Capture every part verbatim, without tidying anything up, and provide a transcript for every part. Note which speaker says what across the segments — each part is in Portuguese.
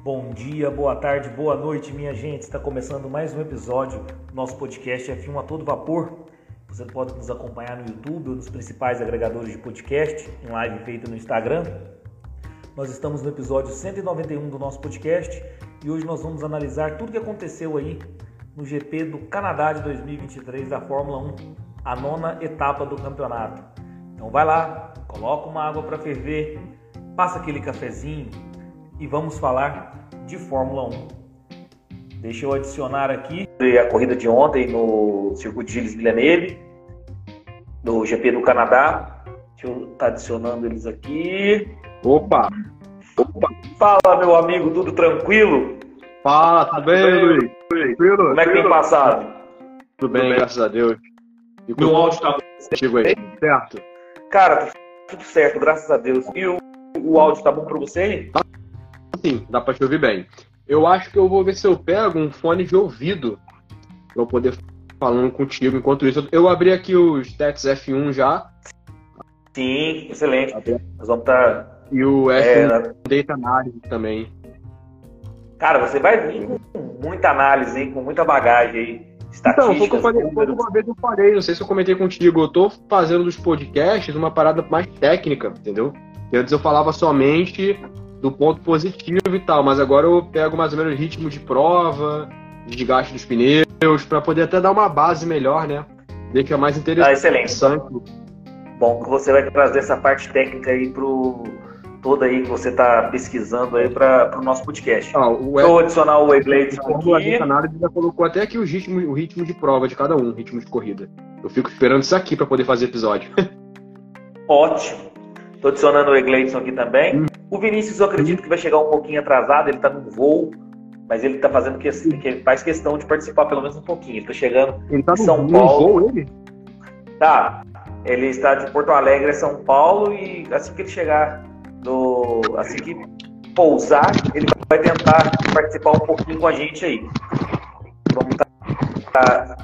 Speaker 1: Bom dia, boa tarde, boa noite, minha gente. Está começando mais um episódio do nosso podcast F um a todo vapor. Você pode nos acompanhar no YouTube ou nos principais agregadores de podcast, em live feita no Instagram. Nós estamos no episódio cento e noventa e um do nosso podcast e hoje nós vamos analisar tudo o que aconteceu aí no G P do Canadá de dois mil e vinte e três da Fórmula um, a nona etapa do campeonato. Então vai lá, coloca uma água para ferver, passa aquele cafezinho e vamos falar de Fórmula um. Deixa eu adicionar aqui a corrida de ontem no circuito Gilles Villeneuve, do G P do Canadá. Deixa eu estar adicionando eles aqui.
Speaker 2: Opa! Opa!
Speaker 1: Fala, meu amigo, tudo tranquilo?
Speaker 2: Fala, tudo bem, Luiz? Tranquilo?
Speaker 1: Como é que tem passado?
Speaker 2: Tudo bem, graças a Deus. E
Speaker 1: meu áudio tá
Speaker 2: contigo aí, certo?
Speaker 1: Cara, tudo certo, graças a Deus. E o, o áudio tá bom pra você?
Speaker 2: Tá. Sim, dá pra te ouvir bem. Eu acho que eu vou ver se eu pego um fone de ouvido pra eu poder falando contigo. Enquanto isso, eu abri aqui os Stats F um já.
Speaker 1: Sim, excelente. Nós vamos estar... Tá...
Speaker 2: E o F um
Speaker 1: é...
Speaker 2: Data Analysis também.
Speaker 1: Cara, você vai vir com muita análise, hein? Com muita bagagem aí. Estatísticas,
Speaker 2: então, foi o que eu falei, foi uma vez eu falei, não sei se eu comentei contigo, eu tô fazendo dos podcasts uma parada mais técnica, entendeu? Antes eu falava somente do ponto positivo e tal, mas agora eu pego mais ou menos ritmo de prova, desgaste dos pneus, para poder até dar uma base melhor, né? Deixa mais interessante.
Speaker 1: Ah, excelente. Bom, que você vai trazer essa parte técnica aí pro toda aí que você está pesquisando aí para o nosso podcast.
Speaker 2: Ah, o
Speaker 1: Vou adicionar o Wayblade
Speaker 2: aqui. A análise já colocou até aqui o ritmo, o ritmo de prova de cada um, o ritmo de corrida. Eu fico esperando isso aqui para poder fazer episódio.
Speaker 1: Ótimo. Estou adicionando o Wayblade aqui também. Hum. O Vinícius, eu acredito que vai chegar um pouquinho atrasado, ele está no voo, mas ele está fazendo que, que ele faz questão de participar pelo menos um pouquinho. Ele está chegando
Speaker 2: ele tá
Speaker 1: em São
Speaker 2: no,
Speaker 1: Paulo.
Speaker 2: No voo, ele?
Speaker 1: Tá. Ele está de Porto Alegre a São Paulo e assim que ele chegar do, assim que pousar, ele vai tentar participar um pouquinho com a gente aí. Vamos tá,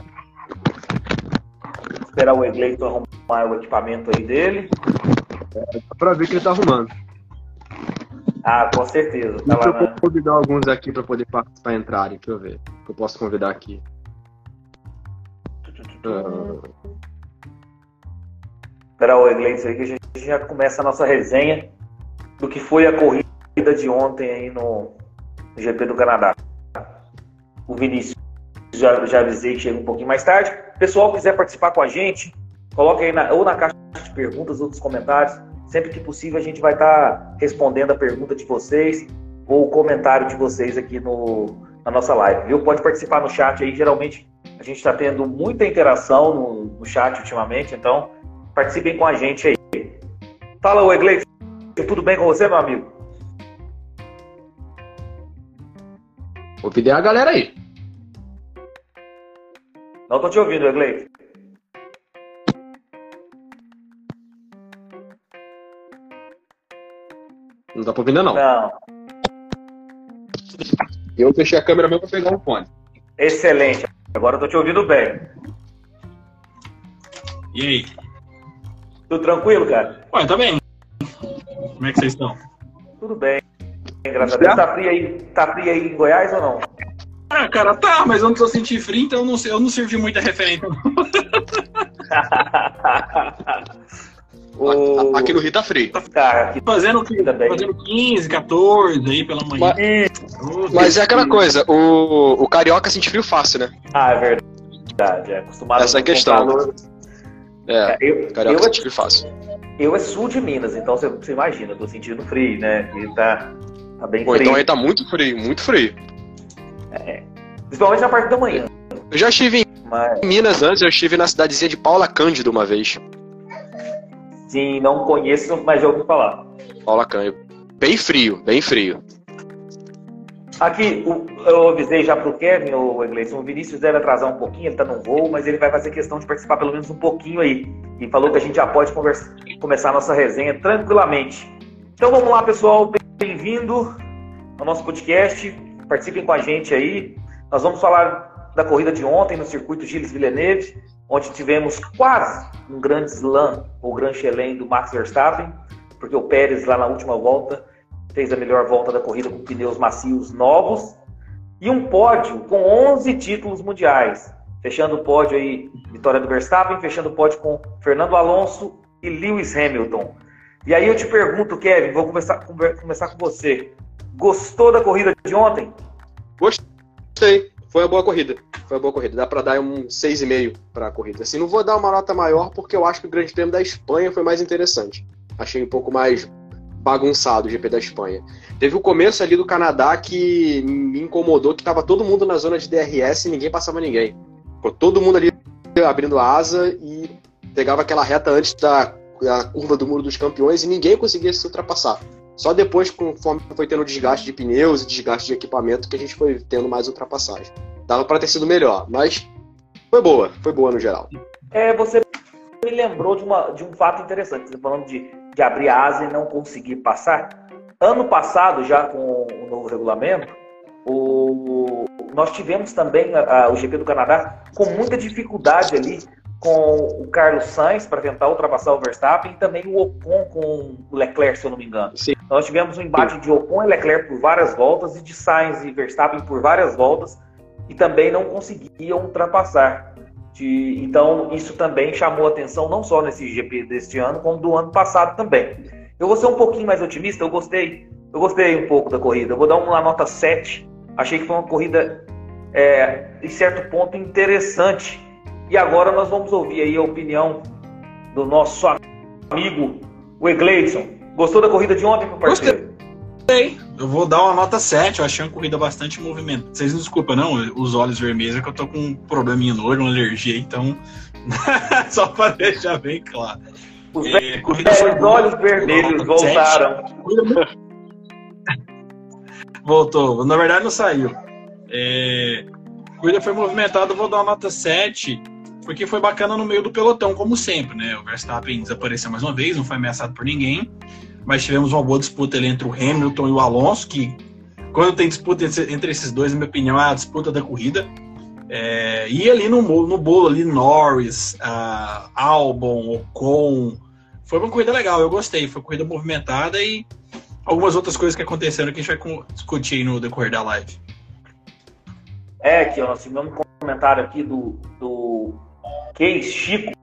Speaker 1: esperar o Egleito arrumar o equipamento aí dele.
Speaker 2: É pra ver que ele tá arrumando.
Speaker 1: Ah, com certeza. Tá lá
Speaker 2: eu vou
Speaker 1: na...
Speaker 2: convidar alguns aqui pra poder participar entrarem. Deixa eu ver. Que eu posso convidar aqui.
Speaker 1: Uh... Esperar o Egleito aí que a gente já começa a nossa resenha do que foi a corrida de ontem aí no G P do Canadá. O Vinícius já, já avisei que chega um pouquinho mais tarde. Pessoal, quiser participar com a gente, coloque aí na, ou na caixa de perguntas ou nos comentários. Sempre que possível a gente vai estar tá respondendo a pergunta de vocês ou o comentário de vocês aqui no, na nossa live, viu? Pode participar no chat aí. Geralmente a gente está tendo muita interação no, no chat ultimamente, então participem com a gente aí. Fala, Wegley. Tudo bem com você, meu amigo?
Speaker 2: Convidei a galera aí.
Speaker 1: Não tô te ouvindo, Wegley.
Speaker 2: Não tá pra ouvir, não.
Speaker 1: Não.
Speaker 2: Eu fechei a câmera mesmo pra pegar um fone.
Speaker 1: Excelente. Agora eu tô te ouvindo bem.
Speaker 3: E aí?
Speaker 1: Tudo tranquilo, cara?
Speaker 3: Ué, tá bem. Como é que vocês estão?
Speaker 1: Tudo bem. Graças a Deus. Tá frio aí, tá frio aí em Goiás ou não?
Speaker 3: Ah, cara, tá, mas eu não tô sentindo frio, então eu não, eu não servi muita referência.
Speaker 2: o... Aqui no Rio tá frio.
Speaker 1: Tá, aqui
Speaker 3: fazendo, fazendo quinze, quatorze aí pela manhã.
Speaker 2: Mas, mas é aquela coisa, o, o carioca sente frio fácil, né?
Speaker 1: Ah, é verdade. É acostumado
Speaker 2: Essa é a questão. Calor. É,
Speaker 1: eu,
Speaker 2: carioca
Speaker 1: eu,
Speaker 2: sente frio fácil.
Speaker 1: Eu é sul de Minas, então você, você imagina, eu tô sentindo frio, né? E tá, tá bem
Speaker 2: Pô,
Speaker 1: frio.
Speaker 2: Então aí tá muito frio, muito frio.
Speaker 1: É, principalmente na parte da manhã.
Speaker 2: Eu já estive em
Speaker 1: Mas...
Speaker 2: Minas antes, eu estive na cidadezinha de Paula Cândido uma vez.
Speaker 1: Sim, não conheço, mas já ouvi falar.
Speaker 2: Paula Cândido. Bem frio, bem frio.
Speaker 1: Aqui, o, eu avisei já pro Kevin, o Egleison, o Vinícius deve atrasar um pouquinho, ele tá no voo, mas ele vai fazer questão de participar pelo menos um pouquinho aí. E falou que a gente já pode conversa, começar a nossa resenha tranquilamente. Então vamos lá, pessoal, bem-vindo ao nosso podcast, participem com a gente aí. Nós vamos falar da corrida de ontem no circuito Gilles Villeneuve, onde tivemos quase um grande slam, ou Grand Chelem do Max Verstappen, porque o Pérez lá na última volta fez a melhor volta da corrida com pneus macios novos. E um pódio com onze títulos mundiais. Fechando o pódio aí, vitória do Verstappen, fechando o pódio com Fernando Alonso e Lewis Hamilton. E aí eu te pergunto, Kevin, vou começar, começar com você. Gostou da corrida de ontem?
Speaker 2: Gostei. Foi uma boa corrida. Foi uma boa corrida. Dá para dar um seis e meio para a corrida. Assim, não vou dar uma nota maior porque eu acho que o Grande Prêmio da Espanha foi mais interessante. Achei um pouco mais bagunçado o G P da Espanha. Teve o começo ali do Canadá que me incomodou, que estava todo mundo na zona de D R S e ninguém passava ninguém. Ficou todo mundo ali abrindo a asa e pegava aquela reta antes da, da curva do Muro dos Campeões e ninguém conseguia se ultrapassar. Só depois, conforme foi tendo desgaste de pneus e desgaste de equipamento, que a gente foi tendo mais ultrapassagem. Dava para ter sido melhor, mas foi boa, foi boa no geral.
Speaker 1: É, você me lembrou de, uma, de um fato interessante, você falando de, de abrir a asa e não conseguir passar. Ano passado, já com o novo regulamento, o, nós tivemos também a, a, o G P do Canadá com muita dificuldade ali com o Carlos Sainz para tentar ultrapassar o Verstappen e também o Ocon com o Leclerc, se eu não me engano. Sim. Nós tivemos um embate de Ocon e Leclerc por várias voltas e de Sainz e Verstappen por várias voltas e também não conseguiam ultrapassar. De, então isso também chamou atenção não só nesse G P deste ano, como do ano passado também. Eu vou ser um pouquinho mais otimista, eu gostei, eu gostei um pouco da corrida, eu vou dar uma nota sete, achei que foi uma corrida é, em certo ponto interessante. E agora nós vamos ouvir aí a opinião do nosso amigo, o Egleison. Gostou da corrida de ontem, meu parceiro?
Speaker 3: Gostei. Eu vou dar uma nota sete. Eu achei uma corrida bastante movimentada. Vocês não desculpam, não? Os olhos vermelhos é que eu tô com um probleminha no olho, uma alergia, então... Só para deixar bem claro.
Speaker 1: Os, é, corrida é, os olhos vermelhos voltaram.
Speaker 3: Voltou. Na verdade, não saiu. É... A corrida foi movimentada, eu vou dar uma nota sete, porque foi bacana no meio do pelotão, como sempre, né? O Verstappen desapareceu mais uma vez, não foi ameaçado por ninguém, mas tivemos uma boa disputa ali entre o Hamilton e o Alonso, que quando tem disputa entre esses dois, na minha opinião, é a disputa da corrida. É... E ali no, no bolo, ali, Norris, uh, Albon, Ocon, foi uma corrida legal, eu gostei, foi uma corrida movimentada e algumas outras coisas que aconteceram que a gente vai discutir aí no decorrer da live.
Speaker 1: É, que nós tivemos um comentário aqui do, do Keis Chico,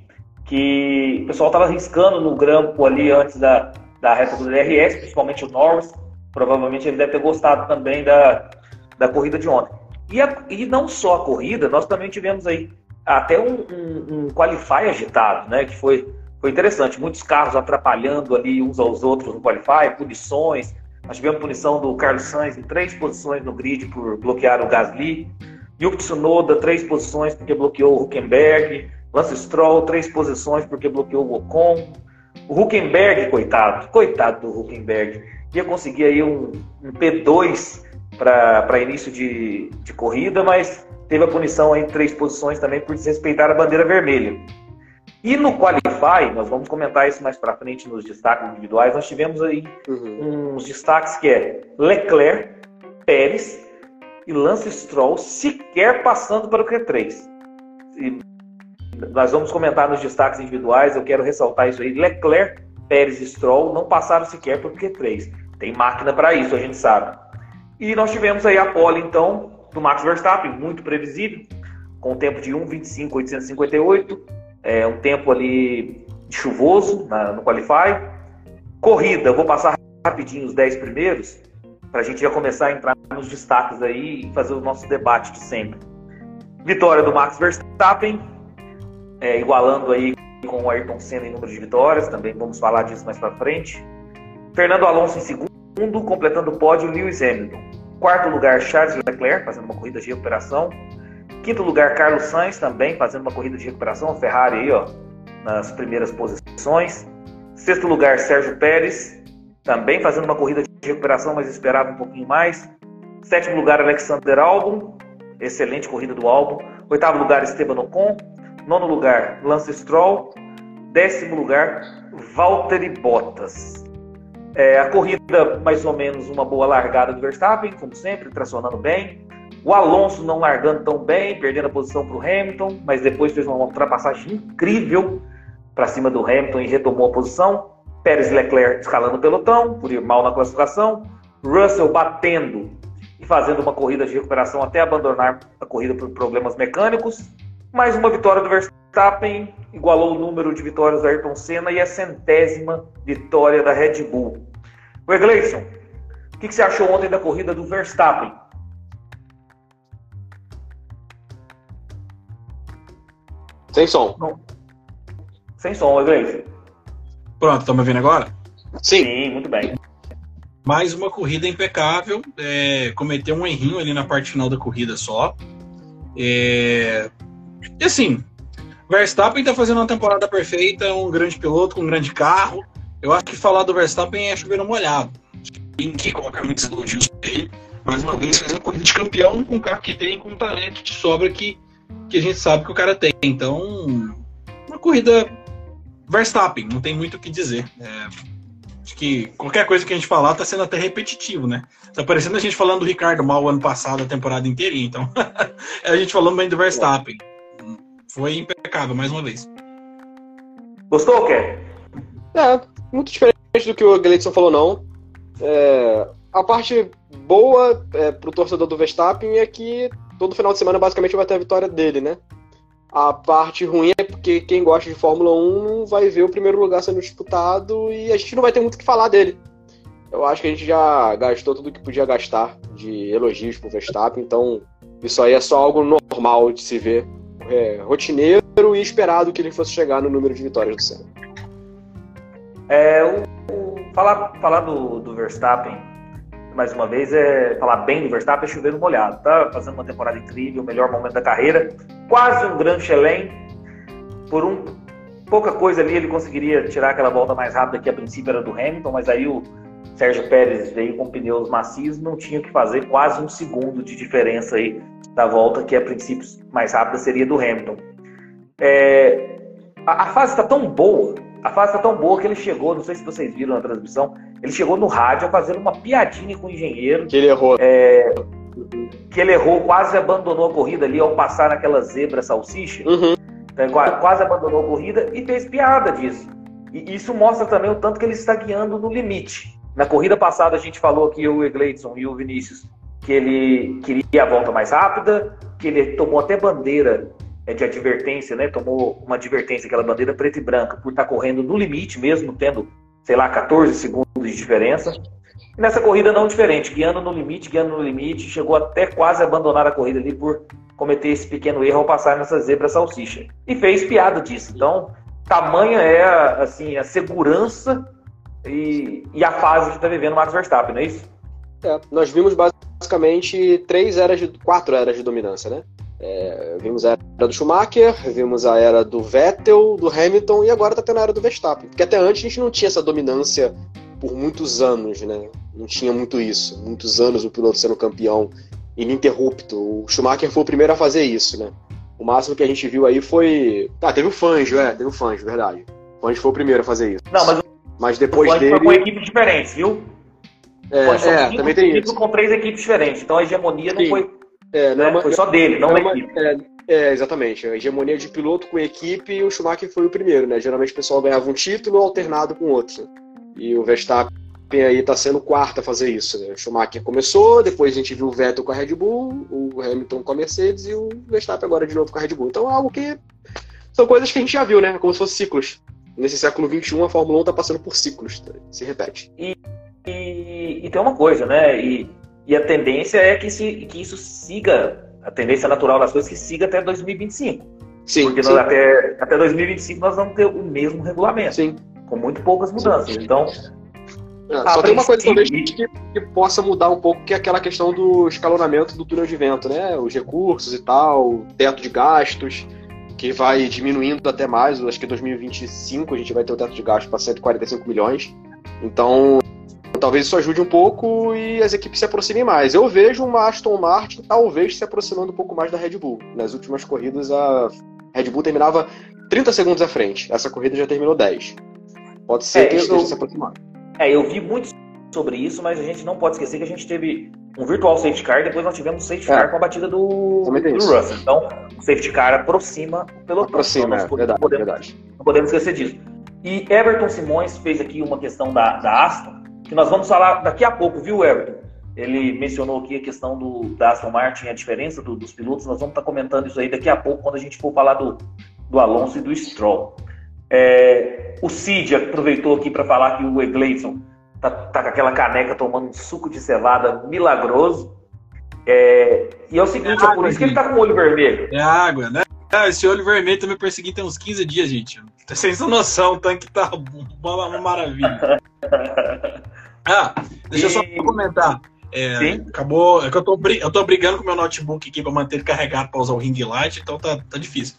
Speaker 1: que o pessoal estava arriscando no grampo ali antes da, da reta do D R S, principalmente o Norris. Provavelmente ele deve ter gostado também da, da corrida de ontem. E, a, e não só a corrida, nós também tivemos aí até um, um, um qualify agitado, né? Que foi, foi interessante. Muitos carros atrapalhando ali uns aos outros no qualify, punições. Nós tivemos punição do Carlos Sainz em três posições no grid por bloquear o Gasly. Yuki Tsunoda, três posições porque bloqueou o Hülkenberg. Lance Stroll, três posições porque bloqueou o Ocon. O Hülkenberg, coitado, coitado do Hülkenberg, ia conseguir aí um, um P dois para início de, de corrida, mas teve a punição aí em três posições também por desrespeitar a bandeira vermelha. E no Qualify, nós vamos comentar isso mais para frente nos destaques individuais, nós tivemos aí uhum. uns destaques que é Leclerc, Pérez e Lance Stroll sequer passando para o Q três. E nós vamos comentar nos destaques individuais, eu quero ressaltar isso aí. Leclerc, Pérez e Stroll não passaram sequer para o Q três. Tem máquina para isso, a gente sabe. E nós tivemos aí a pole, então, do Max Verstappen, muito previsível, com um tempo de um vinte e cinco oitocentos e cinquenta e oito. É um tempo ali chuvoso na, no Qualify. Corrida, eu vou passar rapidinho os dez primeiros, para a gente já começar a entrar nos destaques aí e fazer o nosso debate de sempre. Vitória do Max Verstappen, é, igualando aí com o Ayrton Senna em número de vitórias, também vamos falar disso mais para frente. Fernando Alonso em segundo, completando o pódio, Lewis Hamilton. Quarto lugar, Charles Leclerc, fazendo uma corrida de recuperação. Quinto lugar, Carlos Sainz, também fazendo uma corrida de recuperação. A Ferrari aí, ó, nas primeiras posições. Sexto lugar, Sérgio Pérez, também fazendo uma corrida de recuperação, mas esperava um pouquinho mais. Sétimo lugar, Alexander Albon, excelente corrida do Albon. Oitavo lugar, Esteban Ocon. Nono lugar, Lance Stroll. Décimo lugar, Valtteri Bottas. É, a corrida, mais ou menos, uma boa largada do Verstappen, como sempre, tracionando bem. O Alonso não largando tão bem, perdendo a posição para o Hamilton, mas depois fez uma ultrapassagem incrível para cima do Hamilton e retomou a posição. Pérez e Leclerc escalando o pelotão, por ir mal na classificação, Russell batendo e fazendo uma corrida de recuperação até abandonar a corrida por problemas mecânicos. Mais uma vitória do Verstappen, igualou o número de vitórias do Ayrton Senna e a centésima vitória da Red Bull. O Egleison, o que você achou ontem da corrida do Verstappen?
Speaker 2: Sem som.
Speaker 1: Não. Sem som, Egleison.
Speaker 3: Pronto, tá me ouvindo agora?
Speaker 2: Sim.
Speaker 1: Sim, muito bem.
Speaker 3: Mais uma corrida impecável. É, cometeu um errinho ali na parte final da corrida só. É, e assim, Verstappen tá fazendo uma temporada perfeita, um grande piloto com um grande carro. Eu acho que falar do Verstappen é chover no molhado. Tem que colocar muitos elogios pra ele. Mais uma vez, fazendo corrida de campeão com o carro que tem, com o talento de sobra que, que a gente sabe que o cara tem. Então, uma corrida Verstappen, não tem muito o que dizer. É, acho que qualquer coisa que a gente falar tá sendo até repetitivo, né? Tá parecendo a gente falando do Ricardo mal o ano passado, a temporada inteirinha. Então, é a gente falando bem do Verstappen. Foi impecável, mais uma vez.
Speaker 1: Gostou, Ké?
Speaker 2: É, muito diferente do que o Gleidson falou, não. É, a parte boa é, pro torcedor do Verstappen é que todo final de semana basicamente vai ter a vitória dele, né? A parte ruim é porque quem gosta de Fórmula um não vai ver o primeiro lugar sendo disputado e a gente não vai ter muito o que falar dele. Eu acho que a gente já gastou tudo o que podia gastar de elogios pro Verstappen, então isso aí é só algo normal de se ver. É, rotineiro e esperado que ele fosse chegar no número de vitórias do Senna.
Speaker 1: É, o, o, falar falar do, do Verstappen, mais uma vez, é falar bem do Verstappen é chover no molhado. Tá fazendo uma temporada incrível, o melhor momento da carreira, quase um Grand Chelem. Por um, pouca coisa ali ele conseguiria tirar aquela volta mais rápida que a princípio era do Hamilton, mas aí o Sérgio Pérez veio com pneus macios, não tinha o que fazer, quase um segundo de diferença aí da volta que a princípio mais rápida seria do Hamilton. É, a, a fase está tão boa, a fase está tão boa que ele chegou, não sei se vocês viram na transmissão, ele chegou no rádio a fazer uma piadinha com o engenheiro.
Speaker 2: Que ele errou.
Speaker 1: É, que ele errou, quase abandonou a corrida ali ao passar naquela zebra salsicha.
Speaker 2: Uhum.
Speaker 1: Então, quase, quase abandonou a corrida e fez piada disso. E isso mostra também o tanto que ele está guiando no limite. Na corrida passada a gente falou aqui, o Egleidson e o Vinícius, que ele queria a volta mais rápida, que ele tomou até bandeira de advertência, né? Tomou uma advertência, aquela bandeira preta e branca, por estar correndo no limite mesmo, tendo, sei lá, catorze segundos de diferença. E nessa corrida não diferente, guiando no limite, guiando no limite, chegou até quase a abandonar a corrida ali por cometer esse pequeno erro ao passar nessa zebra salsicha. E fez piada disso. Então, tamanha é a, assim, a segurança e, e a fase que está vivendo o Max Verstappen, não é isso?
Speaker 2: É, nós vimos basicamente três eras, de, quatro eras de dominância, né? É, vimos a era do Schumacher, vimos a era do Vettel, do Hamilton e agora tá tendo a era do Verstappen. Porque até antes a gente não tinha essa dominância por muitos anos, né? Não tinha muito isso. Muitos anos o piloto sendo campeão ininterrupto. O Schumacher foi o primeiro a fazer isso, né? O máximo que a gente viu aí foi... Ah, teve o Fangio, é, teve o Fangio, verdade. O Fangio foi o primeiro a fazer isso.
Speaker 1: Não, mas,
Speaker 2: mas depois
Speaker 1: o
Speaker 2: dele...
Speaker 1: foi com equipes diferentes, viu?
Speaker 2: É, é também tem isso.
Speaker 1: Com três equipes diferentes, então a hegemonia não
Speaker 2: Sim.
Speaker 1: foi,
Speaker 2: é, não
Speaker 1: né?
Speaker 2: é uma,
Speaker 1: foi só dele, não,
Speaker 2: não
Speaker 1: da
Speaker 2: é uma,
Speaker 1: equipe.
Speaker 2: É, é, exatamente. A hegemonia de piloto com equipe e o Schumacher foi o primeiro, né? Geralmente o pessoal ganhava um título alternado com outro. Né? E o Verstappen aí tá sendo o quarto a fazer isso, né? O Schumacher começou, depois a gente viu o Vettel com a Red Bull, o Hamilton com a Mercedes e o Verstappen agora de novo com a Red Bull. Então é algo que... São coisas que a gente já viu, né? Como se fossem ciclos. Nesse século vinte e um a Fórmula um tá passando por ciclos, tá? Se repete.
Speaker 1: E, e, e tem uma coisa, né? E, e a tendência é que, se, que isso siga, a tendência natural das coisas, que siga até dois mil e vinte e cinco.
Speaker 2: Sim,
Speaker 1: Porque
Speaker 2: sim.
Speaker 1: Nós, até, até dois mil e vinte e cinco nós vamos ter o mesmo regulamento.
Speaker 2: Sim.
Speaker 1: Com muito poucas mudanças. Sim. Então...
Speaker 2: É, só tem uma coisa talvez que, que possa mudar um pouco, que é aquela questão do escalonamento do túnel de vento, né? Os recursos e tal, o teto de gastos, que vai diminuindo até mais. Acho que em dois mil e vinte e cinco a gente vai ter o teto de gastos para cento e quarenta e cinco milhões. Então, talvez isso ajude um pouco e as equipes se aproximem mais. Eu vejo uma Aston Martin talvez se aproximando um pouco mais da Red Bull. Nas últimas corridas, a Red Bull terminava trinta segundos à frente. Essa corrida já terminou dez. Pode ser
Speaker 1: é,
Speaker 2: que
Speaker 1: eu,
Speaker 2: esteja
Speaker 1: eu...
Speaker 2: se aproximando.
Speaker 1: É, eu vi muito sobre isso, mas a gente não pode esquecer que a gente teve um virtual safety car e depois nós tivemos um safety
Speaker 2: é.
Speaker 1: car com a batida do, do Russell. Então, o safety car aproxima o pelotão.
Speaker 2: Aproxima,
Speaker 1: então,
Speaker 2: é, verdade,
Speaker 1: podemos,
Speaker 2: verdade.
Speaker 1: Não podemos esquecer disso. E Everton Simões fez aqui uma questão da, da Aston, que nós vamos falar daqui a pouco, viu, Everton? Ele mencionou aqui a questão do, da Aston Martin, a diferença do, dos pilotos. Nós vamos estar comentando isso aí daqui a pouco, quando a gente for falar do, do Alonso e do Stroll. É, o Cid aproveitou aqui para falar que o Egleison tá, tá com aquela caneca tomando um suco de cevada milagroso. É, e é o seguinte, é, é por água, isso que ele tá com o olho vermelho.
Speaker 3: É água, né? Ah, esse olho vermelho tá me perseguindo tem uns quinze dias, gente. Sem essa noção, o tanque tá uma, uma maravilha. Ah, deixa e... eu só comentar. É, acabou. É que eu tô, eu tô brigando com o meu notebook aqui pra manter ele carregado pra usar o ring light, então tá, tá difícil.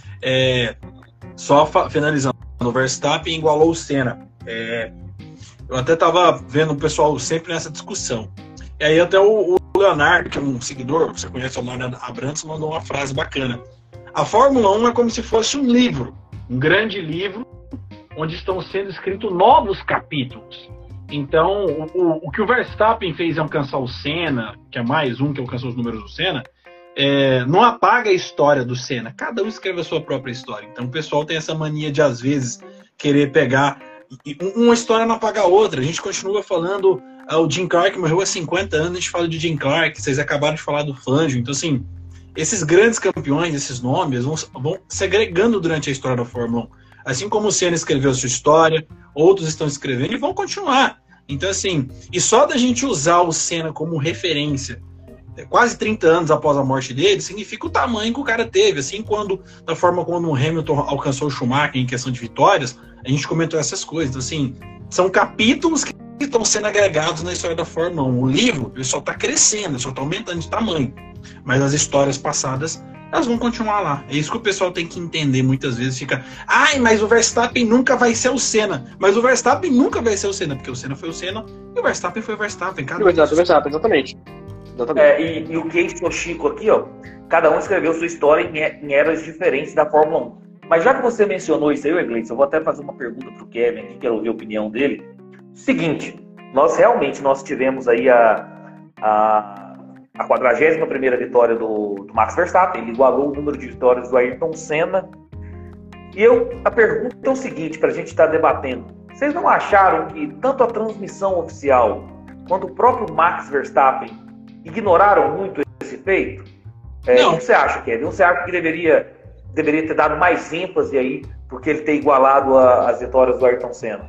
Speaker 3: É, só finalizando, o Verstappen igualou o Senna. É, eu até tava vendo o pessoal sempre nessa discussão. E aí até o, o Leonardo, que é um seguidor, você conhece o Leonardo Abrantes, mandou uma frase bacana. A Fórmula um é como se fosse um livro, um grande livro, onde estão sendo escritos novos capítulos. Então, o, o, o que o Verstappen fez em alcançar o Senna, que é mais um que alcançou os números do Senna, é, não apaga a história do Senna. Cada um escreve a sua própria história. Então, o pessoal tem essa mania de, às vezes, querer pegar... E uma história não apaga a outra. A gente continua falando... Ah, o Jim Clark morreu há cinquenta anos, a gente fala de Jim Clark, vocês acabaram de falar do Fangio. Então, assim, esses grandes campeões, esses nomes, vão, vão se agregando durante a história da Fórmula um. Assim como o Senna escreveu a sua história, outros estão escrevendo e vão continuar. Então, assim, e só da gente usar o Senna como referência, quase trinta anos após a morte dele, significa o tamanho que o cara teve. Assim, quando, da forma como o Hamilton alcançou o Schumacher em questão de vitórias, a gente comentou essas coisas. Então, assim, são capítulos que estão sendo agregados na história da Fórmula um. O livro, ele só está crescendo, ele só está aumentando de tamanho. Mas as histórias passadas, elas vão continuar lá. É isso que o pessoal tem que entender. Muitas vezes fica, ai, mas o Verstappen nunca vai ser o Senna. Mas o Verstappen nunca vai ser o Senna, porque o Senna foi o Senna e o Verstappen foi o Verstappen. Cada
Speaker 2: o Verstappen, Verstappen, exatamente. exatamente.
Speaker 1: É, e, e o Casey Chico aqui, ó, cada um escreveu sua história em, em eras diferentes da Fórmula um. Mas já que você mencionou isso aí, Egleison, eu vou até fazer uma pergunta pro Kevin aqui, quero ouvir a opinião dele. Seguinte, nós realmente nós tivemos aí a, a, a quadragésima primeira vitória do, do Max Verstappen, ele igualou o número de vitórias do Ayrton Senna. E eu, a pergunta é o seguinte, para a gente estar debatendo. Vocês não acharam que tanto a transmissão oficial quanto o próprio Max Verstappen ignoraram muito esse feito? É, o que você acha, Kevin? Você acha que deveria, deveria ter dado mais ênfase aí porque ele ter igualado a, as vitórias do Ayrton Senna?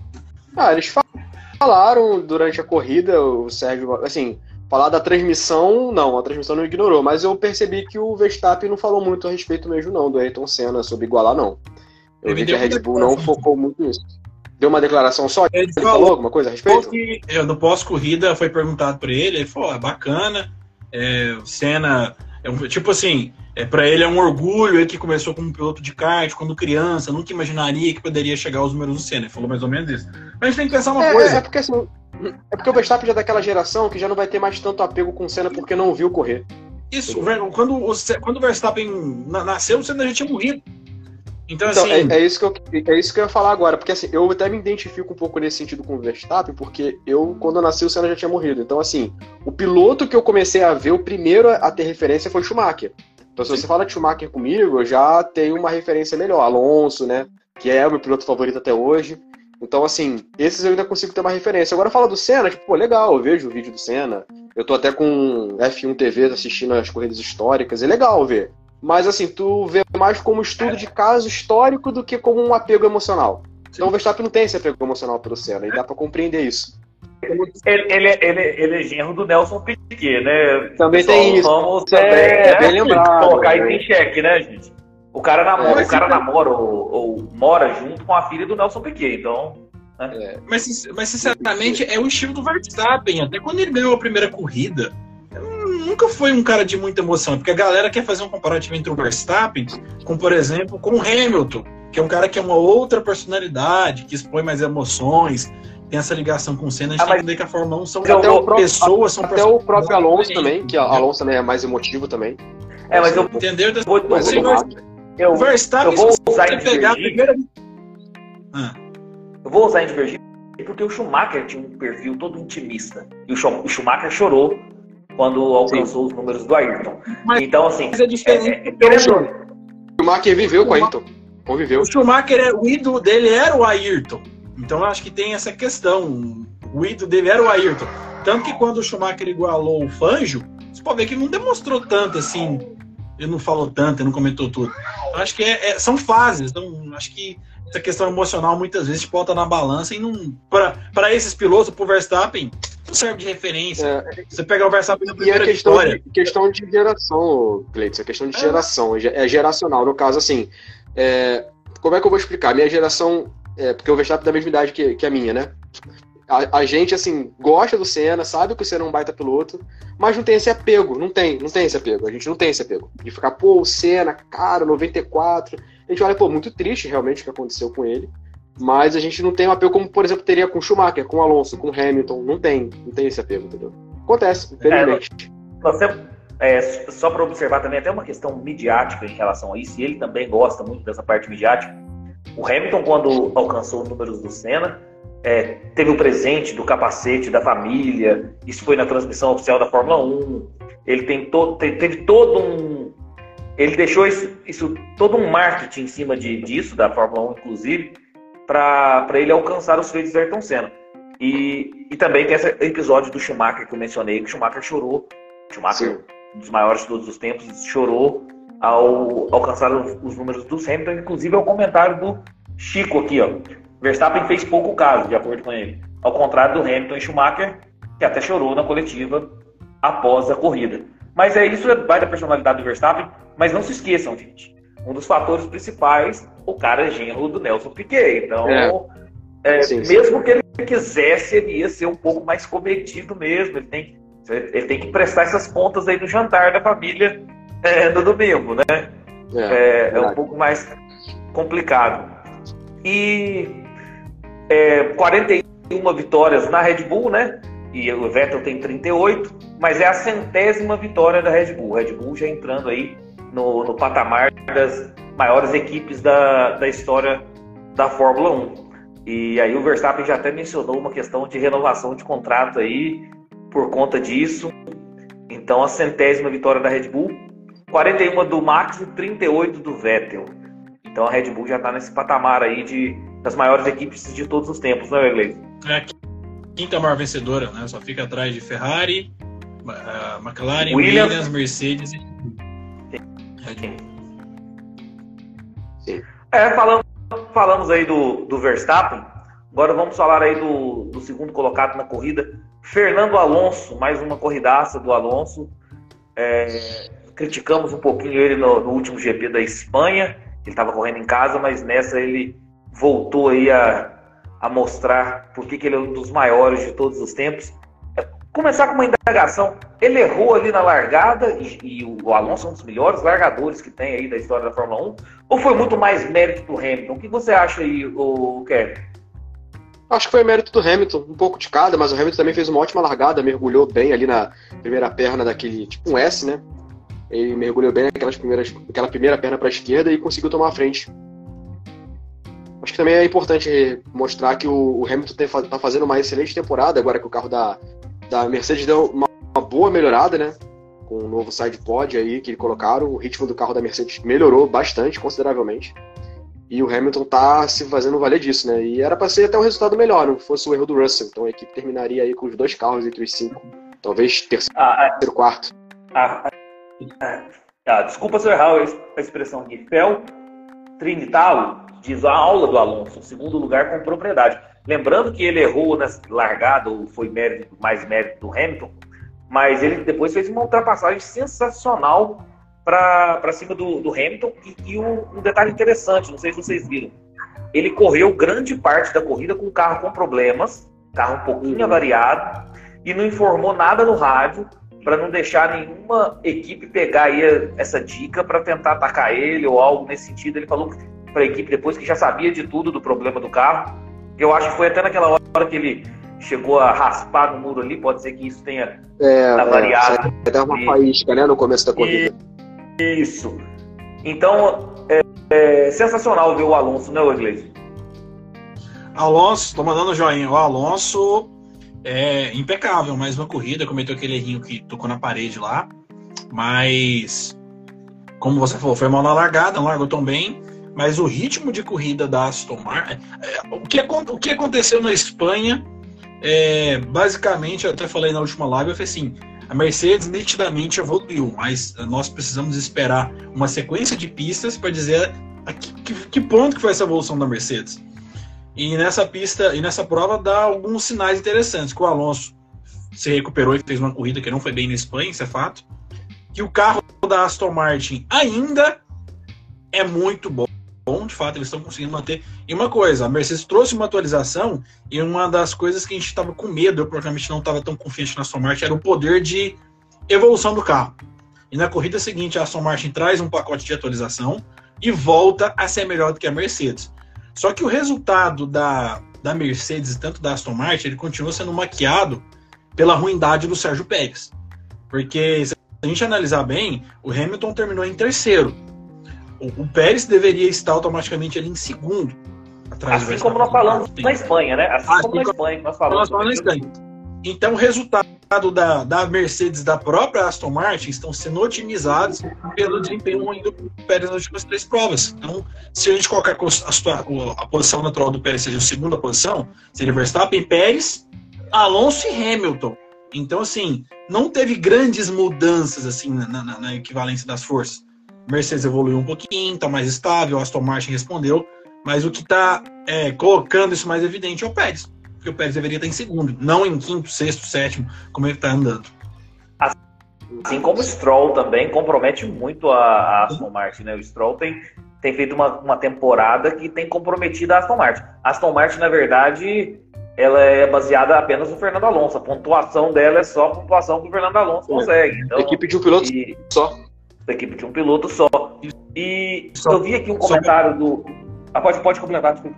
Speaker 2: Ah, eles falaram durante a corrida, o Sérgio, assim, falar da transmissão, não, a transmissão não ignorou, mas eu percebi que o Verstappen não falou muito a respeito mesmo não, do Ayrton Senna, sobre igualar não. Eu vi que a Red Bull não focou muito nisso. Deu uma declaração só? Ele, ele falou, falou alguma coisa a respeito?
Speaker 3: Que, no pós-corrida foi perguntado para ele, ele falou, é bacana, é, o Senna, é um, tipo assim, é, para ele é um orgulho, ele que começou como piloto de kart, quando criança, nunca imaginaria que poderia chegar aos números do Senna, ele falou mais ou menos isso. Mas a gente tem que pensar uma
Speaker 2: é,
Speaker 3: coisa.
Speaker 2: É porque, assim, é porque o Verstappen já é daquela geração que já não vai ter mais tanto apego com o Senna porque não viu correr.
Speaker 3: Isso, quando o, quando o Verstappen nasceu, o Senna já tinha morrido. Então,
Speaker 2: então
Speaker 3: assim...
Speaker 2: é, é, isso que eu, é isso que eu ia falar agora, porque assim, eu até me identifico um pouco nesse sentido com o Verstappen, porque eu, quando eu nasci, o Senna já tinha morrido. Então, assim, o piloto que eu comecei a ver, o primeiro a ter referência foi o Schumacher. Então, se Sim. você fala de Schumacher comigo, eu já tenho uma referência melhor. Alonso, né, que é o meu piloto favorito até hoje. Então, assim, esses eu ainda consigo ter uma referência. Agora, fala do Senna, tipo, pô, legal, eu vejo o vídeo do Senna. Eu tô até com F um T V assistindo as corridas históricas, é legal ver. Mas, assim, tu vê mais como estudo de caso histórico do que como um apego emocional. Sim. Então, o Verstappen não tem esse apego emocional pelo Senna, e dá pra compreender isso.
Speaker 1: Ele, ele, ele, ele é genro do Nelson Piquet, né?
Speaker 2: Também tem isso.
Speaker 1: Vamos
Speaker 2: é,
Speaker 1: também, né?
Speaker 2: Bem lembrado.
Speaker 1: Colocar isso em xeque, né, gente? O cara namora, é, o cara namora ou, ou mora junto com a filha do Nelson Piquet, então... Né?
Speaker 3: É. Mas, mas, sinceramente, é o estilo do Verstappen. Até quando ele ganhou a primeira corrida... Nunca foi um cara de muita emoção, porque a galera quer fazer um comparativo entre o Verstappen com, por exemplo, com o Hamilton, que é um cara que é uma outra personalidade, que expõe mais emoções, tem essa ligação com o Senna. A gente ah, tem que entender que a Fórmula um são
Speaker 2: até o próprio,
Speaker 3: pessoas, são
Speaker 2: até o próprio Alonso também, que o Alonso também é mais emotivo também.
Speaker 1: É, mas eu
Speaker 3: entendeu?
Speaker 1: Vou, eu,
Speaker 3: assim,
Speaker 1: eu,
Speaker 3: o Verstappen,
Speaker 1: eu vou usar em pegar a primeira...
Speaker 3: ah.
Speaker 1: Eu vou usar em divergir porque o Schumacher tinha um perfil todo intimista e o Schumacher chorou quando alcançou Sim. os números do Ayrton. Mas, então, assim...
Speaker 3: Mas é diferente. É,
Speaker 2: é, é, o Schumacher viveu com o Ayrton. conviveu.
Speaker 3: O Schumacher, o ídolo dele era o Ayrton. Então eu acho que tem essa questão. O ídolo dele era o Ayrton. Tanto que quando o Schumacher igualou o Fangio, você pode ver que ele não demonstrou tanto assim. Ele não falou tanto, ele não comentou tudo. Eu acho que é, é, são fases. Então, acho que essa questão emocional muitas vezes bota na balança e não. Para esses pilotos, pro Verstappen, não serve de referência. É, você pegar o Verstappen na primeira
Speaker 2: e a questão
Speaker 3: vitória.
Speaker 2: De, questão de geração, Cleiton, é questão de geração. É geracional. No caso, assim. É, como é que eu vou explicar? Minha geração. É, porque o Verstappen é da mesma idade que, que a minha, né? A, a gente, assim, gosta do Senna, sabe que o Senna é um baita piloto, mas não tem esse apego, não tem, não tem esse apego, a gente não tem esse apego. De ficar, pô, o Senna, cara, noventa e quatro, a gente olha, pô, muito triste realmente o que aconteceu com ele, mas a gente não tem um apego como, por exemplo, teria com o Schumacher, com o Alonso, com o Hamilton, não tem, não tem esse apego, entendeu? Acontece, infelizmente.
Speaker 1: É, você, é, só para observar também, até uma questão midiática em relação a isso, e ele também gosta muito dessa parte midiática. O Hamilton, quando alcançou os números do Senna, É, teve o presente do capacete da família, isso foi na transmissão oficial da Fórmula um, ele tem to, teve todo um... Ele deixou isso, isso todo um marketing em cima de, disso, da Fórmula um, inclusive, para ele alcançar os feitos do Ayrton Senna. E, e também tem esse episódio do Schumacher que eu mencionei, que o Schumacher chorou. O Schumacher, Sim. um dos maiores de todos os tempos, chorou ao alcançar os, os números do Hamilton, inclusive é o comentário do Chico aqui, ó. Verstappen fez pouco caso, de acordo com ele. Ao contrário do Hamilton e Schumacher, que até chorou na coletiva após a corrida. Mas é isso, vai da personalidade do Verstappen, mas não se esqueçam, gente. Um dos fatores principais, o cara é genro do Nelson Piquet. Então, é. É, sim, mesmo sim. que ele quisesse, ele ia ser um pouco mais cometido mesmo. Ele tem, ele tem que prestar essas contas aí no jantar da família é, no domingo, né? É, é, é um pouco mais complicado. E é, quarenta e uma vitórias na Red Bull, né? E o Vettel tem trinta e oito, mas é a centésima vitória da Red Bull. A Red Bull já entrando aí no, no patamar das maiores equipes da, da história da Fórmula um. E aí o Verstappen já até mencionou uma questão de renovação de contrato aí por conta disso. Então a centésima vitória da Red Bull, quarenta e uma do Max e trinta e oito do Vettel. Então a Red Bull já está nesse patamar aí de, das maiores equipes de todos os tempos, não é, Iglesias?
Speaker 3: É a quinta maior vencedora, né? Só fica atrás de Ferrari, uh, McLaren, Williams, Williams Mercedes e Red Bull.
Speaker 1: Sim. É, falamos, falamos aí do, do Verstappen, agora vamos falar aí do, do segundo colocado na corrida, Fernando Alonso, mais uma corridaça do Alonso. É, criticamos um pouquinho ele no, no último G P da Espanha. Ele estava correndo em casa, mas nessa ele voltou aí a, a mostrar por que ele é um dos maiores de todos os tempos. Começar com uma indagação. Ele errou ali na largada, e, e o Alonso é um dos melhores largadores que tem aí da história da Fórmula um, ou foi muito mais mérito do Hamilton? O que você acha aí, o Kevin?
Speaker 2: Acho que foi mérito do Hamilton, um pouco de cada, mas o Hamilton também fez uma ótima largada, mergulhou bem ali na primeira perna daquele, tipo um S, né? Ele mergulhou bem naquelas primeiras, naquela primeira perna para a esquerda e conseguiu tomar a frente. Acho que também é importante mostrar que o, o Hamilton está fazendo uma excelente temporada, agora que o carro da, da Mercedes deu uma, uma boa melhorada, né? Com o novo side pod aí que colocaram, o ritmo do carro da Mercedes melhorou bastante, consideravelmente. E o Hamilton está se fazendo valer disso, né? E era para ser até um resultado melhor, não fosse o erro do Russell. Então a equipe terminaria aí com os dois carros entre os cinco. Talvez terceiro, ah, terceiro quarto.
Speaker 1: Ah, Ah, desculpa se eu errar a expressão de Fel Trinitalo, diz a aula do Alonso, segundo lugar com propriedade. Lembrando que ele errou na largada, ou foi mérito, mais mérito do Hamilton, mas ele depois fez uma ultrapassagem sensacional para cima do, do Hamilton. E, e um, um detalhe interessante, não sei se vocês viram, ele correu grande parte da corrida com o carro com problemas, carro um pouquinho avariado, e não informou nada no rádio, para não deixar nenhuma equipe pegar aí essa dica para tentar atacar ele ou algo nesse sentido. Ele falou para a equipe depois que já sabia de tudo do problema do carro. Eu acho que foi até naquela hora que ele chegou a raspar no muro ali, pode ser que isso tenha
Speaker 2: é, avariado. É, dar uma faísca, né, no começo da corrida.
Speaker 1: Isso. Então, é, é sensacional ver o Alonso, né, Iglesias?
Speaker 3: Alonso, tô mandando joinha. O Alonso é impecável, mais uma corrida, cometeu aquele errinho que tocou na parede lá, mas como você falou, foi mal na largada, não largou tão bem, mas o ritmo de corrida da Aston Martin, o que, o que aconteceu na Espanha, é, basicamente, eu até falei na última live, eu falei assim, a Mercedes nitidamente evoluiu, mas nós precisamos esperar uma sequência de pistas para dizer a que, que, que ponto que foi essa evolução da Mercedes. E nessa pista, e nessa prova dá alguns sinais interessantes, que o Alonso se recuperou e fez uma corrida que não foi bem na Espanha, isso é fato, que o carro da Aston Martin ainda é muito bom. Bom, de fato, eles estão conseguindo manter. E uma coisa, a Mercedes trouxe uma atualização e uma das coisas que a gente estava com medo, eu provavelmente não estava tão confiante na Aston Martin, era o poder de evolução do carro. E na corrida seguinte, a Aston Martin traz um pacote de atualização e volta a ser melhor do que a Mercedes. Só que o resultado da, da Mercedes, tanto da Aston Martin, ele continua sendo maquiado pela ruindade do Sérgio Pérez. Porque, se a gente analisar bem, o Hamilton terminou em terceiro. O Pérez deveria estar automaticamente ali em segundo. Atrás
Speaker 1: assim como nós falamos na Espanha, né? Assim, assim como na Espanha, nós falamos. Nós falamos na
Speaker 3: Espanha. Então, o resultado da, da Mercedes, da própria Aston Martin, estão sendo otimizados pelo desempenho ruim do Pérez nas últimas três provas. Então, se a gente colocar a, a posição natural do Pérez seja a segunda posição, seria Verstappen, Pérez, Alonso e Hamilton. Então, assim, não teve grandes mudanças assim na, na, na equivalência das forças. Mercedes evoluiu um pouquinho, está mais estável, a Aston Martin respondeu, mas o que está é, colocando isso mais evidente é o Pérez, porque o Pérez deveria estar em segundo, não em quinto, sexto, sétimo, como ele está andando.
Speaker 1: Assim como o Stroll também compromete muito a, a Aston Martin, né? O Stroll tem, tem feito uma, uma temporada que tem comprometido a Aston Martin. A Aston Martin, na verdade, ela é baseada apenas no Fernando Alonso, a pontuação dela é só a pontuação que o Fernando Alonso consegue. Então,
Speaker 2: equipe de um piloto
Speaker 1: e...
Speaker 2: só.
Speaker 1: Da equipe de um piloto só. E só, eu vi aqui um comentário do... Ah, pode, pode completar, desculpa.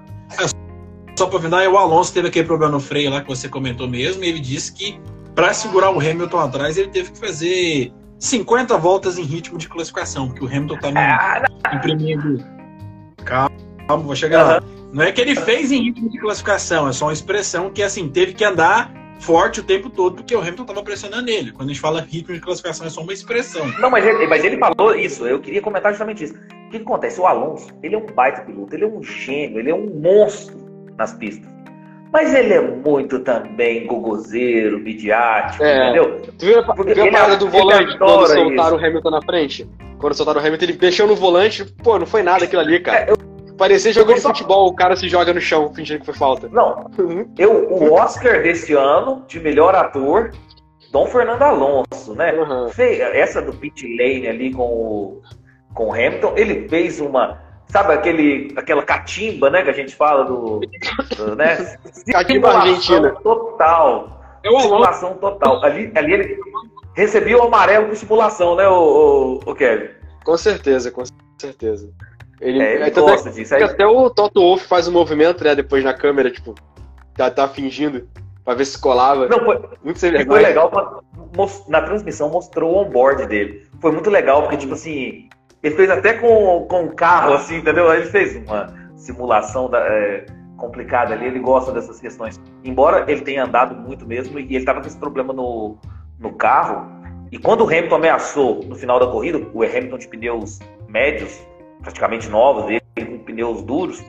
Speaker 3: É, só para avisar, o Alonso teve aquele problema no freio lá que você comentou mesmo, e ele disse que para segurar o Hamilton atrás, ele teve que fazer cinquenta voltas em ritmo de classificação, porque o Hamilton tá no, ah, em primeiro... Calma, vou chegar uhum. lá. Não é que ele fez em ritmo de classificação, é só uma expressão que, assim, teve que andar forte o tempo todo, porque o Hamilton estava pressionando ele. Quando a gente fala ritmo de classificação, é só uma expressão.
Speaker 1: Não, mas ele, mas ele falou isso, eu queria comentar justamente isso. O que, que acontece? O Alonso, ele é um baita piloto, ele é um gênio, ele é um monstro nas pistas. Mas ele é muito também gogozeiro, midiático,
Speaker 2: é.
Speaker 1: entendeu?
Speaker 2: Tu viu a, viu a parada do volante quando soltaram o Hamilton na frente? Quando soltaram o Hamilton, ele mexeu no volante, pô, não foi nada aquilo ali, cara. É, eu... Parecia jogo de futebol, o cara se joga no chão, fingindo que foi falta.
Speaker 1: Não, eu, o Oscar desse ano, de melhor ator, Dom Fernando Alonso, né? Uhum. Essa do pit lane ali com o, com o Hamilton, ele fez uma, sabe aquele, aquela catimba, né, que a gente fala do, do né?
Speaker 2: Catimba argentina.
Speaker 1: Total, simulação total. Ali, ali ele recebia o amarelo por simulação, né, o, o, o Kevin?
Speaker 2: Com certeza, com certeza. Ele,
Speaker 1: é, ele
Speaker 2: é,
Speaker 1: gosta disso. Aí...
Speaker 2: Até o Toto Wolff faz um movimento, né, depois na câmera, tipo, tá, tá fingindo, pra ver se colava.
Speaker 1: Não, foi, muito sem vergonha. Foi legal, pra, na transmissão mostrou o onboard dele. Foi muito legal, porque, tipo assim, ele fez até com, com o carro, assim, entendeu? Ele fez uma simulação da, é, complicada ali, ele gosta dessas questões. Embora ele tenha andado muito mesmo, e ele tava com esse problema no, no carro, e quando o Hamilton ameaçou no final da corrida, o Hamilton de pneus médios, praticamente novos, ele com pneus duros,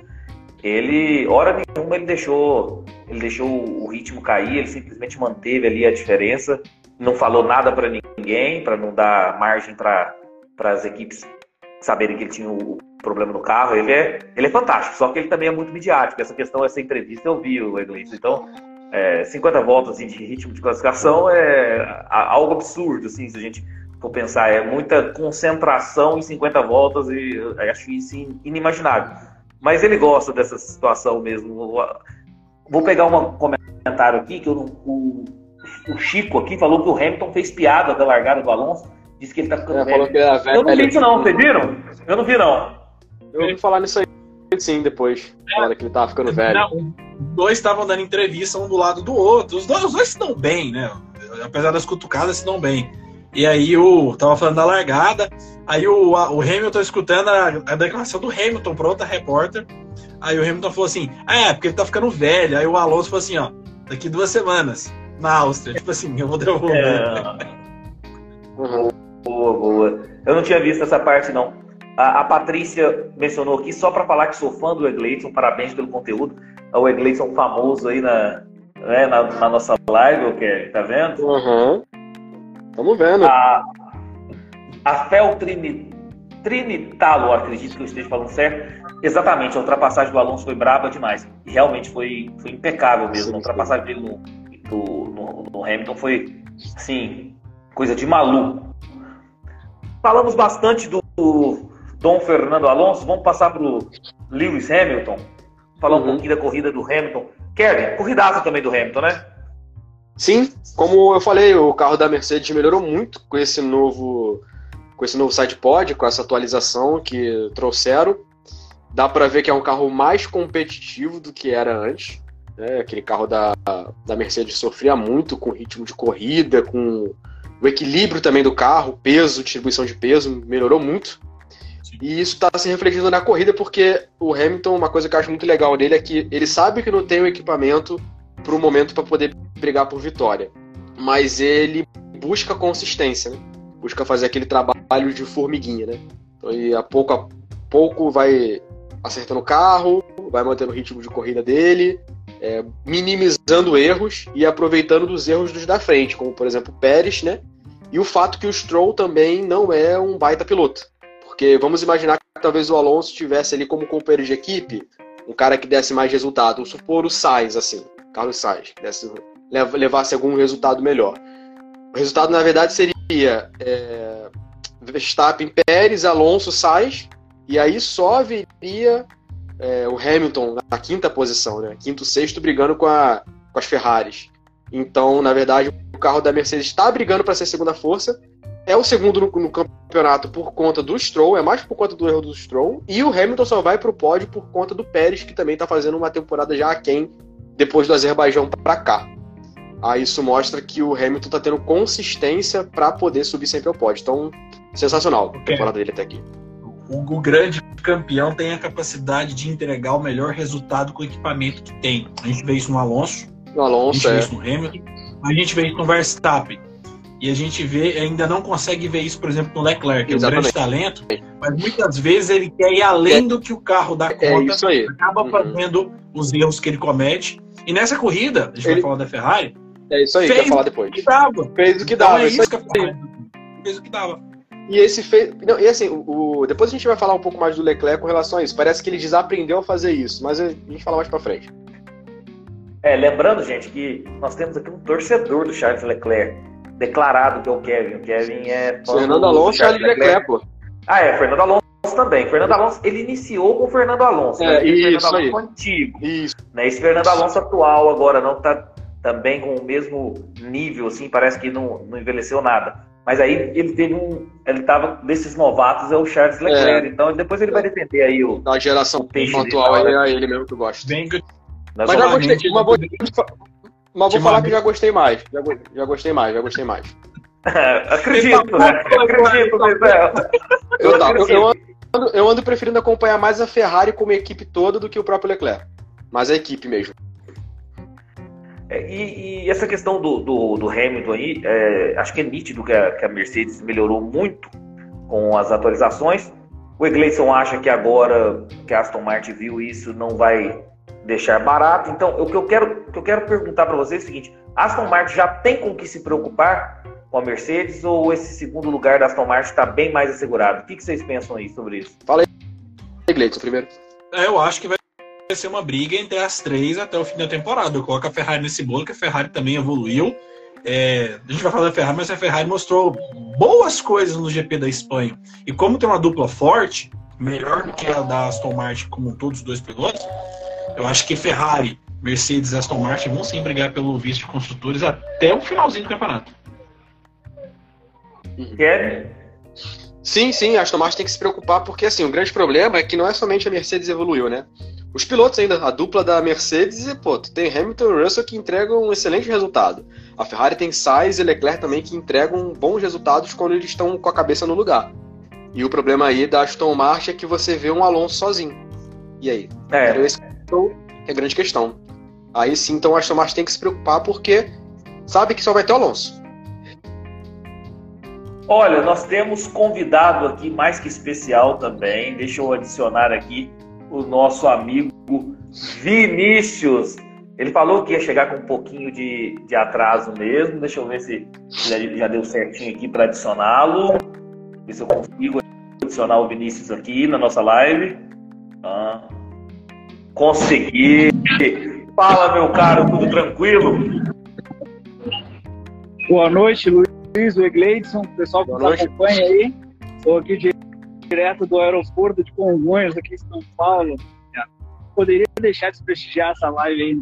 Speaker 1: ele, hora nenhuma, ele deixou, ele deixou o ritmo cair, ele simplesmente manteve ali a diferença, não falou nada para ninguém, para não dar margem para as equipes saberem que ele tinha o problema no carro. Ele é, ele é fantástico, só que ele também é muito midiático. Essa questão, essa entrevista eu vi, o Eglis. Então, é, cinquenta voltas assim, de ritmo de classificação é algo absurdo, assim, se a gente for pensar, é muita concentração em cinquenta voltas e eu acho isso inimaginável. Mas ele gosta dessa situação mesmo. Vou pegar um comentário aqui, que eu, o, o Chico aqui falou que o Hamilton fez piada da largada do Alonso, disse que ele tá ficando é, velho. Falou que era velho. Eu não vi isso não, vocês viram? Eu não vi não.
Speaker 2: Eu ouvi falar nisso aí sim, depois, falaram que ele tava ficando velho.
Speaker 3: Não, os dois estavam dando entrevista um do lado do outro, os dois, os dois se dão bem, né? Apesar das cutucadas, se dão bem. E aí o tava falando da largada, aí o, a, o Hamilton escutando a, a declaração do Hamilton para outra repórter, aí o Hamilton falou assim, ah, é, porque ele tá ficando velho, aí o Alonso falou assim, ó, daqui duas semanas, na Áustria, tipo assim, eu vou devolver. É...
Speaker 1: Uhum. Boa, boa. Eu não tinha visto essa parte, não. a, a Patrícia mencionou aqui, só para falar que sou fã do Egleison, parabéns pelo conteúdo. O Egleison famoso aí na, né, na, na nossa live, o que tá vendo?
Speaker 2: Uhum. Tamo vendo.
Speaker 1: A, a Fel Trini, Trinitalo, acredito que eu esteja falando certo. Exatamente, a ultrapassagem do Alonso foi braba demais. E realmente foi, foi impecável mesmo. Sim, a ultrapassagem dele no, do, no, no Hamilton foi, assim, coisa de maluco. Falamos bastante do Dom Fernando Alonso. Vamos passar para o Lewis Hamilton. Falar uhum. um pouquinho da corrida do Hamilton. Kevin, corridaça também do Hamilton, né?
Speaker 2: Sim, como eu falei, o carro da Mercedes melhorou muito com esse novo, com esse novo sidepod, com essa atualização que trouxeram. Dá para ver que é um carro mais competitivo do que era antes. Né? Aquele carro da, da Mercedes sofria muito com o ritmo de corrida, com o equilíbrio também do carro, peso, distribuição de peso, melhorou muito. E isso está se refletindo na corrida, porque o Hamilton, uma coisa que eu acho muito legal dele é que ele sabe que não tem o equipamento para o momento para poder brigar por vitória. Mas ele busca consistência, né? Busca fazer aquele trabalho de formiguinha, né? Então, e a pouco a pouco vai acertando o carro, vai mantendo o ritmo de corrida dele, é, minimizando erros e aproveitando dos erros dos da frente, como por exemplo o Pérez, né? E o fato que o Stroll também não é um baita piloto. Porque vamos imaginar que talvez o Alonso tivesse ali como companheiro de equipe um cara que desse mais resultado. Vamos supor o Sainz, assim, Carlos Sainz, que desse, levasse algum resultado melhor. O resultado, na verdade, seria é, Verstappen, Pérez, Alonso, Sainz, e aí só viria é, o Hamilton na quinta posição, né? Quinto, sexto, brigando com, a, com as Ferraris. Então, na verdade, o carro da Mercedes está brigando para ser segunda força. É o segundo no, no campeonato por conta do Stroll, é mais por conta do erro do Stroll. E o Hamilton só vai para o pódio por conta do Pérez, que também está fazendo uma temporada já aquém depois do Azerbaijão para cá. Aí isso mostra que o Hamilton está tendo consistência para poder subir sempre ao pódio. Então, sensacional a temporada dele até aqui.
Speaker 3: O, o grande campeão tem a capacidade de entregar o melhor resultado com o equipamento que tem. A gente vê isso no Alonso,
Speaker 2: no Alonso
Speaker 3: a gente
Speaker 2: é.
Speaker 3: vê isso no Hamilton, a gente vê isso no Verstappen. E a gente vê, ainda não consegue ver isso, por exemplo, no Leclerc, que é um grande talento, mas muitas vezes ele quer ir além do que o carro dá conta,
Speaker 2: é isso aí.
Speaker 3: acaba uhum. fazendo os erros que ele comete. E nessa corrida, a gente ele... vai falar da Ferrari,
Speaker 2: é isso aí,
Speaker 3: fez
Speaker 2: que eu falar depois.
Speaker 3: O que dava.
Speaker 2: Fez o que dava.
Speaker 3: Então é
Speaker 2: isso
Speaker 3: isso que a Ferrari fez o que dava.
Speaker 2: E esse fez. Não, e assim, o... depois a gente vai falar um pouco mais do Leclerc com relação a isso. Parece que ele desaprendeu a fazer isso, mas a gente fala mais pra frente.
Speaker 1: É, lembrando, gente, que nós temos aqui um torcedor do Charles Leclerc, declarado, que é o Kevin. O Kevin é fã
Speaker 2: Fernando Alonso e Charles Leclerc, pô.
Speaker 1: Ah, é, Fernando Alonso também. Fernando Alonso, ele iniciou com o Fernando Alonso.
Speaker 2: É,
Speaker 1: né?
Speaker 2: isso
Speaker 1: Fernando
Speaker 2: aí.
Speaker 1: Alonso antigo.
Speaker 2: Isso.
Speaker 1: Né? Esse Fernando Alonso atual agora não tá também com o mesmo nível, assim, parece que não, não envelheceu nada. Mas aí ele teve um. Ele tava desses novatos, é o Charles Leclerc. É. Então depois ele vai defender aí o.
Speaker 2: Da geração atual aí, é ele mesmo que eu gosto.
Speaker 3: Bem que...
Speaker 2: Mas já gostei. Mas vou, mas vou falar que já gostei mais. Já, já gostei mais, já gostei mais.
Speaker 1: Acredito, né? Acredito, Zé.
Speaker 2: Eu, tá, eu, eu, ando, eu ando preferindo acompanhar mais a Ferrari como equipe toda do que o próprio Leclerc. Mas a equipe mesmo.
Speaker 1: É, e, e essa questão do, do, do Hamilton aí, é, acho que é nítido que a, que a Mercedes melhorou muito com as atualizações. O Egleison acha que agora que a Aston Martin viu isso não vai deixar barato. Então, o que eu quero, o que eu quero perguntar para vocês é o seguinte: a Aston Martin já tem com que se preocupar com a Mercedes, ou esse segundo lugar da Aston Martin está bem mais assegurado? O que, que vocês pensam aí sobre isso?
Speaker 2: Fala aí, Gleison, primeiro.
Speaker 3: É, eu acho que vai ser uma briga entre as três até o fim da temporada. Eu coloco a Ferrari nesse bolo, que a Ferrari também evoluiu. É, a gente vai falar da Ferrari, mas a Ferrari mostrou boas coisas no G P da Espanha. E como tem uma dupla forte, melhor do que a da Aston Martin, como todos os dois pilotos, eu acho que Ferrari, Mercedes e Aston Martin vão sim brigar pelo vice de construtores até o finalzinho do campeonato.
Speaker 1: Kevin?
Speaker 2: Sim, sim, a Aston Martin tem que se preocupar, porque assim, o grande problema é que não é somente a Mercedes evoluiu, né? Os pilotos ainda, a dupla da Mercedes, e pô, tu tem Hamilton e Russell que entregam um excelente resultado. A Ferrari tem Sainz e Leclerc também que entregam bons resultados quando eles estão com a cabeça no lugar. E o problema aí da Aston Martin é que você vê um Alonso sozinho. E aí?
Speaker 1: É.
Speaker 2: Então, esse é a grande questão. Aí sim, então a Aston Martin tem que se preocupar porque sabe que só vai ter o Alonso.
Speaker 1: Olha, nós temos convidado aqui mais que especial também. Deixa eu adicionar aqui o nosso amigo Vinícius. Ele falou que ia chegar com um pouquinho de, de atraso mesmo. Deixa eu ver se já, já deu certinho aqui para adicioná-lo. Ver se eu consigo adicionar o Vinícius aqui na nossa live. Ah, consegui. Fala, meu caro, tudo tranquilo?
Speaker 4: Boa noite, Luiz, o Egleidson, o pessoal que nos acompanha aí. Estou aqui direto do aeroporto de Congonhas, aqui em São Paulo. Poderia deixar de prestigiar essa live aí.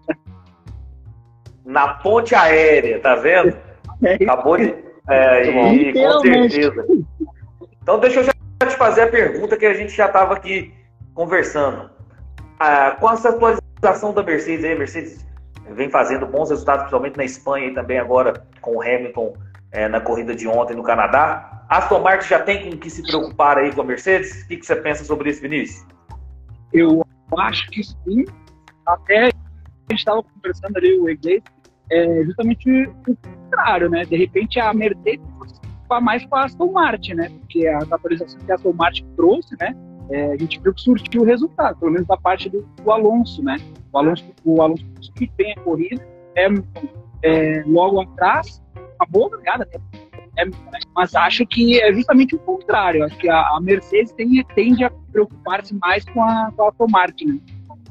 Speaker 1: Na ponte aérea, tá vendo?
Speaker 4: É
Speaker 1: Acabou de... É, e, com certeza. Então deixa eu já te fazer a pergunta que a gente já estava aqui conversando. Ah, com essa atualização da Mercedes, aí, a Mercedes vem fazendo bons resultados, principalmente na Espanha e também agora com o Hamilton é, na corrida de ontem no Canadá. Aston Martin já tem com que se preocupar aí com a Mercedes? O que, que você pensa sobre isso, Vinícius?
Speaker 4: Eu acho que sim. Até a gente estava conversando ali, o Egleidson, é justamente o contrário, né? De repente a Mercedes vai mais com a Aston Martin, né? Porque as atualizações que a Aston Martin trouxe, né? É, a gente viu que surtiu o resultado, pelo menos da parte do, do Alonso, né? O Alonso, o Alonso que tem a corrida, é, é, logo atrás, uma boa brigada, né? É, mas acho que é justamente o contrário. Acho que a, a Mercedes tem, tende a preocupar-se mais com a, com a Aston Martin, né?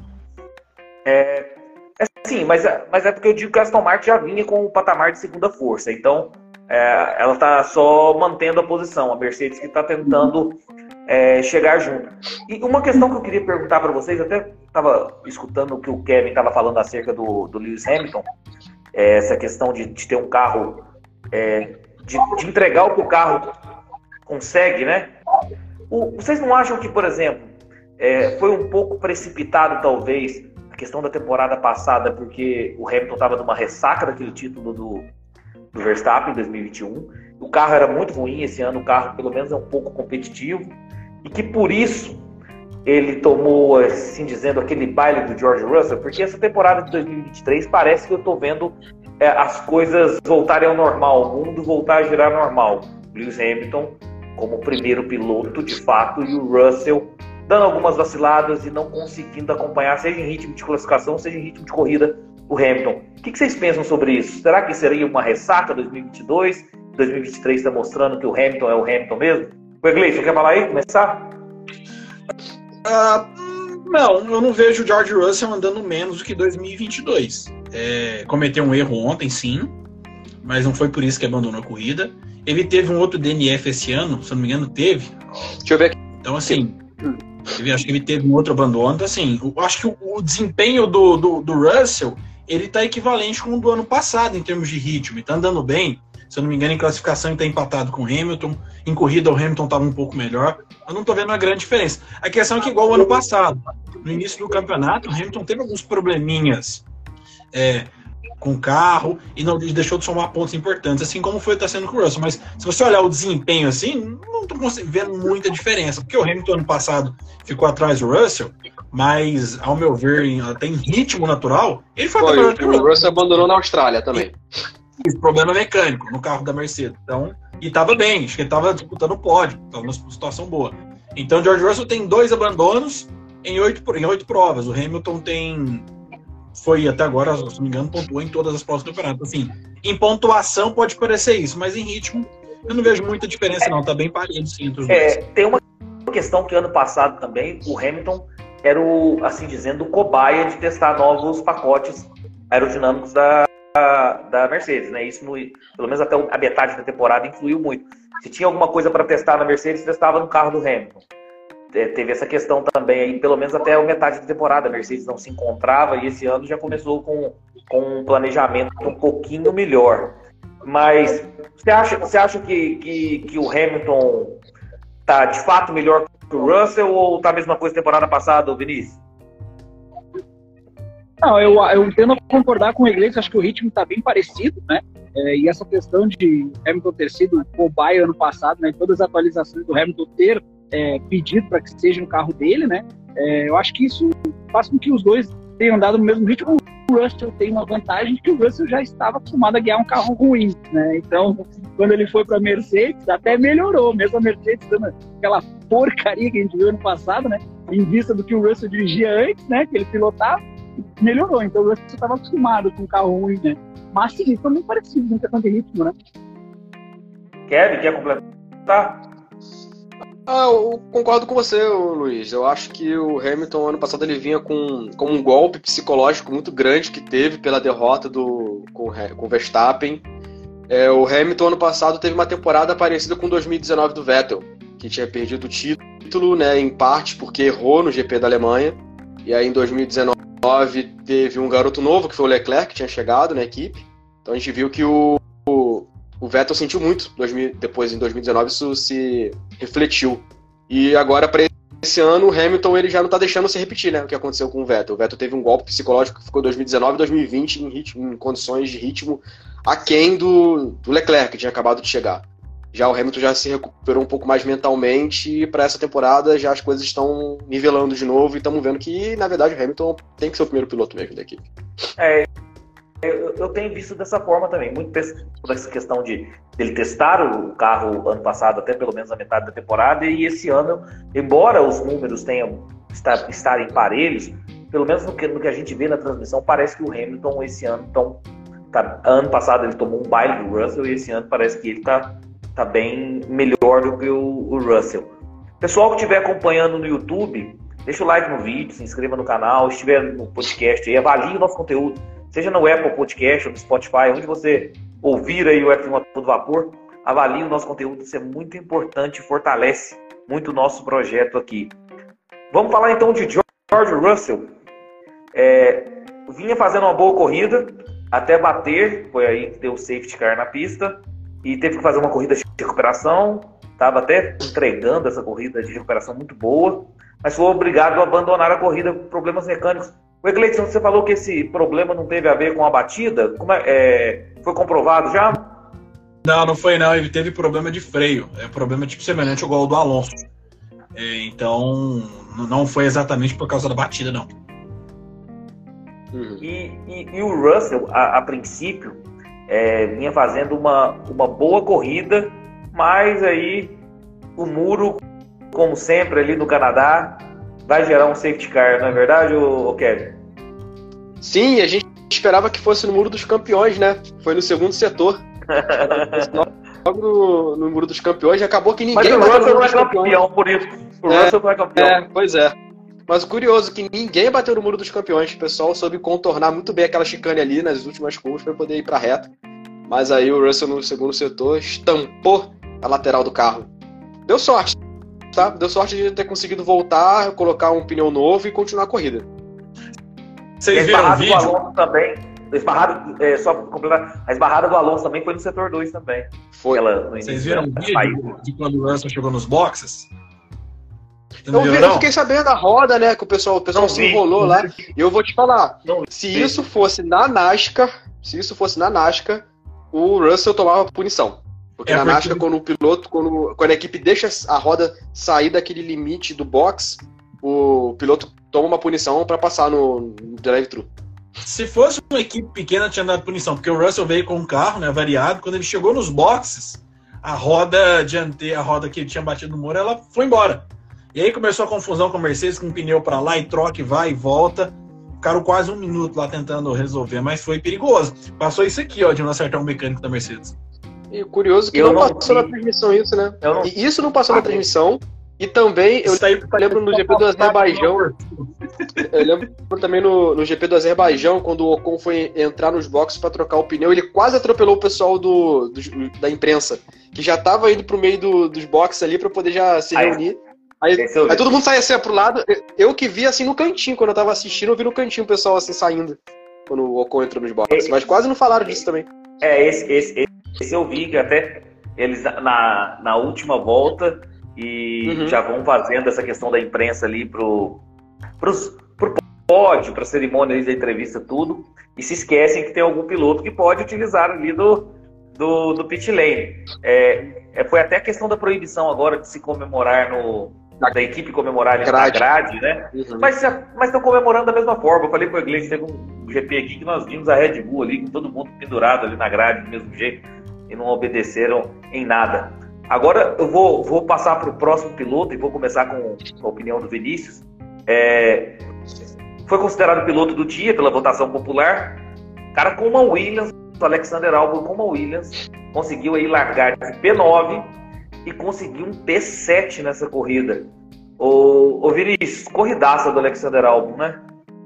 Speaker 1: É, é sim, mas, mas é porque eu digo que a Aston Martin já vinha com o patamar de segunda força, então é, ela está só mantendo a posição, a Mercedes que está tentando é, chegar junto. E uma questão que eu queria perguntar para vocês, até estava escutando o que o Kevin estava falando acerca do, do Lewis Hamilton, é, essa questão de, de ter um carro, é, de, de entregar o que o carro consegue, né? O, vocês não acham que, por exemplo, é, foi um pouco precipitado, talvez, a questão da temporada passada, porque o Hamilton estava numa ressaca daquele título do, do Verstappen em dois mil e vinte e um, o carro era muito ruim, esse ano o carro pelo menos é um pouco competitivo, e que por isso ele tomou, assim dizendo, aquele baile do George Russell, porque essa temporada de dois mil e vinte e três parece que eu estou vendo é, as coisas voltarem ao normal, o mundo voltar a girar normal. Lewis Hamilton como primeiro piloto, de fato, e o Russell dando algumas vaciladas e não conseguindo acompanhar, seja em ritmo de classificação, seja em ritmo de corrida, o Hamilton. O que vocês pensam sobre isso? Será que seria uma ressaca dois mil e vinte e dois? dois mil e vinte e três está mostrando que o Hamilton é o Hamilton mesmo? O Egleidson, quer falar aí? Começar?
Speaker 3: Uh, não, eu não vejo o George Russell andando menos do que dois mil e vinte e dois. É, cometeu um erro ontem, sim, mas não foi por isso que abandonou a corrida. Ele teve um outro D N F esse ano, se eu não me engano, teve.
Speaker 2: Deixa eu ver aqui.
Speaker 3: Então, assim, ele, acho que ele teve um outro abandono. Então, assim, eu acho que o, o desempenho do, do, do Russell, ele tá equivalente com o do ano passado, em termos de ritmo. Ele tá andando bem. Se eu não me engano, em classificação ele tá empatado com o Hamilton. Em corrida, o Hamilton estava um pouco melhor. Eu não tô vendo uma grande diferença. A questão é que, igual o ano passado, no início do campeonato, o Hamilton teve alguns probleminhas é, com o carro e não deixou de somar pontos importantes, assim como foi tá sendo com o Russell. Mas se você olhar o desempenho assim, não tô vendo muita diferença, porque o Hamilton ano passado ficou atrás do Russell, mas, ao meu ver, até em ritmo natural, ele foi, foi
Speaker 2: melhor que o Russell. O Russell abandonou na Austrália também.
Speaker 3: Esse problema mecânico no carro da Mercedes. Então, e estava bem, acho que ele estava disputando o pódio, estava numa situação boa. Então, o George Russell tem dois abandonos em oito, em oito provas. O Hamilton tem, foi até agora, se não me engano, pontuou em todas as provas do campeonato. Assim, em pontuação pode parecer isso, mas em ritmo eu não vejo muita diferença, não. Tá bem parecido, sim, entre os dois.
Speaker 1: É, tem uma questão que ano passado também, o Hamilton era o, assim dizendo, o cobaia de testar novos pacotes aerodinâmicos da da Mercedes, né? Isso, no, pelo menos até a metade da temporada, influiu muito. Se tinha alguma coisa para testar na Mercedes, testava no carro do Hamilton. É, teve essa questão também aí, pelo menos até a metade da temporada. A Mercedes não se encontrava e esse ano já começou com, com um planejamento um pouquinho melhor. Mas você acha, você acha que, que, que o Hamilton tá de fato melhor que o Russell ou tá a mesma coisa da temporada passada, Vinícius?
Speaker 4: Não, eu, eu tendo a concordar com o Egleidson, acho que o ritmo está bem parecido, né? É, e essa questão de Hamilton ter sido cobaia ano passado, né? Todas as atualizações do Hamilton ter é, pedido para que seja no carro dele, né? É, eu acho que isso faz com que os dois tem andado no mesmo ritmo. O Russell tem uma vantagem que o Russell já estava acostumado a guiar um carro ruim, né? Então, quando ele foi para a Mercedes, até melhorou, mesmo a Mercedes dando aquela porcaria que a gente viu ano passado, né? Em vista do que o Russell dirigia antes, né? Que ele pilotava, melhorou. Então, o Russell estava acostumado com um carro ruim, né? Mas, sim, foi muito parecido em questão de ritmo, né?
Speaker 1: Kevin, quer completar?
Speaker 2: Ah, eu concordo com você, Luiz. Eu acho que o Hamilton, ano passado, ele vinha com, com um golpe psicológico muito grande que teve pela derrota do, com, com o Verstappen. É, o Hamilton, ano passado, teve uma temporada parecida com dois mil e dezenove do Vettel, que tinha perdido o título, né, em parte porque errou no G P da Alemanha. E aí, em dois mil e dezenove, teve um garoto novo, que foi o Leclerc, que tinha chegado na equipe. Então, a gente viu que o, o O Vettel sentiu muito, depois em dois mil e dezenove isso se refletiu. E agora, para esse ano, o Hamilton ele já não está deixando se repetir, né, o que aconteceu com o Vettel. O Vettel teve um golpe psicológico que ficou em dois mil e dezenove e dois mil e vinte em, ritmo, em condições de ritmo aquém do, do Leclerc, que tinha acabado de chegar. Já o Hamilton já se recuperou um pouco mais mentalmente e para essa temporada já as coisas estão nivelando de novo e estamos vendo que, na verdade, o Hamilton tem que ser o primeiro piloto mesmo da equipe.
Speaker 1: É... Eu, eu tenho visto dessa forma também, muito toda essa questão de ele testar o carro ano passado, até pelo menos a metade da temporada, e esse ano, embora os números tenham estar, estarem parelhos, pelo menos no que, no que a gente vê na transmissão, parece que o Hamilton esse ano, então, tá, ano passado ele tomou um baile do Russell e esse ano parece que ele tá, tá bem melhor do que o, o Russell. Pessoal que estiver acompanhando no YouTube, deixa o like no vídeo, se inscreva no canal, estiver no podcast aí, avalie o nosso conteúdo. Seja no Apple Podcast ou no Spotify, onde você ouvir aí o F um a todo vapor, avalie o nosso conteúdo, isso é muito importante, fortalece muito o nosso projeto aqui. Vamos falar então de George Russell. É, vinha fazendo uma boa corrida, até bater, foi aí que deu o safety car na pista, e teve que fazer uma corrida de recuperação, estava até entregando essa corrida de recuperação muito boa, mas foi obrigado a abandonar a corrida por problemas mecânicos. O Egleison, você falou que esse problema não teve a ver com a batida? Como é, é, foi comprovado já?
Speaker 3: Não, não foi não. Ele teve problema de freio. É problema tipo semelhante ao do Alonso. É, então, não foi exatamente por causa da batida, não.
Speaker 1: E, e, e o Russell, a, a princípio, é, vinha fazendo uma, uma boa corrida, mas aí o muro, como sempre ali no Canadá, vai gerar um safety car, não é verdade, ô, ô Kevin?
Speaker 2: Sim, a gente esperava que fosse no Muro dos Campeões, né? Foi no segundo setor. Logo no, no Muro dos Campeões, acabou que ninguém...
Speaker 1: Mas o Russell não é campeão, por isso. O
Speaker 2: é,
Speaker 1: Russell não é campeão.
Speaker 2: É, pois é. Mas o curioso é que ninguém bateu no Muro dos Campeões. O pessoal soube contornar muito bem aquela chicane ali nas últimas curvas para poder ir para a reta. Mas aí o Russell no segundo setor estampou a lateral do carro. Deu sorte. Tá? Deu sorte de ter conseguido voltar, colocar um pneu novo e continuar a corrida.
Speaker 3: Vocês viram o vídeo?
Speaker 1: Do Alonso também. Esbarrado, é, só para completar, a esbarrada do Alonso também foi no setor dois também.
Speaker 2: Foi.
Speaker 1: Ela,
Speaker 3: Vocês viram o vídeo de quando o Russell chegou nos boxes?
Speaker 2: Eu, vi, eu fiquei sabendo da roda, né? Que o pessoal, o pessoal
Speaker 1: não
Speaker 2: se
Speaker 1: vi,
Speaker 2: enrolou lá. E eu vou te falar,
Speaker 1: não
Speaker 2: se
Speaker 1: vi.
Speaker 2: isso fosse na NASCAR, se isso fosse na NASCAR, o Russell tomava punição. Porque é na porque... NASCAR, quando o piloto, quando, quando a equipe deixa a roda sair daquele limite do box, o piloto toma uma punição para passar no, no drive-thru.
Speaker 3: Se fosse uma equipe pequena, tinha dado punição, porque o Russell veio com um carro, né, variado. Quando ele chegou nos boxes, a roda dianteira, a roda que ele tinha batido no muro, ela foi embora. E aí começou a confusão com a Mercedes, com um pneu para lá e troca e vai e volta. Ficaram quase um minuto lá tentando resolver, mas foi perigoso. Passou isso aqui, ó, de não acertar um mecânico da Mercedes.
Speaker 2: E curioso que
Speaker 1: eu
Speaker 2: não,
Speaker 1: não
Speaker 2: passou
Speaker 1: vi.
Speaker 2: na transmissão isso, né?
Speaker 1: Não...
Speaker 2: E isso não passou ah, na transmissão. E também, eu
Speaker 3: aí...
Speaker 2: lembro no G P do Azerbaijão, eu lembro também no, no G P do Azerbaijão, quando o Ocon foi entrar nos boxes para trocar o pneu, ele quase atropelou o pessoal do, do, da imprensa, que já tava indo pro meio do, dos boxes ali para poder já se
Speaker 1: aí,
Speaker 2: reunir. Aí, aí todo mundo saía assim pro lado, eu que vi assim no cantinho, quando eu tava assistindo, eu vi no cantinho o pessoal assim saindo, quando o Ocon entrou nos boxes, mas quase não falaram disso também.
Speaker 1: É, esse, esse, esse eu vi, que até eles na, na última volta... E uhum. já vão fazendo essa questão da imprensa ali pro, pros, pro pódio, pra cerimônia da entrevista, tudo. E se esquecem que tem algum piloto que pode utilizar ali do, do, do pit lane. É, é, foi até a questão da proibição agora de se comemorar no, da, da equipe comemorar ali
Speaker 2: grade.
Speaker 1: na grade, né?
Speaker 2: Uhum.
Speaker 1: Mas estão comemorando da mesma forma. Eu falei com o Iglesias, teve um G P aqui que nós vimos a Red Bull ali, com todo mundo pendurado ali na grade do mesmo jeito, e não obedeceram em nada. Agora eu vou, vou passar para o próximo piloto e vou começar com a opinião do Vinícius. É, foi considerado piloto do dia pela votação popular. Cara, com uma Williams, o Alexander Albon com uma Williams, conseguiu aí largar de P nove e conseguiu um P sete nessa corrida. Ô, ô Vinícius, corridaça do Alexander Albon, né?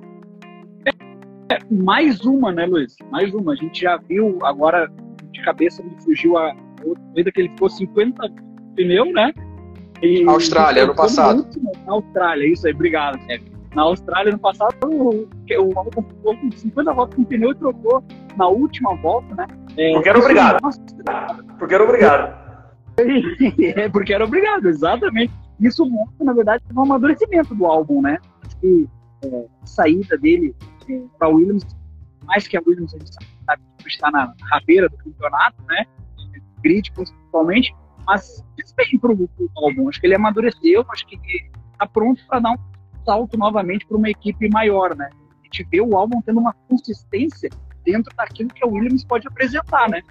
Speaker 4: É, mais uma, né, Luiz? Mais uma. A gente já viu, agora de cabeça me fugiu a outra corrida que ele ficou cinquenta pneu, né? E
Speaker 2: Austrália, ano passado.
Speaker 4: Último, na Austrália, isso aí, obrigado, Kevin. Na Austrália, ano passado, o, o Albon ficou com cinquenta voltas com pneu e trocou na última volta, né? É,
Speaker 1: porque era obrigado. Mostra... Porque era obrigado.
Speaker 4: É, porque era obrigado, exatamente. Isso mostra, na verdade, o amadurecimento do Albon, né? Acho que é, a saída dele é, para a Williams, mais que a Williams, a gente sabe que está na rabeira do campeonato, né? Grid, principalmente, mas fez bem para o Albon. Acho que ele amadureceu, acho que está pronto para dar um salto novamente para uma equipe maior, né? A gente vê o Albon tendo uma consistência dentro daquilo que a Williams pode apresentar, né?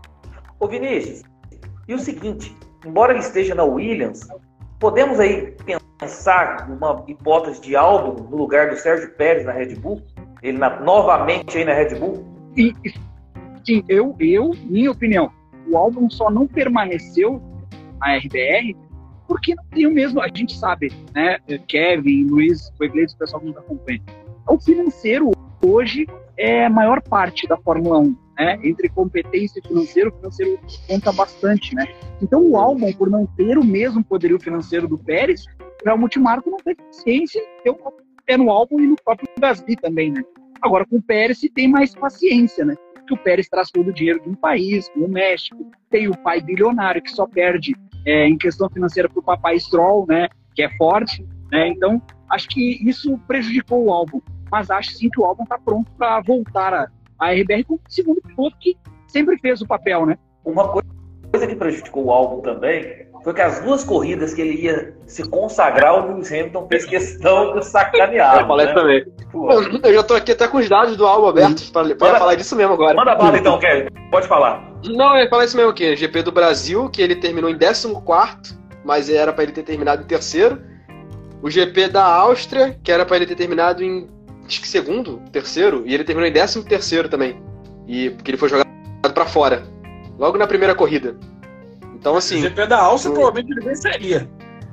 Speaker 1: Ô Vinícius, e o seguinte, embora ele esteja na Williams, podemos aí pensar numa hipótese de Albon no lugar do Sérgio Pérez na Red Bull? Ele na, novamente aí na Red Bull?
Speaker 4: E, sim, eu, eu, minha opinião, o Albon só não permaneceu na R B R porque não tem o mesmo, a gente sabe, né, Kevin, Luiz, o Iglesias, o pessoal que nos acompanha. O financeiro hoje é a maior parte da Fórmula um, né, entre competência e financeiro, o financeiro conta bastante, né. Então o Albon, por não ter o mesmo poderio financeiro do Pérez, o Helmut Marko não teve paciência em ter o pé no Albon e no próprio Gasly também, né. Agora com o Pérez se tem mais paciência, né, porque o Pérez traz todo o dinheiro de um país, como o México, tem o pai bilionário que só perde É, em questão financeira para o papai Stroll, né, que é forte, né, então acho que isso prejudicou o Albon, mas acho sim que o Albon está pronto para voltar a, a R B R como segundo piloto que sempre fez o papel, né.
Speaker 1: Uma coisa que prejudicou o Albon também foi que as duas corridas que ele ia se consagrar, o Lewis Hamilton fez questão de sacanear.
Speaker 2: Eu falei, né, também. Pô, eu já tô aqui até com os dados do Albon abertos para falar disso mesmo agora.
Speaker 1: Manda bala então, Kevin, pode falar.
Speaker 2: Não, eu ia falar isso mesmo aqui. G P do Brasil, que ele terminou em décimo quarto, mas era para ele ter terminado em terceiro. O G P da Áustria, que era para ele ter terminado em acho que segundo, terceiro, e ele terminou em décimo terceiro também. E porque ele foi jogado para fora, logo na primeira corrida. Então assim,
Speaker 3: o G P da Áustria o... provavelmente ele venceria.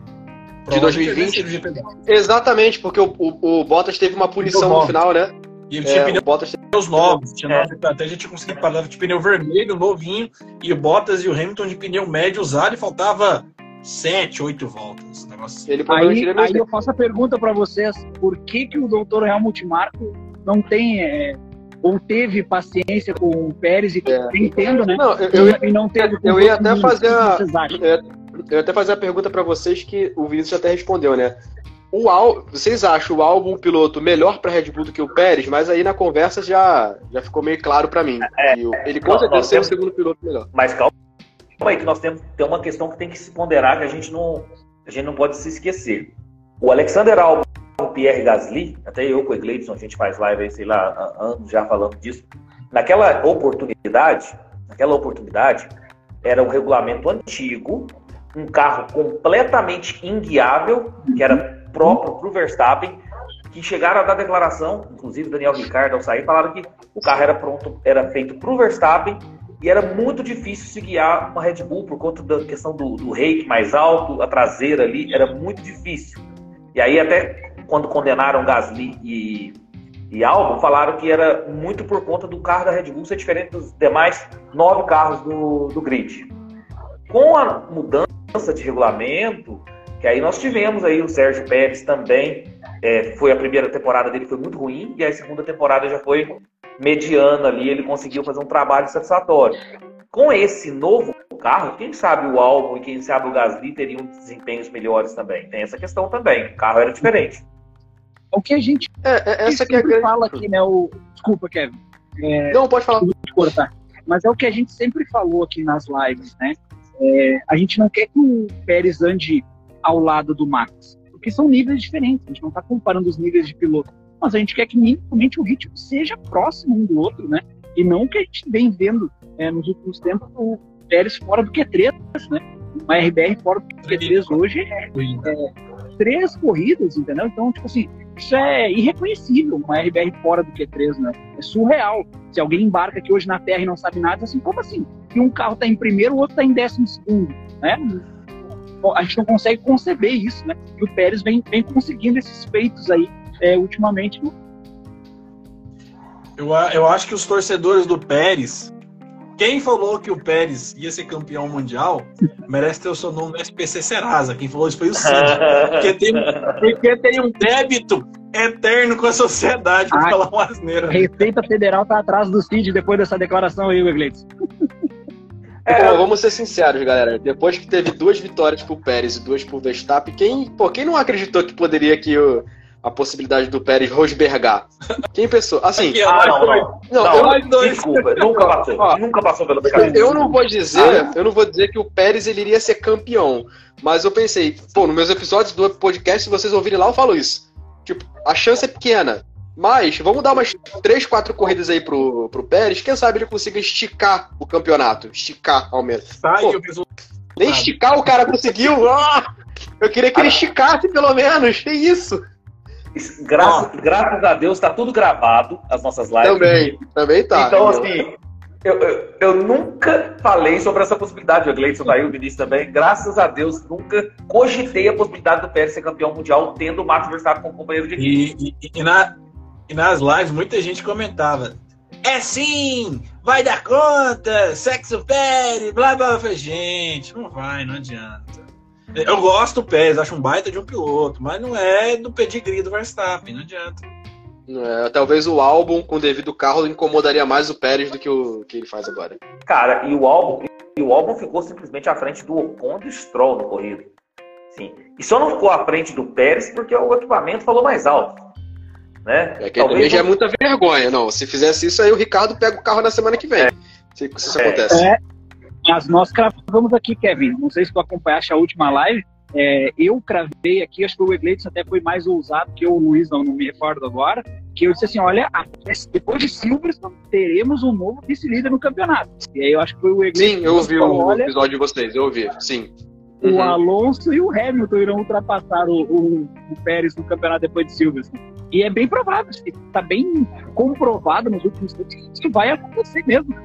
Speaker 2: De dois mil e vinte? Exatamente, porque o, o, o Bottas teve uma punição no final, né?
Speaker 3: E ele tinha
Speaker 2: é,
Speaker 3: pneus
Speaker 2: Bottas...
Speaker 3: novos, tinha
Speaker 1: é.
Speaker 3: nove, até a gente conseguia parar de pneu vermelho, novinho, e o Bottas e o Hamilton de pneu médio usaram e faltava sete, oito voltas. Negócio.
Speaker 2: Ele
Speaker 4: aí, aí eu faço a pergunta para vocês, por que que o doutor Helmut Marko não tem, é, ou teve paciência com o Pérez e
Speaker 2: é.
Speaker 4: entendo, né?
Speaker 2: Não, eu, eu,
Speaker 4: e, e não teve
Speaker 2: eu ia até fazer a,
Speaker 4: eu,
Speaker 2: eu ia até fazer a pergunta para vocês que o Vinícius até respondeu, né? O Al, vocês acham o Albon um piloto melhor para Red Bull do que o Pérez? Mas aí na conversa já, já ficou meio claro para mim.
Speaker 1: É,
Speaker 2: e ele com certeza é o segundo piloto melhor.
Speaker 1: Mas calma aí que nós temos tem uma questão que tem que se ponderar que a gente não, a gente não pode se esquecer. O Alexander Albon e o Pierre Gasly, até eu com o Gleidson, a gente faz live aí, sei lá, há anos já falando disso. Naquela oportunidade, naquela oportunidade, era um regulamento antigo, um carro completamente inguiável, que era próprio para o Verstappen, que chegaram a dar declaração, inclusive Daniel Ricciardo ao sair, falaram que o carro era pronto, era feito para o Verstappen e era muito difícil se guiar uma Red Bull por conta da questão do, do rake mais alto, a traseira ali, era muito difícil. E aí até quando condenaram Gasly e, e Albon, falaram que era muito por conta do carro da Red Bull ser diferente dos demais nove carros do, do grid. Com a mudança de regulamento, que aí nós tivemos aí o Sérgio Pérez também, é, foi a primeira temporada dele foi muito ruim, e a segunda temporada já foi mediana ali, ele conseguiu fazer um trabalho satisfatório. Com esse novo carro, quem sabe o Albon e quem sabe o Gasly teriam desempenhos melhores também. Tem essa questão também, o carro era diferente.
Speaker 4: O que a gente
Speaker 2: é, é, essa que é a
Speaker 4: grande... fala aqui, né, o... Desculpa, Kevin. É...
Speaker 2: Não, pode falar.
Speaker 4: Vou te cortar. Mas é o que a gente sempre falou aqui nas lives, né? É, a gente não quer que o Pérez ande ao lado do Max? Porque são níveis diferentes, a gente não está comparando os níveis de piloto, mas a gente quer que minimamente o ritmo seja próximo um do outro, né? E não o que a gente vem vendo é, nos últimos tempos, o Pérez fora do Q três, né? Uma R B R fora do Q três hoje é, é três corridas, entendeu? Então, tipo assim, isso é irreconhecível, uma R B R fora do Q três, né? É surreal. Se alguém embarca aqui hoje na Terra e não sabe nada, assim, como assim? Que um carro tá em primeiro, o outro tá em décimo segundo, né? A gente não consegue conceber isso, né? E o Pérez vem, vem conseguindo esses feitos aí, é, ultimamente.
Speaker 3: Eu, eu acho que os torcedores do Pérez, quem falou que o Pérez ia ser campeão mundial, merece ter o seu nome no S P C Serasa. Quem falou isso foi o Cid. Porque tem, porque tem um débito eterno com a sociedade, pra falar uma asneira.
Speaker 4: A Receita Federal tá atrás do Cid depois dessa declaração aí, Egleiton.
Speaker 2: É, pô, vamos ser sinceros, galera. Depois que teve duas vitórias pro Pérez e duas pro Verstappen, quem, pô, quem não acreditou que poderia que o, a possibilidade do Pérez rosbergar? Quem pensou? Assim,
Speaker 3: Aqui,
Speaker 1: Ah, não, não.
Speaker 2: não,
Speaker 1: não,
Speaker 2: eu, dois,
Speaker 1: desculpa, nunca passou.
Speaker 2: Ó,
Speaker 1: nunca passou pela cabeça.
Speaker 2: eu não vou dizer, eu não vou dizer que o Pérez ele iria ser campeão, mas eu pensei, pô, nos meus episódios do podcast, se vocês ouvirem lá, eu falo isso. Tipo, a chance é pequena. Mas vamos dar umas três, quatro corridas aí pro, pro Pérez, quem sabe ele consiga esticar o campeonato. Esticar, ao menos.
Speaker 3: Sai
Speaker 2: Pô,
Speaker 3: que eu fiz um...
Speaker 2: nem esticar o cara conseguiu. Ah, eu queria que ele esticasse, pelo menos. Que isso?
Speaker 1: Graças, graças a Deus, tá tudo gravado, as nossas lives.
Speaker 2: Também, também tá.
Speaker 1: Então, assim, eu, eu, eu nunca falei sobre essa possibilidade. O Gleison tá aí, o Vinícius também. Graças a Deus, nunca cogitei a possibilidade do Pérez ser campeão mundial, tendo o Max Verstappen como companheiro de equipe.
Speaker 3: E, e, e, na, e nas lives, muita gente comentava: é sim, vai dar conta, sexo Pérez, blá blá. Eu falei, gente, não vai, não adianta. Eu gosto do Pérez, acho um baita de um piloto, mas não é do pedigree do Verstappen, não adianta.
Speaker 2: É, talvez o álbum com o devido carro incomodaria mais o Pérez do que o que ele faz agora.
Speaker 1: Cara, e o álbum, e o álbum ficou simplesmente à frente do Ocon e do Stroll no corrida. Sim. E só não ficou à frente do Pérez porque o equipamento falou mais alto. Né?
Speaker 2: É que também já é muita vergonha. Não, se fizesse isso aí, o Ricardo pega o carro na semana que vem. É. Se, se isso é. acontece. É.
Speaker 4: Mas nós cravamos aqui, Kevin. Não sei se tu acompanhaste a última live. É, eu cravei aqui, acho que o Egleiton até foi mais ousado que eu, o Luiz, não, não me recordo agora, que eu disse assim, olha, depois de Silverstone, teremos um novo vice-líder no campeonato. E aí eu acho que foi o Egleiton.
Speaker 2: Sim, eu ouvi o olha, episódio de vocês, eu ouvi, sim.
Speaker 4: O uhum. Alonso e o Hamilton irão ultrapassar o, o, o Pérez no campeonato depois de Silverstone. E é bem provável, está bem comprovado nos últimos tempos que isso vai acontecer mesmo.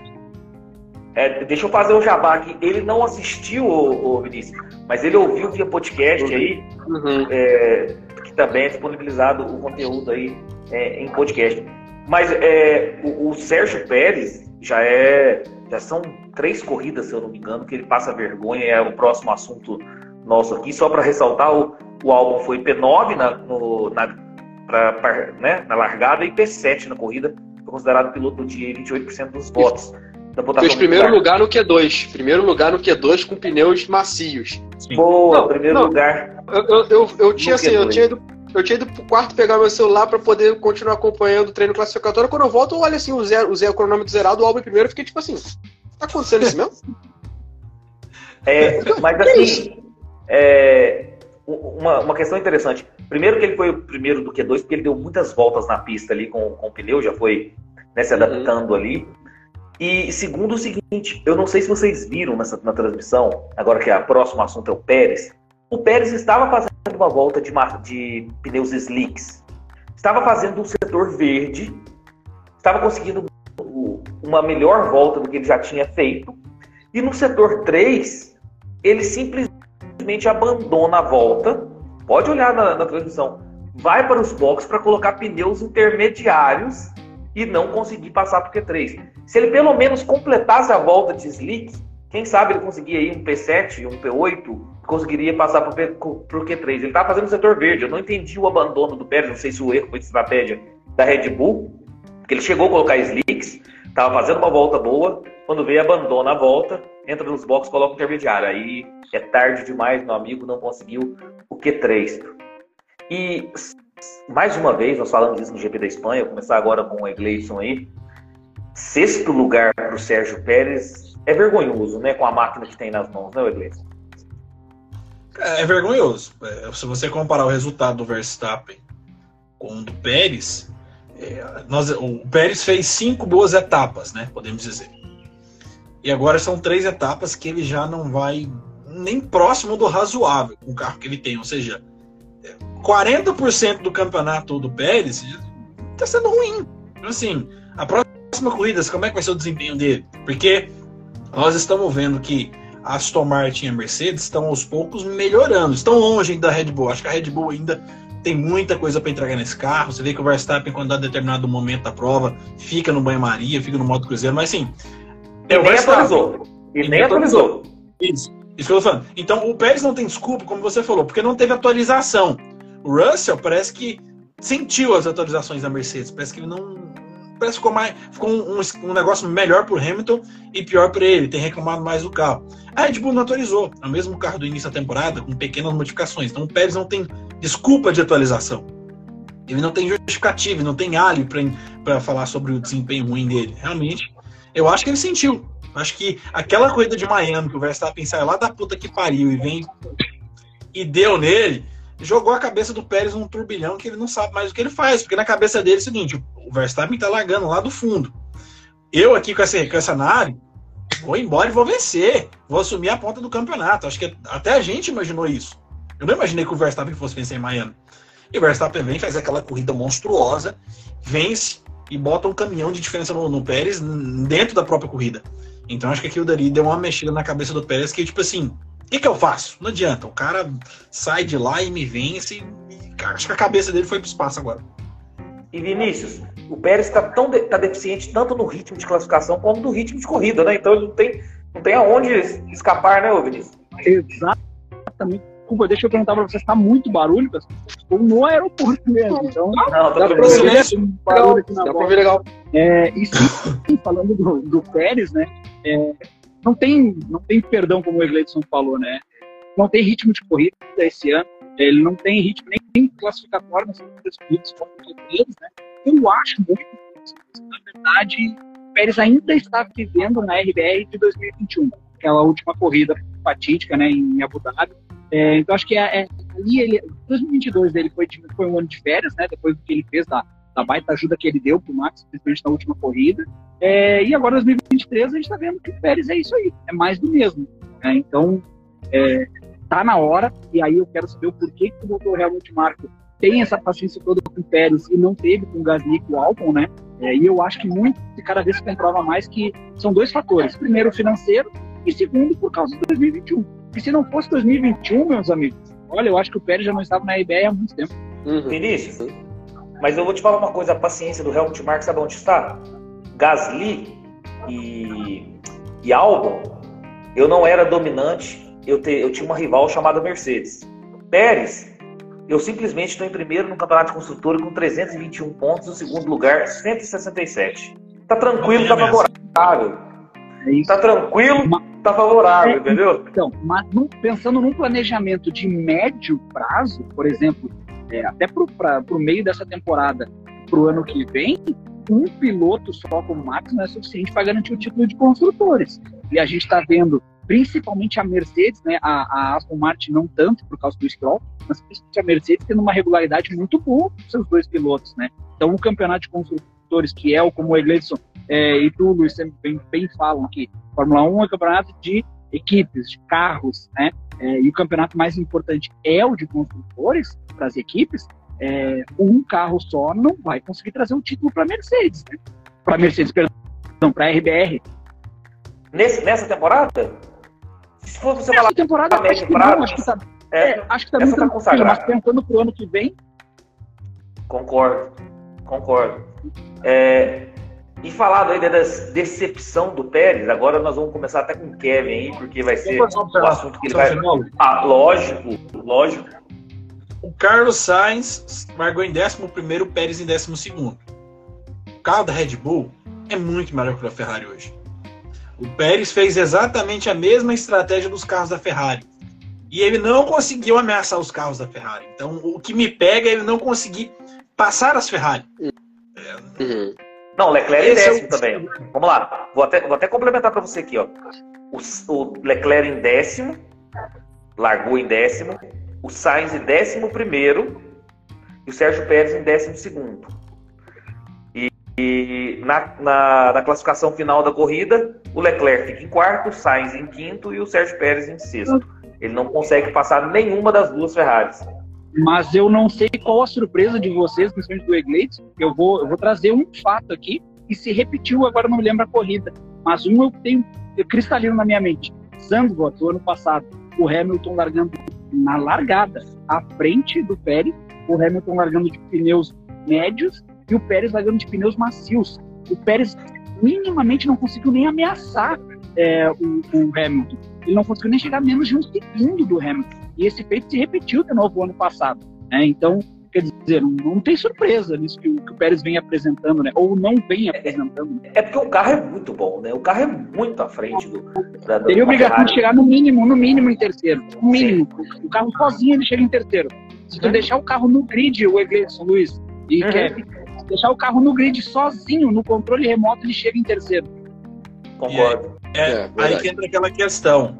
Speaker 1: É, deixa eu fazer o jabá aqui. Ele não assistiu, o, o Vinícius, mas ele ouviu via podcast aí, uhum. é, que também é disponibilizado o conteúdo aí é, em podcast. Mas é, o, o Sérgio Pérez já é, já são três corridas, se eu não me engano, que ele passa vergonha, é o próximo assunto nosso aqui. Só para ressaltar, o, o álbum foi P nove na, no, na, pra, pra, né, na largada e P sete na corrida. Foi considerado piloto do dia, vinte e oito por cento dos votos.
Speaker 2: Fez primeiro lugar no Q dois. Primeiro lugar no Q dois com pneus macios.
Speaker 1: Sim. Boa, não, primeiro não, lugar.
Speaker 2: Eu, eu, eu, eu tinha assim, eu tinha, ido, eu tinha ido pro quarto pegar meu celular pra poder continuar acompanhando o treino classificatório. Quando eu volto, eu olho assim, o, zero, o, zero, o cronômetro zerado, o álbum primeiro, eu fiquei tipo assim, tá acontecendo isso mesmo?
Speaker 1: É, mas assim, é, uma, uma questão interessante. Primeiro que ele foi o primeiro do Q dois, porque ele deu muitas voltas na pista ali com, com o pneu, já foi, né, se adaptando uhum. ali. E segundo o seguinte, eu não sei se vocês viram nessa, na transmissão, agora que é o próximo assunto é o Pérez, o Pérez estava fazendo uma volta de, de pneus slicks, estava fazendo um setor verde, estava conseguindo uma melhor volta do que ele já tinha feito, e no setor três, ele simplesmente abandona a volta, pode olhar na, na transmissão, vai para os boxes para colocar pneus intermediários e não conseguir passar para o Q três. Se ele pelo menos completasse a volta de slick, quem sabe ele conseguia aí um P sete, um P oito, conseguiria passar para o Q três. Ele estava fazendo o setor verde, eu não entendi o abandono do Pérez, não sei se o erro foi de estratégia da Red Bull, porque ele chegou a colocar slicks, estava fazendo uma volta boa, quando veio abandona a volta, entra nos boxes, coloca o intermediário. Aí é tarde demais, meu amigo, não conseguiu o Q três. E mais uma vez, nós falamos isso no G P da Espanha, vou começar agora com o Egleiton aí. Sexto lugar para o Sérgio Pérez é vergonhoso, né? Com a máquina que tem nas mãos, né, Egleiton?
Speaker 3: É vergonhoso. É, se você comparar o resultado do Verstappen com o do Pérez, é, nós, o Pérez fez cinco boas etapas, né? Podemos dizer. E agora são três etapas que ele já não vai nem próximo do razoável com o carro que ele tem. Ou seja, quarenta por cento do campeonato do Pérez está sendo ruim. Então, assim, a próxima corrida, como é que vai ser o desempenho dele? Porque nós estamos vendo que a Aston Martin e a Mercedes estão aos poucos melhorando. Estão longe ainda da Red Bull. Acho que a Red Bull ainda tem muita coisa para entregar nesse carro. Você vê que o Verstappen, quando dá determinado momento da prova, fica no banho-maria, fica no modo cruzeiro. Mas, assim...
Speaker 1: E nem atualizou. E nem atualizou.
Speaker 3: Isso. Isso que eu tô falando. Então, o Pérez não tem desculpa, como você falou, porque não teve atualização. O Russell parece que sentiu as atualizações da Mercedes. Parece que ele não... Parece que ficou, mais, ficou um, um negócio melhor pro Hamilton e pior para ele. Tem reclamado mais do carro. A Red Bull não atualizou. É o mesmo carro do início da temporada, com pequenas modificações. Então, o Pérez não tem desculpa de atualização. Ele não tem justificativa, não tem alho para falar sobre o desempenho ruim dele. Realmente, eu acho que ele sentiu. Acho que aquela corrida de Miami, que o Verstappen saiu lá da puta que pariu e vem e deu nele, jogou a cabeça do Pérez num turbilhão que ele não sabe mais o que ele faz. Porque na cabeça dele é o seguinte, o Verstappen tá largando lá do fundo. Eu aqui com essa, com essa nave, vou embora e vou vencer. Vou assumir a ponta do campeonato. Acho que até a gente imaginou isso. Eu não imaginei que o Verstappen fosse vencer em Miami. E o Verstappen vem, faz aquela corrida monstruosa, vence e bota um caminhão de diferença no, no Pérez dentro da própria corrida. Então acho que aquilo dali deu uma mexida na cabeça do Pérez que, tipo assim, o que, que eu faço? Não adianta. O cara sai de lá e me vence. E, cara, acho que a cabeça dele foi pro espaço agora.
Speaker 1: E Vinícius, o Pérez está tão de, tá deficiente tanto no ritmo de classificação como no ritmo de corrida, né? Então ele não tem, não tem aonde escapar, né, ô Vinícius?
Speaker 4: Exatamente. Desculpa, deixa eu perguntar para você, está muito barulho, pessoal? Estou no aeroporto mesmo, então...
Speaker 1: Não, tá
Speaker 2: dá para ouvir legal.
Speaker 4: Barulho aqui na
Speaker 2: dá para ouvir legal.
Speaker 4: É, e sim, falando do, do Pérez, né? É, não, tem, não tem perdão, como o Egleidson falou, né? Não tem ritmo de corrida esse ano. Ele não tem ritmo nem classificatório nas primeiras corridas contra os Pérez, né? Eu acho muito que, na verdade, o Pérez ainda está vivendo na R B R de dois mil e vinte e um, aquela última corrida fatídica, né, em Abu Dhabi. É, então acho que é, é, ali ele, dois mil e vinte e dois dele foi, foi um ano de férias, né, depois do que ele fez, da, da baita ajuda que ele deu pro Max, principalmente na última corrida. É, e agora, dois mil e vinte e três, a gente está vendo que o Pérez é isso aí, é mais do mesmo. Né? Então, é, tá na hora, e aí eu quero saber o porquê que o doutor Helmut Marko tem essa paciência toda com o Pérez e não teve com o Gasly e com o Albon, né? É, e eu acho que muito, cada vez se comprova mais que são dois fatores. Primeiro, o financeiro, e segundo, por causa de dois mil e vinte e um. E se não fosse dois mil e vinte e um, meus amigos, olha, eu acho que o Pérez já não estava na R B R há muito tempo.
Speaker 1: Uhum. Vinícius, mas eu vou te falar uma coisa, a paciência do Helmut Marko, sabe onde está? Gasly e, e Albon, eu não era dominante, eu, te, eu tinha uma rival chamada Mercedes. Pérez, eu simplesmente estou em primeiro no Campeonato de Construtores com trezentos e vinte e um pontos, no segundo lugar, cento e sessenta e sete. Tá tranquilo, tá favorável.
Speaker 4: É isso.
Speaker 1: Tá tranquilo, tá favorável, é, entendeu?
Speaker 4: Então, mas pensando num planejamento de médio prazo, por exemplo, é, até pro, pra, pro meio dessa temporada, pro ano que vem, um piloto só como Max não é suficiente para garantir o título de construtores. E a gente está vendo, principalmente a Mercedes, né, a, a Aston Martin não tanto por causa do Stroll, mas principalmente a Mercedes tendo uma regularidade muito boa com seus dois pilotos, né? Então o campeonato de construtores, que é o como o Egleidson é, e tu, Luiz, sempre bem, bem falam que Fórmula um é campeonato de equipes, de carros, né? É, e o campeonato mais importante é o de construtores para as equipes. É, um carro só não vai conseguir trazer um título para a Mercedes, né? Para a Mercedes, perdão, para a R B R.
Speaker 1: Nesse, nessa temporada? Se for você
Speaker 4: nessa
Speaker 1: falar
Speaker 4: temporada, acho que, não, acho que tá, é, é, acho que tá muito
Speaker 1: tá
Speaker 4: tranquilo, mas pensando pro ano que vem.
Speaker 1: Concordo, concordo. É, e falado aí da decepção do Pérez, agora nós vamos começar até com o Kevin aí, porque vai ser o assunto que ele vai... Ah, lógico, lógico.
Speaker 3: O Carlos Sainz largou em décimo primeiro, o Pérez em décimo segundo. O carro da Red Bull é muito melhor que o da Ferrari hoje. O Pérez fez exatamente a mesma estratégia dos carros da Ferrari. E ele não conseguiu ameaçar os carros da Ferrari. Então, o que me pega é ele não conseguir passar as Ferrari. É...
Speaker 1: Uhum. Não, Leclerc em décimo é o... também. Vamos lá. Vou até, vou até complementar para você aqui. Ó. O, o Leclerc em décimo. largou em décimo, o Sainz em décimo primeiro e o Sérgio Pérez em décimo segundo. E, e na, na, na classificação final da corrida, o Leclerc fica em quarto, o Sainz em quinto e o Sérgio Pérez em sexto. Ele não consegue passar nenhuma das duas Ferraris.
Speaker 4: Mas eu não sei qual a surpresa de vocês, principalmente do Egleitz. Eu vou, eu vou trazer um fato aqui que se repetiu, agora não me lembro a corrida. Mas um eu tenho eu cristalino na minha mente. Zandvoort, do ano passado, o Hamilton largando na largada, à frente do Pérez, o Hamilton largando de pneus médios e o Pérez largando de pneus macios. O Pérez minimamente não conseguiu nem ameaçar é, o, o Hamilton. Ele não conseguiu nem chegar a menos de um segundo do Hamilton. E esse feito se repetiu de novo no ano passado. Né? Então, quer dizer, não, não tem surpresa nisso que o, que o Pérez vem apresentando, né? Ou não vem apresentando.
Speaker 1: É porque o carro é muito bom, né? O carro é muito à frente do... Da,
Speaker 4: Teria obrigação de chegar no mínimo, no mínimo em terceiro. No mínimo. Sim. O carro sozinho ele chega em terceiro. Se tu uhum. deixar o carro no grid, o Egleison, Luiz e uhum. Kevin, se deixar o carro no grid sozinho, no controle remoto, ele chega em terceiro.
Speaker 1: Concordo.
Speaker 3: É, é, aí que entra aquela questão.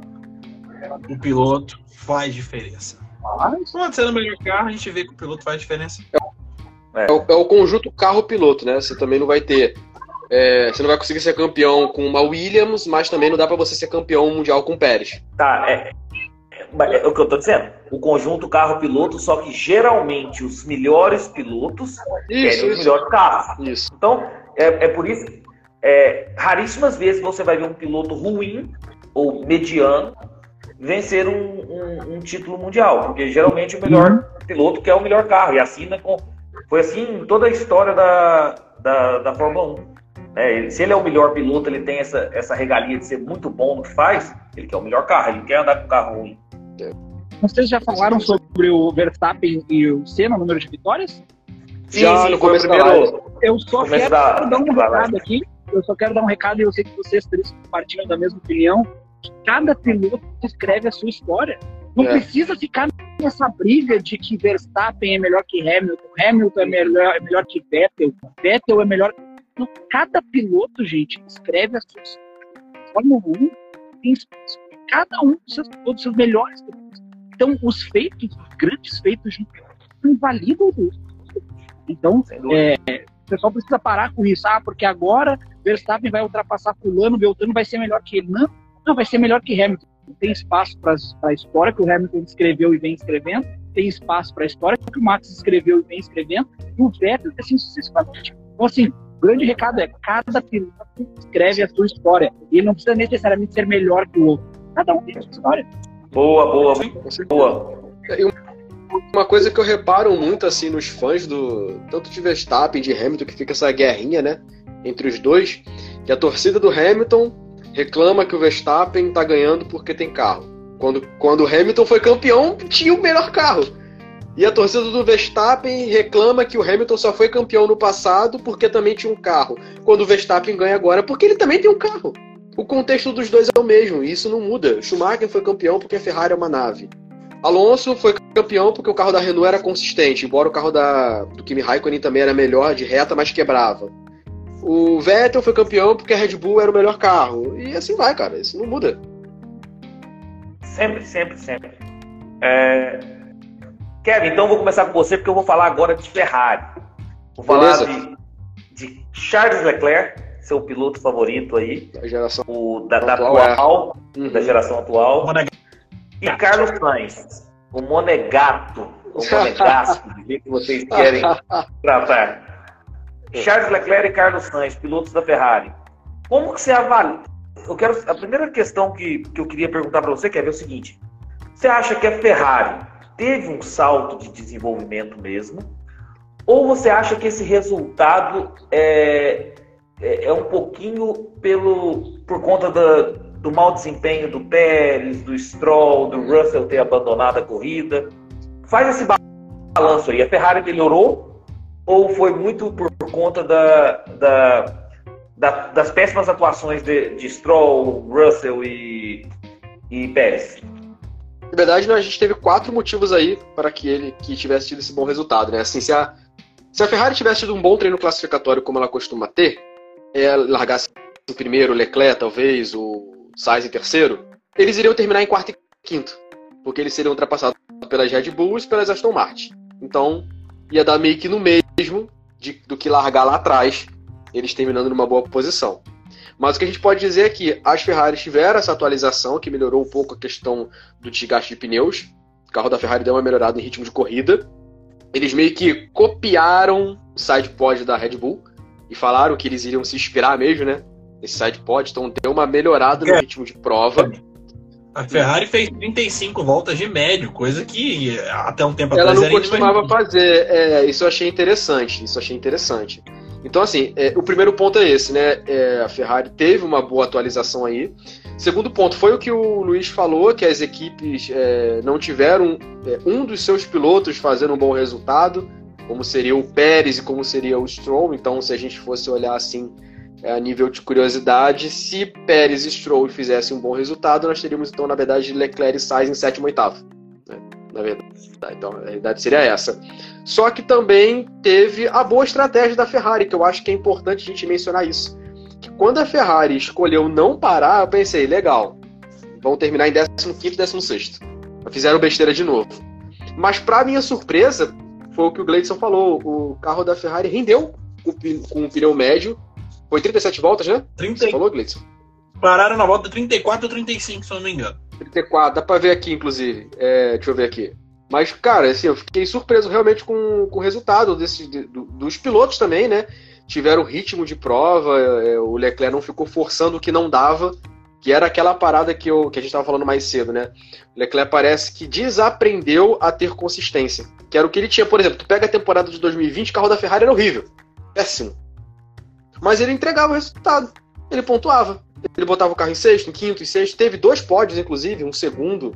Speaker 3: O piloto faz diferença. Pode ser no melhor carro, a gente vê que o piloto faz diferença.
Speaker 2: É, é, o, é o conjunto carro-piloto, né? Você também não vai ter... É, você não vai conseguir ser campeão com uma Williams, mas também não dá pra você ser campeão mundial com o Pérez.
Speaker 1: Tá, é, é, é o que eu tô dizendo. O conjunto carro-piloto, só que geralmente os melhores pilotos
Speaker 2: isso,
Speaker 1: querem os melhores carros.
Speaker 2: Isso.
Speaker 1: Então, é, é por isso que é, raríssimas vezes você vai ver um piloto ruim ou mediano vencer um, um, um título mundial, porque geralmente o melhor uhum. piloto quer o melhor carro, e assim, né, com, foi assim em toda a história da, da, da Fórmula um. É, se ele é o melhor piloto, ele tem essa, essa regalia de ser muito bom no que faz, ele quer o melhor carro, ele quer andar com um carro ruim.
Speaker 4: Vocês já falaram sobre o Verstappen e o Senna, número de vitórias?
Speaker 1: Sim, já, sim, no começo primeiro,
Speaker 4: eu só quero
Speaker 1: da,
Speaker 4: dar um recado aqui, eu só quero dar um recado, e eu sei que vocês três compartilham da mesma opinião. Cada piloto escreve a sua história. Não é. precisa ficar nessa briga de que Verstappen é melhor que Hamilton, Hamilton é melhor, é melhor que Vettel, Vettel é melhor. Não, cada piloto, gente, escreve a sua história. Fórmula um tem espaço para cada um dos seus, dos seus melhores pilotos. Então, os feitos, os grandes feitos, gente, invalidam o outro. Então, é, o pessoal precisa parar com isso. Ah, porque agora Verstappen vai ultrapassar fulano, Beltrano vai ser melhor que ele. Não. Não, vai ser melhor que Hamilton. Tem espaço para a história que o Hamilton escreveu e vem escrevendo, tem espaço para a história que o Max escreveu e vem escrevendo, e o Vettel, assim sucessivamente. Então, assim, o grande recado é: cada piloto escreve a sua história, e ele não precisa necessariamente ser melhor que o outro. Cada um tem a sua história.
Speaker 1: Boa, boa, boa.
Speaker 2: Uma coisa que eu reparo muito, assim, nos fãs do tanto de Verstappen, de Hamilton, que fica essa guerrinha, né, entre os dois, que a torcida do Hamilton reclama que o Verstappen tá ganhando porque tem carro. Quando, quando o Hamilton foi campeão, tinha o melhor carro. E a torcida do Verstappen reclama que o Hamilton só foi campeão no passado porque também tinha um carro. Quando o Verstappen ganha agora, porque ele também tem um carro. O contexto dos dois é o mesmo, e isso não muda. Schumacher foi campeão porque a Ferrari é uma nave. Alonso foi campeão porque o carro da Renault era consistente, embora o carro da, do Kimi Raikkonen também era melhor de reta, mas quebrava. O Vettel foi campeão porque a Red Bull era o melhor carro. E assim vai, cara. Isso não muda.
Speaker 1: Sempre, sempre, sempre. É... Kevin, então eu vou começar com você, porque eu vou falar agora de Ferrari. Vou falar de, de Charles Leclerc, seu piloto favorito aí.
Speaker 2: Da geração
Speaker 1: o, da, da atual,
Speaker 2: é. uhum.
Speaker 1: da geração atual. Monegato. E Carlos Sainz, o Monegato, o Monegasco, do jeito que vocês querem tratar. Charles Leclerc e Carlos Sainz, pilotos da Ferrari. Como que você avalia? Eu quero, a primeira questão que, que eu queria perguntar para você, Kevin, é o seguinte: você acha que a Ferrari teve um salto de desenvolvimento mesmo? Ou você acha que esse resultado é, é, é um pouquinho pelo, por conta da, do mau desempenho do Pérez, do Stroll, do Russell ter abandonado a corrida? Faz esse balanço aí. A Ferrari melhorou? Ou foi muito por conta da, da, da, das péssimas atuações de, de Stroll, Russell e, e Pérez?
Speaker 2: Na verdade, a gente teve quatro motivos aí para que ele que tivesse tido esse bom resultado, né? Assim, se a, se a Ferrari tivesse tido um bom treino classificatório como ela costuma ter, é, largasse em primeiro, Leclerc talvez, o Sainz em terceiro, eles iriam terminar em quarto e quinto. porque eles seriam ultrapassados pelas Red Bulls e pelas Aston Martin. Então, ia dar meio que no mesmo de, do que largar lá atrás, eles terminando numa boa posição. Mas o que a gente pode dizer é que as Ferraris tiveram essa atualização, que melhorou um pouco a questão do desgaste de pneus. O carro da Ferrari deu uma melhorada em ritmo de corrida. Eles meio que copiaram o side pod da Red Bull e falaram que eles iriam se inspirar mesmo, né? Nesse side pod, então deu uma melhorada no ritmo de prova.
Speaker 3: A Ferrari fez trinta e cinco voltas de médio, coisa que até um tempo
Speaker 2: ela
Speaker 3: atrás
Speaker 2: não
Speaker 3: era
Speaker 2: costumava fazer. É, isso eu achei interessante. Isso eu achei interessante. Então, assim, é, o primeiro ponto é esse, né? É, a Ferrari teve uma boa atualização aí. Segundo ponto, foi o que o Luiz falou, que as equipes é, não tiveram é, um dos seus pilotos fazendo um bom resultado, como seria o Pérez e como seria o Stroll. Então, se a gente fosse olhar assim, é, a nível de curiosidade, se Pérez e Stroll fizessem um bom resultado, nós teríamos, então, na verdade, Leclerc e Sainz em sétimo e oitavo. Né? Na verdade. Então, a realidade seria essa. Só que também teve a boa estratégia da Ferrari, que eu acho que é importante a gente mencionar isso. Que quando a Ferrari escolheu não parar, eu pensei, legal, vão terminar em décimo quinto e décimo sexto. Fizeram besteira de novo. Mas, para minha surpresa, foi o que o Gleidson falou, o carro da Ferrari rendeu com um pneu médio. Foi trinta e sete voltas, né?
Speaker 3: trinta
Speaker 2: Você falou, Gleidson?
Speaker 3: Pararam na volta trinta e quatro ou trinta e cinco, se eu não me engano.
Speaker 2: trinta e quatro, dá pra ver aqui, inclusive. É, deixa eu ver aqui. Mas, cara, assim, eu fiquei surpreso realmente com, com o resultado desse, de, do, dos pilotos também, né? Tiveram ritmo de prova, é, o Leclerc não ficou forçando o que não dava, que era aquela parada que, eu, que a gente estava falando mais cedo, né? O Leclerc parece que desaprendeu a ter consistência, que era o que ele tinha. Por exemplo, tu pega a temporada de dois mil e vinte, o carro da Ferrari era horrível, péssimo. Mas ele entregava o resultado, ele pontuava. Ele botava o carro em sexto, em quinto, em sexto. Teve dois pódios, inclusive, um segundo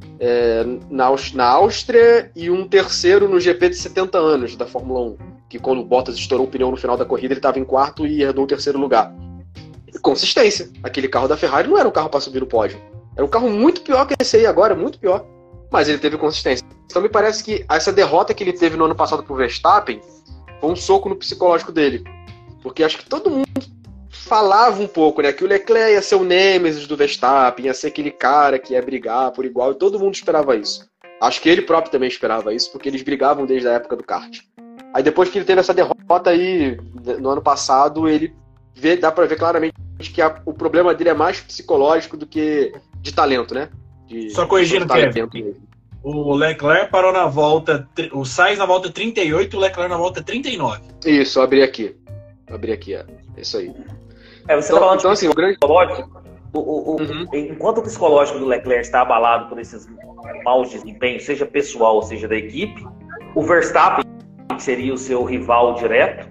Speaker 2: é, na, na Áustria e um terceiro no G P de setenta anos da Fórmula um. Que quando o Bottas estourou o pneu no final da corrida, ele estava em quarto e herdou o terceiro lugar. Consistência. Aquele carro da Ferrari não era um carro para subir no pódio. Era um carro muito pior que esse aí agora, muito pior. Mas ele teve consistência. Então me parece que essa derrota que ele teve no ano passado pro Verstappen foi um soco no psicológico dele. Porque acho que todo mundo falava um pouco, né, que o Leclerc ia ser o nêmesis do Verstappen, ia ser aquele cara que ia brigar por igual, e todo mundo esperava isso. Acho que ele próprio também esperava isso, porque eles brigavam desde a época do kart. Aí depois que ele teve essa derrota aí, no ano passado, ele vê, dá pra ver claramente que a, o problema dele é mais psicológico do que de talento, né? De,
Speaker 3: Só corrigindo, Kevin. O Leclerc parou na volta, o Sainz na volta trinta e oito, o Leclerc na volta trinta e nove.
Speaker 2: Isso, abri aqui. Abri aqui, é. Isso aí.
Speaker 1: É, você
Speaker 2: então,
Speaker 1: tá falando
Speaker 2: então,
Speaker 1: de
Speaker 2: assim, o grande...
Speaker 1: psicológico. O, o, o,
Speaker 2: uhum.
Speaker 1: Enquanto o psicológico do Leclerc está abalado por esses maus desempenhos, seja pessoal ou seja da equipe, o Verstappen, que seria o seu rival direto,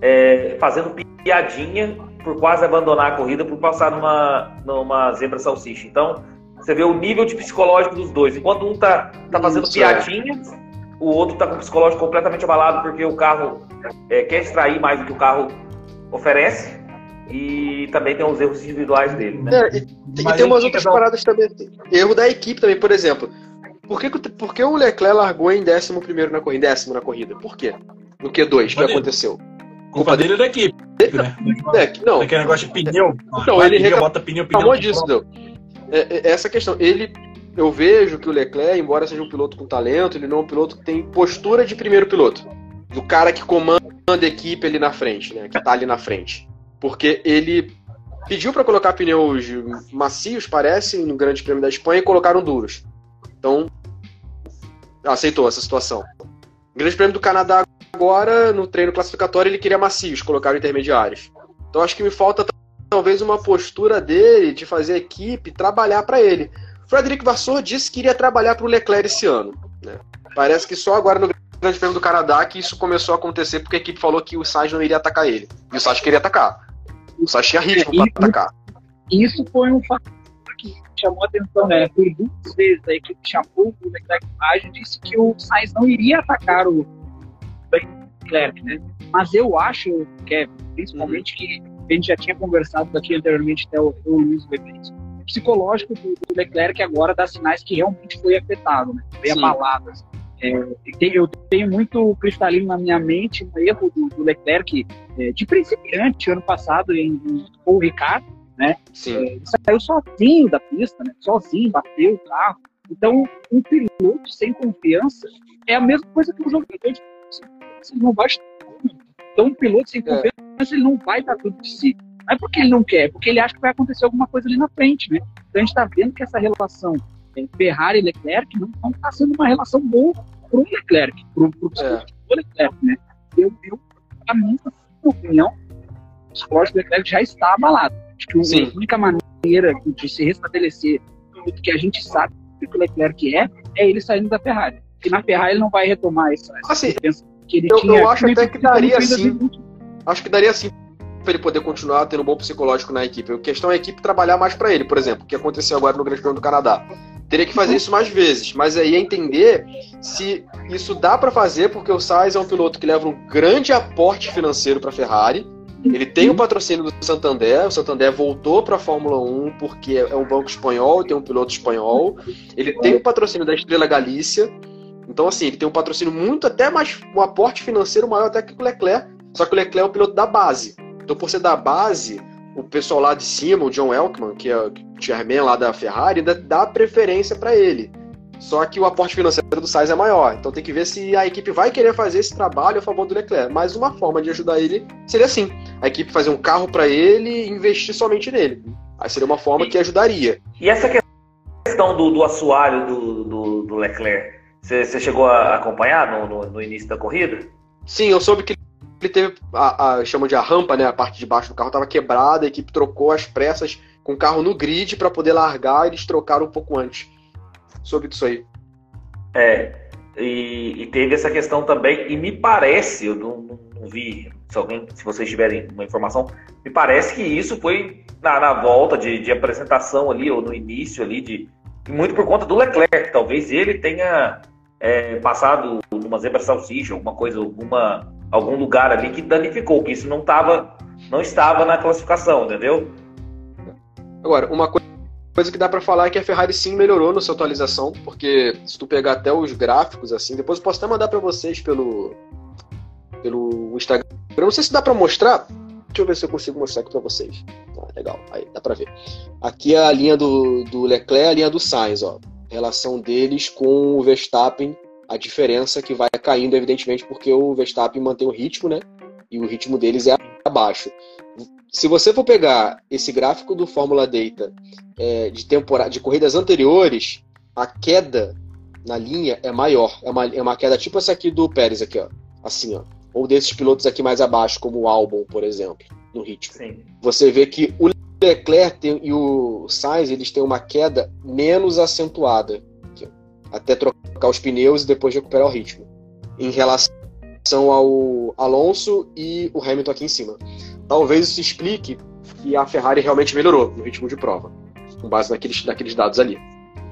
Speaker 1: é, fazendo piadinha por quase abandonar a corrida por passar numa, numa zebra salsicha. Então, você vê o nível de psicológico dos dois. Enquanto um tá, tá fazendo
Speaker 2: Isso,
Speaker 1: piadinha,
Speaker 2: é.
Speaker 1: o outro tá com o psicológico completamente abalado porque o carro é, quer extrair mais do que o carro oferece. E também tem os erros individuais dele, né?
Speaker 2: É, e, e tem umas outras paradas também. Erro da equipe também, por exemplo. Por que, por que o Leclerc largou em décimo primeiro na corrida? Décimo na corrida. Por quê? No Q dois, o que aconteceu?
Speaker 3: Culpa dele é da equipe. Né?
Speaker 2: É, não.
Speaker 3: Aquele negócio de pneu.
Speaker 2: Então, ele
Speaker 3: pneu, bota pneu, pneu.
Speaker 2: reclamou disso, não. É, é, essa questão. Ele, eu vejo que o Leclerc, embora seja um piloto com talento, ele não é um piloto que tem postura de primeiro piloto. Do cara que comanda a equipe ali na frente, né? Que tá ali na frente. Porque ele pediu para colocar pneus macios, parece, no Grande Prêmio da Espanha, e colocaram duros. Então, aceitou essa situação. No Grande Prêmio do Canadá agora, no treino classificatório, ele queria macios, colocaram intermediários. Então, acho que me falta talvez uma postura dele de fazer a equipe trabalhar para ele. Frederic Vasseur disse que iria trabalhar para o Leclerc esse ano. Né? Parece que só agora no Grande Prêmio do Canadá que isso começou a acontecer, porque a equipe falou que o Sainz não iria atacar ele. E o Sainz queria atacar. O Sainz tinha ritmo para atacar.
Speaker 4: Isso foi um fator que chamou a atenção, né? Por duas vezes a equipe chamou o Leclerc e disse que o Sainz não iria atacar o Leclerc, né? Mas eu acho, Kevin, principalmente uhum. que a gente já tinha conversado aqui anteriormente, até o, o Luiz Weber, o psicológico do, do Leclerc agora dá sinais que realmente foi afetado, né? Foi abalado. Assim. É, eu tenho muito cristalino na minha mente um erro do, do Leclerc é, de principiante ano passado em, em Paul Ricard, né?
Speaker 2: Sim.
Speaker 4: É, ele saiu sozinho da pista, né? Sozinho, bateu o carro. Então, um piloto sem confiança é a mesma coisa que um jogador de ele não vai estar. Então, um piloto sem confiança, é. ele não vai dar tudo de si. Não é porque ele não quer, é porque ele acha que vai acontecer alguma coisa ali na frente, né? Então, a gente está vendo que essa relação Ferrari e Leclerc não está sendo uma relação boa para o Leclerc, para o psicológico do Leclerc, né? Eu, eu, a minha opinião, o psicológico do Leclerc já está abalado. Acho que Sim. a única maneira de se restabelecer o que a gente sabe que o Leclerc é, é ele saindo da Ferrari. Porque na Ferrari ele não vai retomar essa, essa
Speaker 2: assim,
Speaker 4: que ele
Speaker 2: eu,
Speaker 4: tinha.
Speaker 2: Eu acho até que daria sim. Acho que daria sim para ele poder continuar tendo um bom psicológico na equipe. A questão é a equipe trabalhar mais para ele, por exemplo, o que aconteceu agora no Grande Prêmio do Canadá. Teria que fazer isso mais vezes, mas aí é entender se isso dá para fazer, porque o Sainz é um piloto que leva um grande aporte financeiro para a Ferrari. Ele tem o patrocínio do Santander, o Santander voltou para a Fórmula um porque é um banco espanhol, tem um piloto espanhol. Ele tem o patrocínio da Estrela Galícia. Então, assim, ele tem um patrocínio muito, até mais, um aporte financeiro maior até que o Leclerc. Só que o Leclerc é o piloto da base. Então, por ser da base, o pessoal lá de cima, o John Elkman, que é o chairman lá da Ferrari, ainda dá preferência para ele. Só que o aporte financeiro do Sainz é maior. Então tem que ver se a equipe vai querer fazer esse trabalho a favor do Leclerc. Mas uma forma de ajudar ele seria assim: a equipe fazer um carro para ele e investir somente nele. Aí seria uma forma
Speaker 1: e,
Speaker 2: que ajudaria.
Speaker 1: E essa questão do, do assoalho do, do, do Leclerc, você, você chegou a acompanhar no, no, no início da corrida?
Speaker 2: Sim, eu soube que ele teve, a, a, chamam de a rampa, né? A parte de baixo do carro estava quebrada, a equipe trocou às pressas com o carro no grid para poder largar e eles trocaram um pouco antes. Soube disso aí.
Speaker 1: É, e, e teve essa questão também, e me parece, eu não, não, não vi, se alguém, se vocês tiverem uma informação, me parece que isso foi na, na volta de, de apresentação ali, ou no início ali, de, muito por conta do Leclerc. Talvez ele tenha é, passado numa zebra salsicha, alguma coisa, alguma, algum lugar ali que danificou, que isso não, tava, não estava na classificação, entendeu?
Speaker 2: Agora, uma coisa coisa que dá pra falar é que a Ferrari sim melhorou na sua atualização, porque se tu pegar até os gráficos assim, depois eu posso até mandar pra vocês pelo pelo Instagram. Eu não sei se dá pra mostrar. Deixa eu ver se eu consigo mostrar aqui pra vocês. Ah, legal, aí dá pra ver. Aqui é a linha do, do Leclerc, a linha do Sainz, ó. Relação deles com o Verstappen, a diferença que vai caindo, evidentemente, porque o Verstappen mantém o ritmo, né? E o ritmo deles é abaixo. Se você for pegar esse gráfico do Fórmula Data é, de, temporada, de corridas anteriores, a queda na linha é maior. É uma, é uma queda tipo essa aqui do Pérez, aqui, ó. Assim, ó. Ou desses pilotos aqui mais abaixo, como o Albon, por exemplo, no ritmo.
Speaker 1: Sim.
Speaker 2: Você vê que o Leclerc tem, e o Sainz, eles têm uma queda menos acentuada. Aqui, ó, até trocar os pneus e depois recuperar o ritmo. Em relação ao Alonso e o Hamilton aqui em cima. Talvez isso explique que a Ferrari realmente melhorou no ritmo de prova, com base naqueles, naqueles dados ali.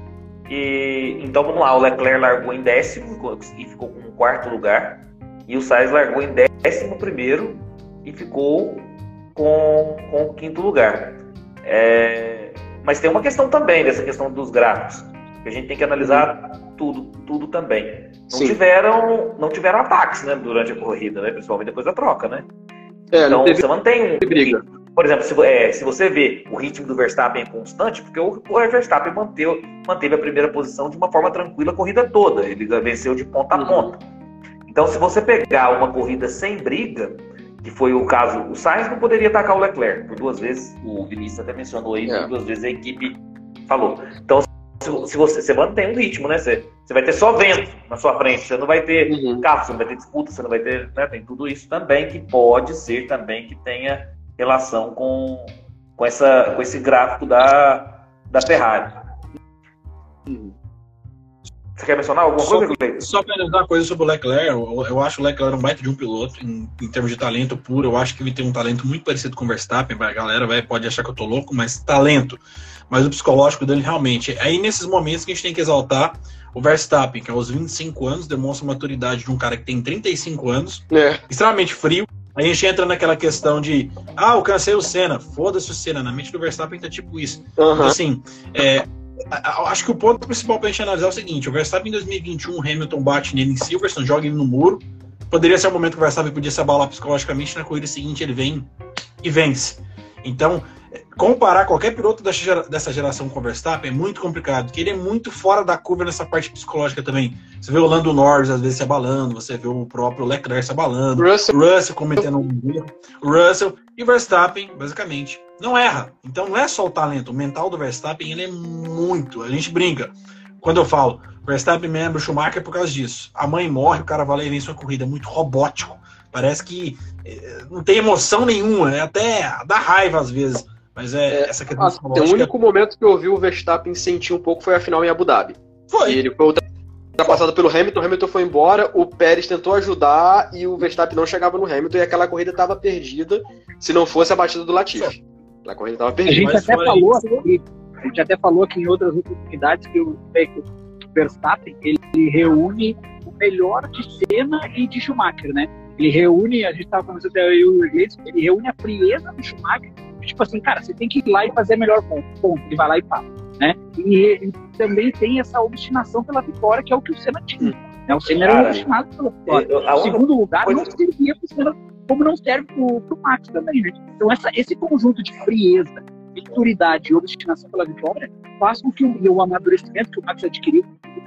Speaker 1: E, então vamos lá, o Leclerc largou em décimo e ficou com o quarto lugar, e o Sainz largou em décimo primeiro e ficou com, com o quinto lugar. É, mas tem uma questão também dessa questão dos gráficos, que a gente tem que analisar tudo, tudo também. Não tiveram, não tiveram ataques, né, durante a corrida, né, principalmente depois da troca, né?
Speaker 2: É,
Speaker 1: então
Speaker 2: teve,
Speaker 1: você mantém um
Speaker 2: briga.
Speaker 1: Por exemplo, se, é, se você vê o ritmo do Verstappen constante, porque o, o Verstappen manteve, manteve a primeira posição de uma forma tranquila a corrida toda, ele venceu de ponta a ponta. Então, se você pegar uma corrida sem briga, que foi o caso, o Sainz não poderia atacar o Leclerc, por duas vezes, o Vinícius até mencionou aí, é. por duas vezes a equipe falou. Então, se, se você, você mantém um ritmo, né? Você, você vai ter só vento na sua frente, você não vai ter uhum. carro, você não vai ter disputa, você não vai ter, né? Tem tudo isso também que pode ser também que tenha relação com, com, essa, com esse gráfico da, da Ferrari. Uhum. Você quer mencionar alguma
Speaker 3: só,
Speaker 1: coisa, Cleiton?
Speaker 3: Só para dizer uma coisa sobre o Leclerc, eu, eu acho o Leclerc um baita de um piloto, em, em termos de talento puro, eu acho que ele tem um talento muito parecido com o Verstappen, a galera vai, pode achar que eu tô louco, mas talento, mas o psicológico dele realmente, aí nesses momentos que a gente tem que exaltar o Verstappen, que aos vinte e cinco anos demonstra a maturidade de um cara que tem trinta e cinco anos, é. extremamente frio. A gente entra naquela questão de, ah, eu cansei o Senna, foda-se o Senna, na mente do Verstappen tá tipo isso. Uhum. Então, assim, é, acho que o ponto principal pra gente analisar é o seguinte, o Verstappen em dois mil e vinte e um, o Hamilton bate nele em Silverstone, joga ele no muro, poderia ser o momento que o Verstappen podia se abalar psicologicamente, na corrida seguinte ele vem e vence. Então, comparar qualquer piloto dessa geração com o Verstappen é muito complicado, porque ele é muito fora da curva nessa parte psicológica também. Você vê o Lando Norris às vezes se abalando, você vê o próprio Leclerc se abalando,
Speaker 2: Russell,
Speaker 3: o Russell cometendo um erro, o Russell e o Verstappen, basicamente, não erra. Então não é só o talento, o mental do Verstappen ele é muito, a gente brinca. Quando eu falo, Verstappen me lembra o Schumacher por causa disso. A mãe morre, o cara vai lá e vence uma corrida, é muito robótico. Parece que é, não tem emoção nenhuma, é até dá raiva às vezes. Mas é, é essa questão
Speaker 2: ah, O único momento que eu vi o Verstappen sentir um pouco foi a final em Abu Dhabi.
Speaker 3: Foi.
Speaker 2: E ele foi ultrapassado pelo Hamilton, o Hamilton foi embora, o Pérez tentou ajudar e o Verstappen não chegava no Hamilton e aquela corrida estava perdida se não fosse a batida do Latifi. A corrida estava perdida.
Speaker 4: A gente,
Speaker 3: Mas
Speaker 4: até falou
Speaker 3: isso.
Speaker 4: aqui, a gente até falou aqui em outras oportunidades que o, que o Verstappen ele reúne o melhor de Senna e de Schumacher, né? Ele reúne, a gente estava falando até aí o Iglesias, ele reúne a frieza do Schumacher. Tipo assim, cara, você tem que ir lá e fazer melhor ponto. Ponto. Ele vai lá e faz, né? E, e também tem essa obstinação pela vitória, que é o que o Senna tinha. Né? O Senna era obstinado pela vitória.
Speaker 1: Eu,
Speaker 4: em segundo lugar, coisa... não servia para o Senna, como não serve para o Max também, né? Então, essa, esse conjunto de frieza, maturidade e obstinação pela vitória faz com que o, o amadurecimento que o Max adquiriu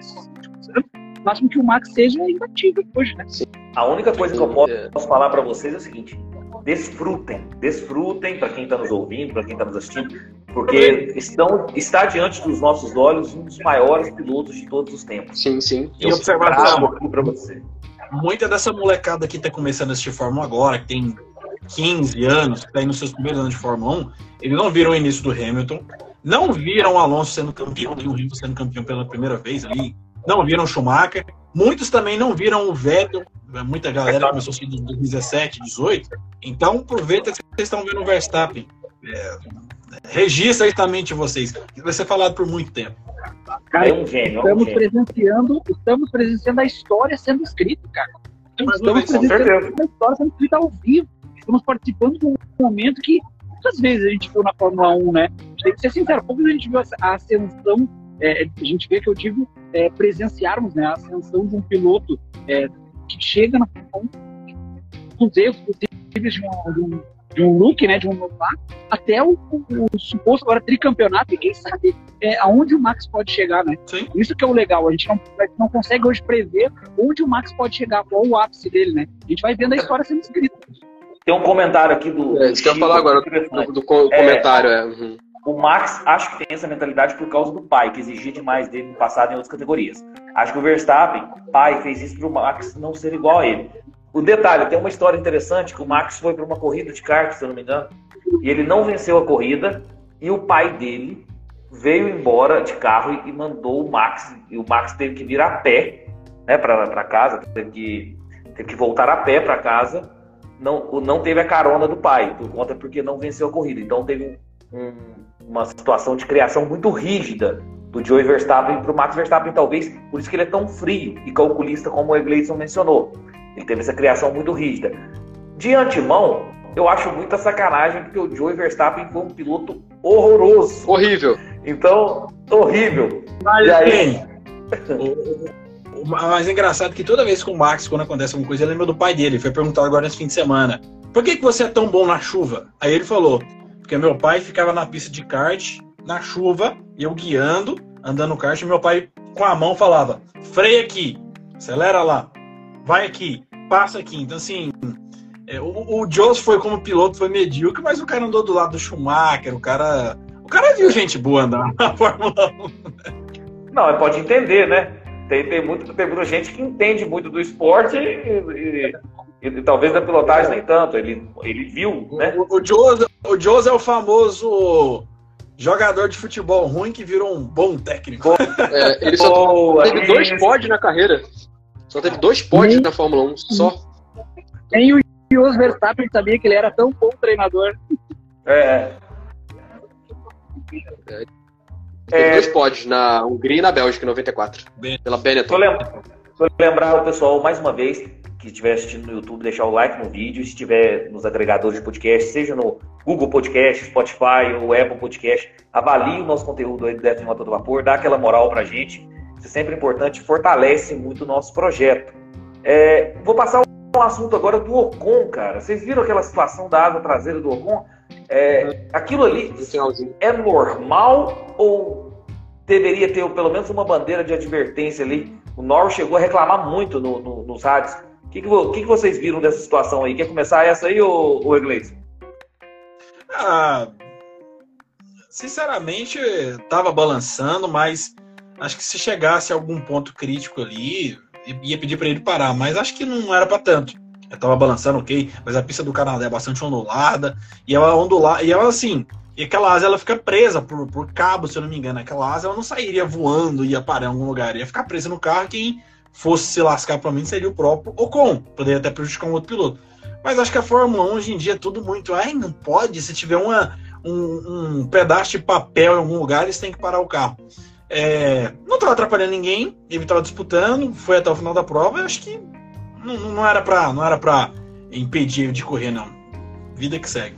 Speaker 4: faz com que o Max seja imbatível hoje, né?
Speaker 1: A única coisa que eu posso, posso falar para vocês é o seguinte: desfrutem, desfrutem para quem está nos ouvindo, para quem está nos assistindo, porque estão, está diante dos nossos olhos um dos maiores pilotos de todos os tempos.
Speaker 2: Sim, sim.
Speaker 3: E observação
Speaker 1: aqui para você.
Speaker 3: Muita dessa molecada que está começando a assistir Fórmula um agora, que tem quinze anos, que está aí nos seus primeiros anos de Fórmula um, eles não viram o início do Hamilton, não viram o Alonso sendo campeão, nem o Hamilton sendo campeão pela primeira vez ali, não viram o Schumacher, muitos também não viram o Vettel, muita galera começou a assistir em dois mil e dezessete, dezoito, então aproveita que vocês estão vendo o Verstappen. É, registra aí também de vocês, que vai ser falado por muito tempo.
Speaker 4: Cara,
Speaker 1: é um gênio,
Speaker 4: estamos,
Speaker 1: é um gênio.
Speaker 4: Presenciando, estamos presenciando a história sendo escrita, cara. Estamos, estamos
Speaker 3: vez,
Speaker 4: presenciando a história sendo escrita ao vivo. Estamos participando de um momento que muitas vezes a gente viu na Fórmula um, né? A gente tem que ser sincero, poucos a gente viu a ascensão, é, a gente vê que eu digo é, presenciarmos, né, a ascensão de um piloto é, que chega na Fórmula um com os erros possíveis de um, de um, de um look, né, de um novato, até o, o, o suposto agora tricampeonato, e quem sabe é, aonde o Max pode chegar, né?
Speaker 3: Sim.
Speaker 4: Isso que é o legal, a gente não, não consegue hoje prever onde o Max pode chegar, qual o ápice dele, né? A gente vai vendo a história sendo escrita.
Speaker 1: Tem um comentário aqui do...
Speaker 2: É, isso que eu ia falar agora, do, do comentário. É, é. Uhum.
Speaker 1: O Max, acho que tem essa mentalidade por causa do pai, que exigia demais dele no passado em outras categorias. Acho que o Verstappen, pai, fez isso para o Max não ser igual a ele. O detalhe, tem uma história interessante, que o Max foi para uma corrida de kart, se eu não me engano, e ele não venceu a corrida, e o pai dele veio embora de carro e, e mandou o Max, e o Max teve que vir a pé, né, para casa, teve que, teve que voltar a pé para casa, não, não teve a carona do pai, por conta porque não venceu a corrida. Então teve um, uma situação de criação muito rígida do Joey Verstappen para o Max Verstappen, talvez por isso que ele é tão frio e calculista, como o Egleison mencionou. Ele teve essa criação muito rígida. De antemão, eu acho muita sacanagem, porque o Joey Verstappen foi um piloto horroroso.
Speaker 2: Horrível.
Speaker 1: Então, horrível.
Speaker 3: Mas,
Speaker 1: e aí...
Speaker 3: o, o mais engraçado é que toda vez que o Max, quando acontece alguma coisa, ele lembra do pai dele. Foi perguntado agora nesse fim de semana: por que, que você é tão bom na chuva? Aí ele falou: porque meu pai ficava na pista de kart, na chuva, eu guiando, andando no kart, e meu pai com a mão falava: freia aqui, acelera lá, vai aqui, passa aqui. Então, assim, é, o, o Jones foi como piloto, foi medíocre, mas o cara andou do lado do Schumacher, o cara, o cara viu gente boa andar na Fórmula um.
Speaker 1: Não, pode entender, né? Tem, tem, muito, tem muita gente que entende muito do esporte e, e, e, e talvez da pilotagem nem tanto. Ele, ele viu, né?
Speaker 3: O, o, Jones, o Jones é o famoso jogador de futebol ruim que virou um bom técnico.
Speaker 2: É, ele só Boa, teve dois pódios na carreira. Só teve dois pódios na Fórmula um, só.
Speaker 4: Nem o Jos Verstappen sabia que ele era tão bom treinador.
Speaker 1: É.
Speaker 2: é. Teve é... dois pódios na Hungria e na Bélgica, em noventa e quatro. Bem... Pela Benetton.
Speaker 1: Só lembrar, só lembrar o pessoal, mais uma vez, que estiver assistindo no YouTube, deixar o like no vídeo. Se estiver nos agregadores de podcast, seja no Google Podcast, Spotify ou Apple Podcast, avalie o nosso conteúdo aí do F um a Todo Vapor, dá aquela moral pra gente. Isso é sempre importante, fortalece muito o nosso projeto. É, vou passar no assunto agora do Ocon, cara. Vocês viram aquela situação da asa traseira do Ocon? É, aquilo ali é normal ou deveria ter pelo menos uma bandeira de advertência ali? O Norris chegou a reclamar muito no, no, nos rádios. O que, que, que, que vocês viram dessa situação aí? Quer começar essa aí, ô, ô Iglesias?
Speaker 3: Ah, sinceramente, tava balançando, mas acho que se chegasse a algum ponto crítico ali, ia pedir para ele parar, mas acho que não era para tanto. Eu tava balançando, ok, mas a pista do Canadá é bastante ondulada, e ela ondula, e ela assim, e aquela asa ela fica presa por, por cabo, se eu não me engano. Aquela asa ela não sairia voando, ia parar em algum lugar, ia ficar presa no carro. Quem fosse se lascar para mim seria o próprio Ocon, poderia até prejudicar um outro piloto. Mas acho que a Fórmula um hoje em dia é tudo muito, ai, não pode, se tiver uma, um, um pedaço de papel em algum lugar, eles têm que parar o carro. É, não estava atrapalhando ninguém, ele estava disputando, foi até o final da prova, eu acho que não, não era para não era para impedir ele de correr, não. Vida que segue.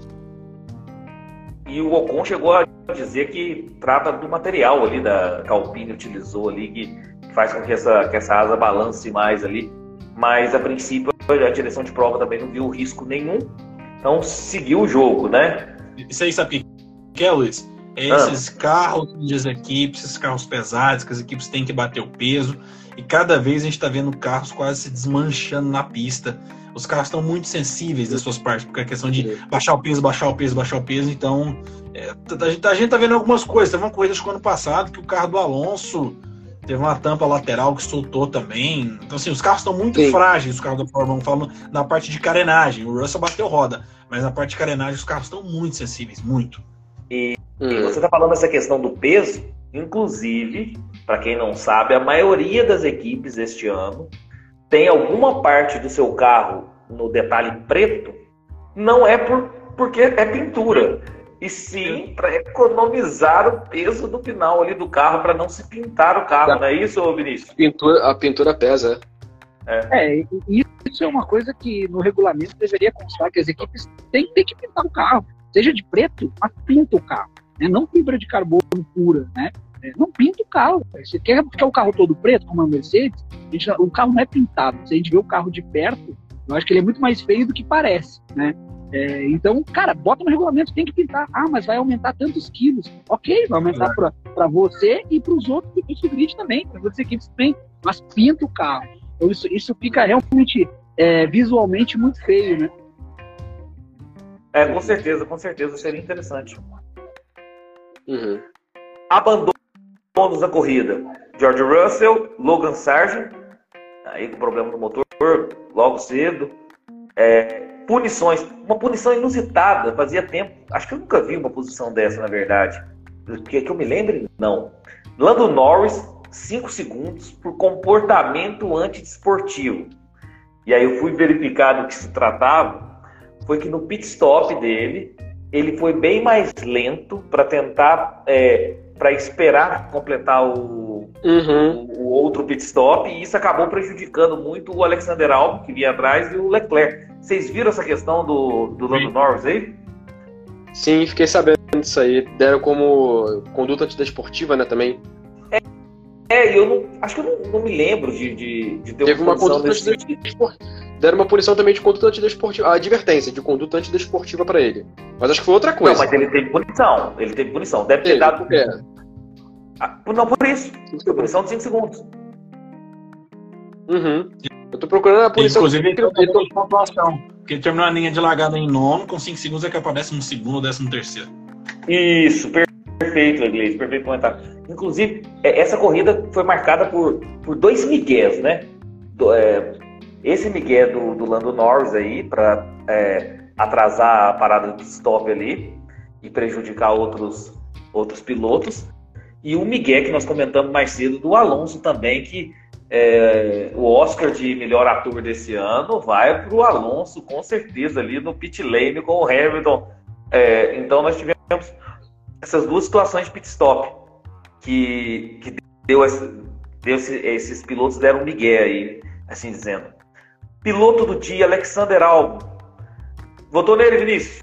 Speaker 1: E o Ocon chegou a dizer que trata do material ali da que a Alpine utilizou ali, que faz com que essa, que essa asa balance mais ali, mas a princípio a direção de prova também não viu risco nenhum, então seguiu o jogo, né?
Speaker 3: Isso aí sabe o que é, Luiz? É esses ah. carros das equipes, esses carros pesados, que as equipes têm que bater o peso, e cada vez a gente está vendo carros quase se desmanchando na pista. Os carros estão muito sensíveis das suas partes, porque a questão de baixar o peso, baixar o peso, baixar o peso, então é, a, gente, a gente tá vendo algumas coisas. Teve uma corrida acho que ano passado que o carro do Alonso teve uma tampa lateral que soltou também. Então assim, os carros estão muito Sim. frágeis, os carros da Fórmula um, falando na parte de carenagem. O Russell bateu roda, mas na parte de carenagem os carros estão muito sensíveis, muito.
Speaker 1: E, hum. e você está falando essa questão do peso, inclusive, para quem não sabe, a maioria das equipes este ano tem alguma parte do seu carro no detalhe preto, não é por, porque é pintura, e sim para economizar o peso do final ali do carro, para não se pintar o carro, não é isso, Vinícius?
Speaker 2: Pintura, a pintura pesa.
Speaker 4: É. é, isso é uma coisa que no regulamento deveria constar, que as equipes têm, têm que pintar o carro, seja de preto, mas pinta o carro, né? Não fibra de carbono pura, né? Não pinta o carro. Você quer, quer o carro todo preto, como a Mercedes, a gente, o carro não é pintado. Se a gente vê o carro de perto, eu acho que ele é muito mais feio do que parece, né? É, então, cara, bota no regulamento, tem que pintar. Ah, mas vai aumentar tantos quilos. Ok, vai aumentar é. para você e para os outros equipes do grid também, para as outras equipes também, mas pinta o carro. Então isso, isso fica realmente é, visualmente muito feio, né?
Speaker 1: É, com certeza, com certeza, seria interessante.
Speaker 2: Uhum.
Speaker 1: Abandono da corrida. George Russell, Logan Sargent, aí com problema no motor, logo cedo. É, punições, uma punição inusitada, fazia tempo, acho que eu nunca vi uma posição dessa, na verdade. Que, que eu me lembre, não. Lando Norris, cinco segundos por comportamento antidesportivo. E aí eu fui verificar do que se tratava, foi que no pit stop dele, ele foi bem mais lento para tentar, é, para esperar completar o, uhum. o, o outro pit stop, e isso acabou prejudicando muito o Alexander Albon, que vinha atrás, e o Leclerc. Vocês viram essa questão do, do Lando Norris aí?
Speaker 2: Sim, fiquei sabendo disso aí. Deram como conduta antidesportiva, né, também.
Speaker 1: É, é eu não, acho que eu não, não me lembro de, de, de ter
Speaker 2: Teve uma conduta antidesportiva. Deram uma punição também de conduta antidesportiva, a advertência de conduta antidesportiva pra ele. Mas acho que foi outra coisa.
Speaker 1: Não, mas ele teve punição. Ele teve punição. Deve ter
Speaker 2: ele,
Speaker 1: dado.
Speaker 2: É.
Speaker 1: Ah, não, por isso. Foi punição de cinco segundos.
Speaker 2: Uhum. Eu tô procurando a punição.
Speaker 3: Inclusive, ele tentou de pontuação. Porque ele terminou a linha de largada em nono, com cinco segundos é que aparece no segundo ou décimo terceiro.
Speaker 1: Isso, perfeito, Iglesias. Perfeito comentário. Inclusive, essa corrida foi marcada por, por dois migués, né? Do, é, esse migué do, do Lando Norris aí, para é, atrasar a parada do stop ali e prejudicar outros, outros pilotos. E o migué que nós comentamos mais cedo do Alonso também, que é, o Oscar de melhor ator desse ano vai para o Alonso, com certeza, ali no pit lane com o Hamilton. É, então nós tivemos essas duas situações de pit stop que, que deu, esse, deu esse, esses pilotos deram um migué aí, assim dizendo. Piloto do dia, Alexander Albon. Votou nele, Vinícius?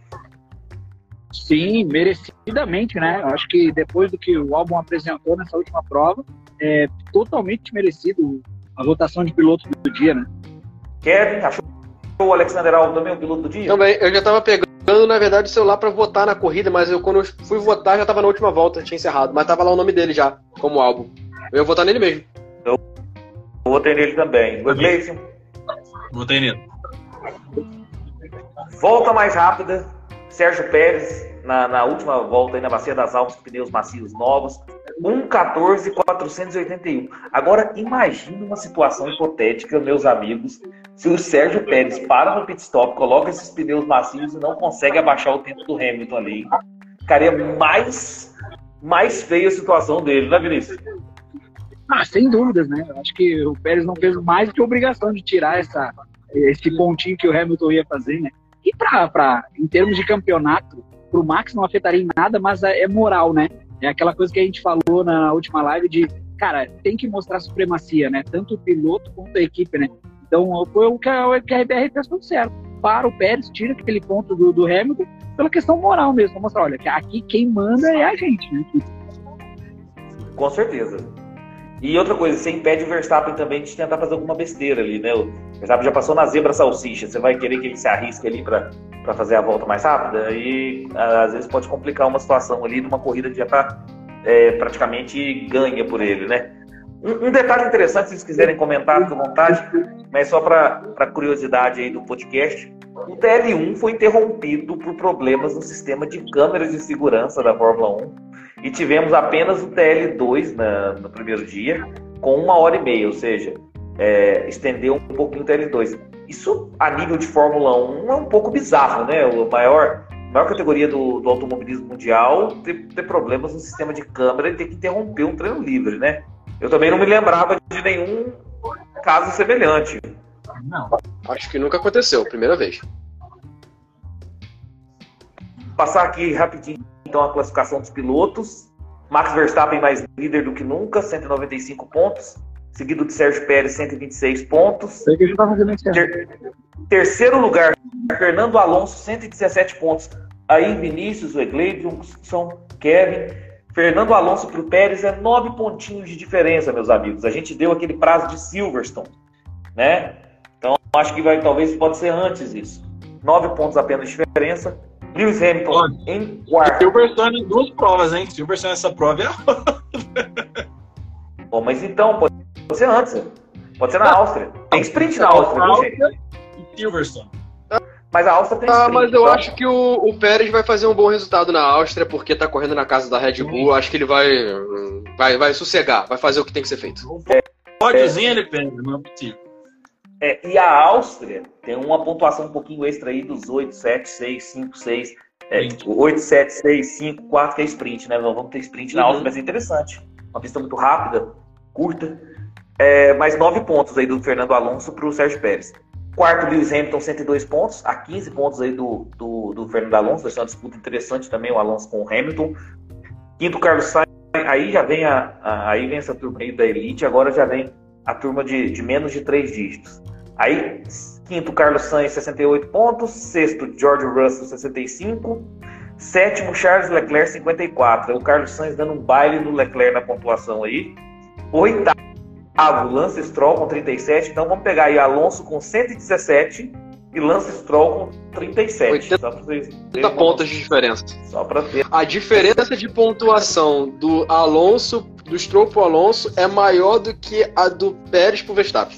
Speaker 4: Sim, merecidamente, né? Eu acho que depois do que o Albon apresentou nessa última prova, é totalmente merecido a votação de piloto do dia, né?
Speaker 1: Kevin, achou o Alexander Albon também o piloto do dia?
Speaker 2: Também, eu já tava pegando, na verdade, o celular pra votar na corrida, mas eu, quando eu fui votar, já tava na última volta, tinha encerrado. Mas tava lá o nome dele já, como Albon. Eu ia votar nele mesmo.
Speaker 1: Eu votei nele também. O Gleison?
Speaker 3: Votei nele.
Speaker 1: Volta mais rápida, Sérgio Pérez, na, na última volta aí na Bacia das Almas, com pneus macios novos, um quatorze quatrocentos e oitenta e um. Agora, imagine uma situação hipotética, meus amigos, se o Sérgio Pérez para no pit stop, coloca esses pneus macios e não consegue abaixar o tempo do Hamilton ali. Ficaria mais, mais feia a situação dele, né, Vinícius?
Speaker 4: Ah, sem dúvidas, né? Eu acho que o Pérez não fez mais do que obrigação de tirar essa, esse pontinho que o Hamilton ia fazer, né? E pra, pra, em termos de campeonato, pro Max não afetaria em nada, mas é moral, né? É aquela coisa que a gente falou na última live de, cara, tem que mostrar supremacia, né? Tanto o piloto quanto a equipe, né? Então foi o que a, que a R B R fez tudo certo. Para o Pérez, tira aquele ponto do, do Hamilton pela questão moral mesmo. Pra mostrar, olha, que aqui quem manda é a gente, né?
Speaker 1: Com certeza. E outra coisa, você impede o Verstappen também de tentar fazer alguma besteira ali, né? O Verstappen já passou na zebra salsicha, você vai querer que ele se arrisque ali para fazer a volta mais rápida e às vezes pode complicar uma situação ali numa corrida que já está é, praticamente ganha por ele, né? Um, um detalhe interessante, se vocês quiserem comentar, fique à vontade, mas só para curiosidade aí do podcast, o T L um foi interrompido por problemas no sistema de câmeras de segurança da Fórmula um e tivemos apenas o T L dois na, no primeiro dia, com uma hora e meia, ou seja, é, estendeu um pouquinho o T L dois. Isso, a nível de Fórmula um, é um pouco bizarro, né? A maior, maior categoria do, do automobilismo mundial ter, ter problemas no sistema de câmera e ter que interromper um treino livre, né? Eu também não me lembrava de nenhum caso semelhante.
Speaker 3: Não.
Speaker 2: Acho que nunca aconteceu, primeira vez.
Speaker 1: Passar aqui rapidinho, então, a classificação dos pilotos. Max Verstappen mais líder do que nunca, cento e noventa e cinco pontos. Seguido de Sérgio Pérez, cento e vinte e seis pontos.
Speaker 4: Sei que a gente tá fazendo isso.
Speaker 1: Ter, terceiro lugar, Fernando Alonso, cento e dezessete pontos. Aí Vinícius, o Egleidson, Kevin. Fernando Alonso para o Pérez é nove pontinhos de diferença, meus amigos. A gente deu aquele prazo de Silverstone, né? Então, acho que vai, talvez pode ser antes isso. Nove pontos apenas de diferença. Lewis Hamilton
Speaker 3: Olha,
Speaker 1: em quarto.
Speaker 3: Silverstone em duas provas, hein? Silverstone nessa prova é
Speaker 1: Bom, mas então, pode, pode ser antes. Pode ser na Áustria. Tem sprint na Áustria, viu, gente?
Speaker 3: E Silverstone.
Speaker 1: Mas a Áustria tem
Speaker 2: Ah,
Speaker 1: sprint.
Speaker 2: mas eu
Speaker 1: então...
Speaker 2: acho que o, o Pérez vai fazer um bom resultado na Áustria, porque tá correndo na casa da Red Bull. Acho que ele vai, vai, vai sossegar, vai fazer o que tem que ser feito.
Speaker 3: Pódiozinho ele pega, não é possível.
Speaker 1: É, e a Áustria tem uma pontuação um pouquinho extra aí dos oito, sete, seis, cinco, seis. É, oito, sete, seis, cinco, quatro, que é sprint, né? Nós vamos ter sprint na
Speaker 2: Uhum.
Speaker 1: Áustria, mas é interessante. Uma pista muito rápida, curta. É, mais nove pontos aí do Fernando Alonso para o Sérgio Pérez. Quarto, Lewis Hamilton, cento e dois pontos. A quinze pontos aí do, do, do Fernando Alonso. Vai ser uma disputa interessante também, o Alonso com o Hamilton. Quinto, Carlos Sainz. Aí já vem, a, a, aí vem essa turma aí da Elite. Agora já vem a turma de, de menos de três dígitos. Aí, quinto, Carlos Sainz, sessenta e oito pontos. Sexto, George Russell, sessenta e cinco. Sétimo, Charles Leclerc, cinquenta e quatro. O Carlos Sainz dando um baile no Leclerc na pontuação aí. Oitavo, Lance Stroll com trinta e sete. Então vamos pegar aí Alonso com cento e dezessete e Lance Stroll com trinta e sete.
Speaker 2: oitenta
Speaker 1: Só para vocês
Speaker 2: oitenta pontos de diferença.
Speaker 1: Só para ter.
Speaker 2: A diferença de pontuação do Alonso, do Stroll pro Alonso, é maior do que a do Pérez pro Verstappen.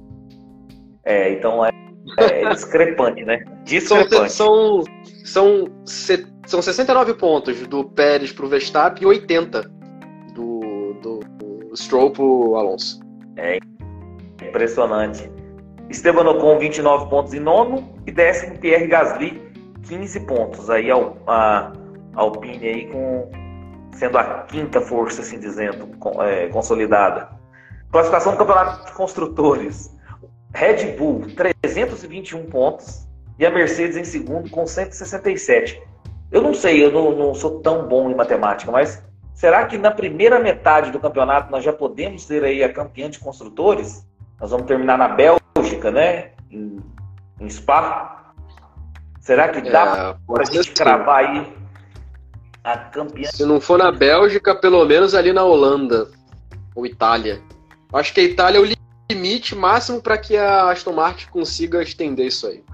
Speaker 1: É, então é, é discrepante, né?
Speaker 2: São,
Speaker 1: Discrepante.
Speaker 2: são, são, são sessenta e nove pontos do Pérez pro Verstappen e oitenta do, do, do Stroll pro Alonso.
Speaker 1: Impressionante. Esteban Ocon, vinte e nove pontos em nono. E décimo, Pierre Gasly, quinze pontos. Aí a, a, a Alpine aí com, sendo a quinta força, assim dizendo, com, é, consolidada. Classificação do Campeonato de Construtores. Red Bull, trezentos e vinte e um pontos. E a Mercedes em segundo com cento e sessenta e sete. Eu não sei, eu não, não sou tão bom em matemática, mas será que na primeira metade do campeonato nós já podemos ter aí a campeã de construtores? Nós vamos terminar na Bélgica, né? Em, em Spa. Será que dá
Speaker 2: É,
Speaker 1: para a gente cravar aí a campeã?
Speaker 2: Se não for na Bélgica, pelo menos ali na Holanda ou Itália. Acho que a Itália é o limite máximo para que a Aston Martin consiga estender isso aí?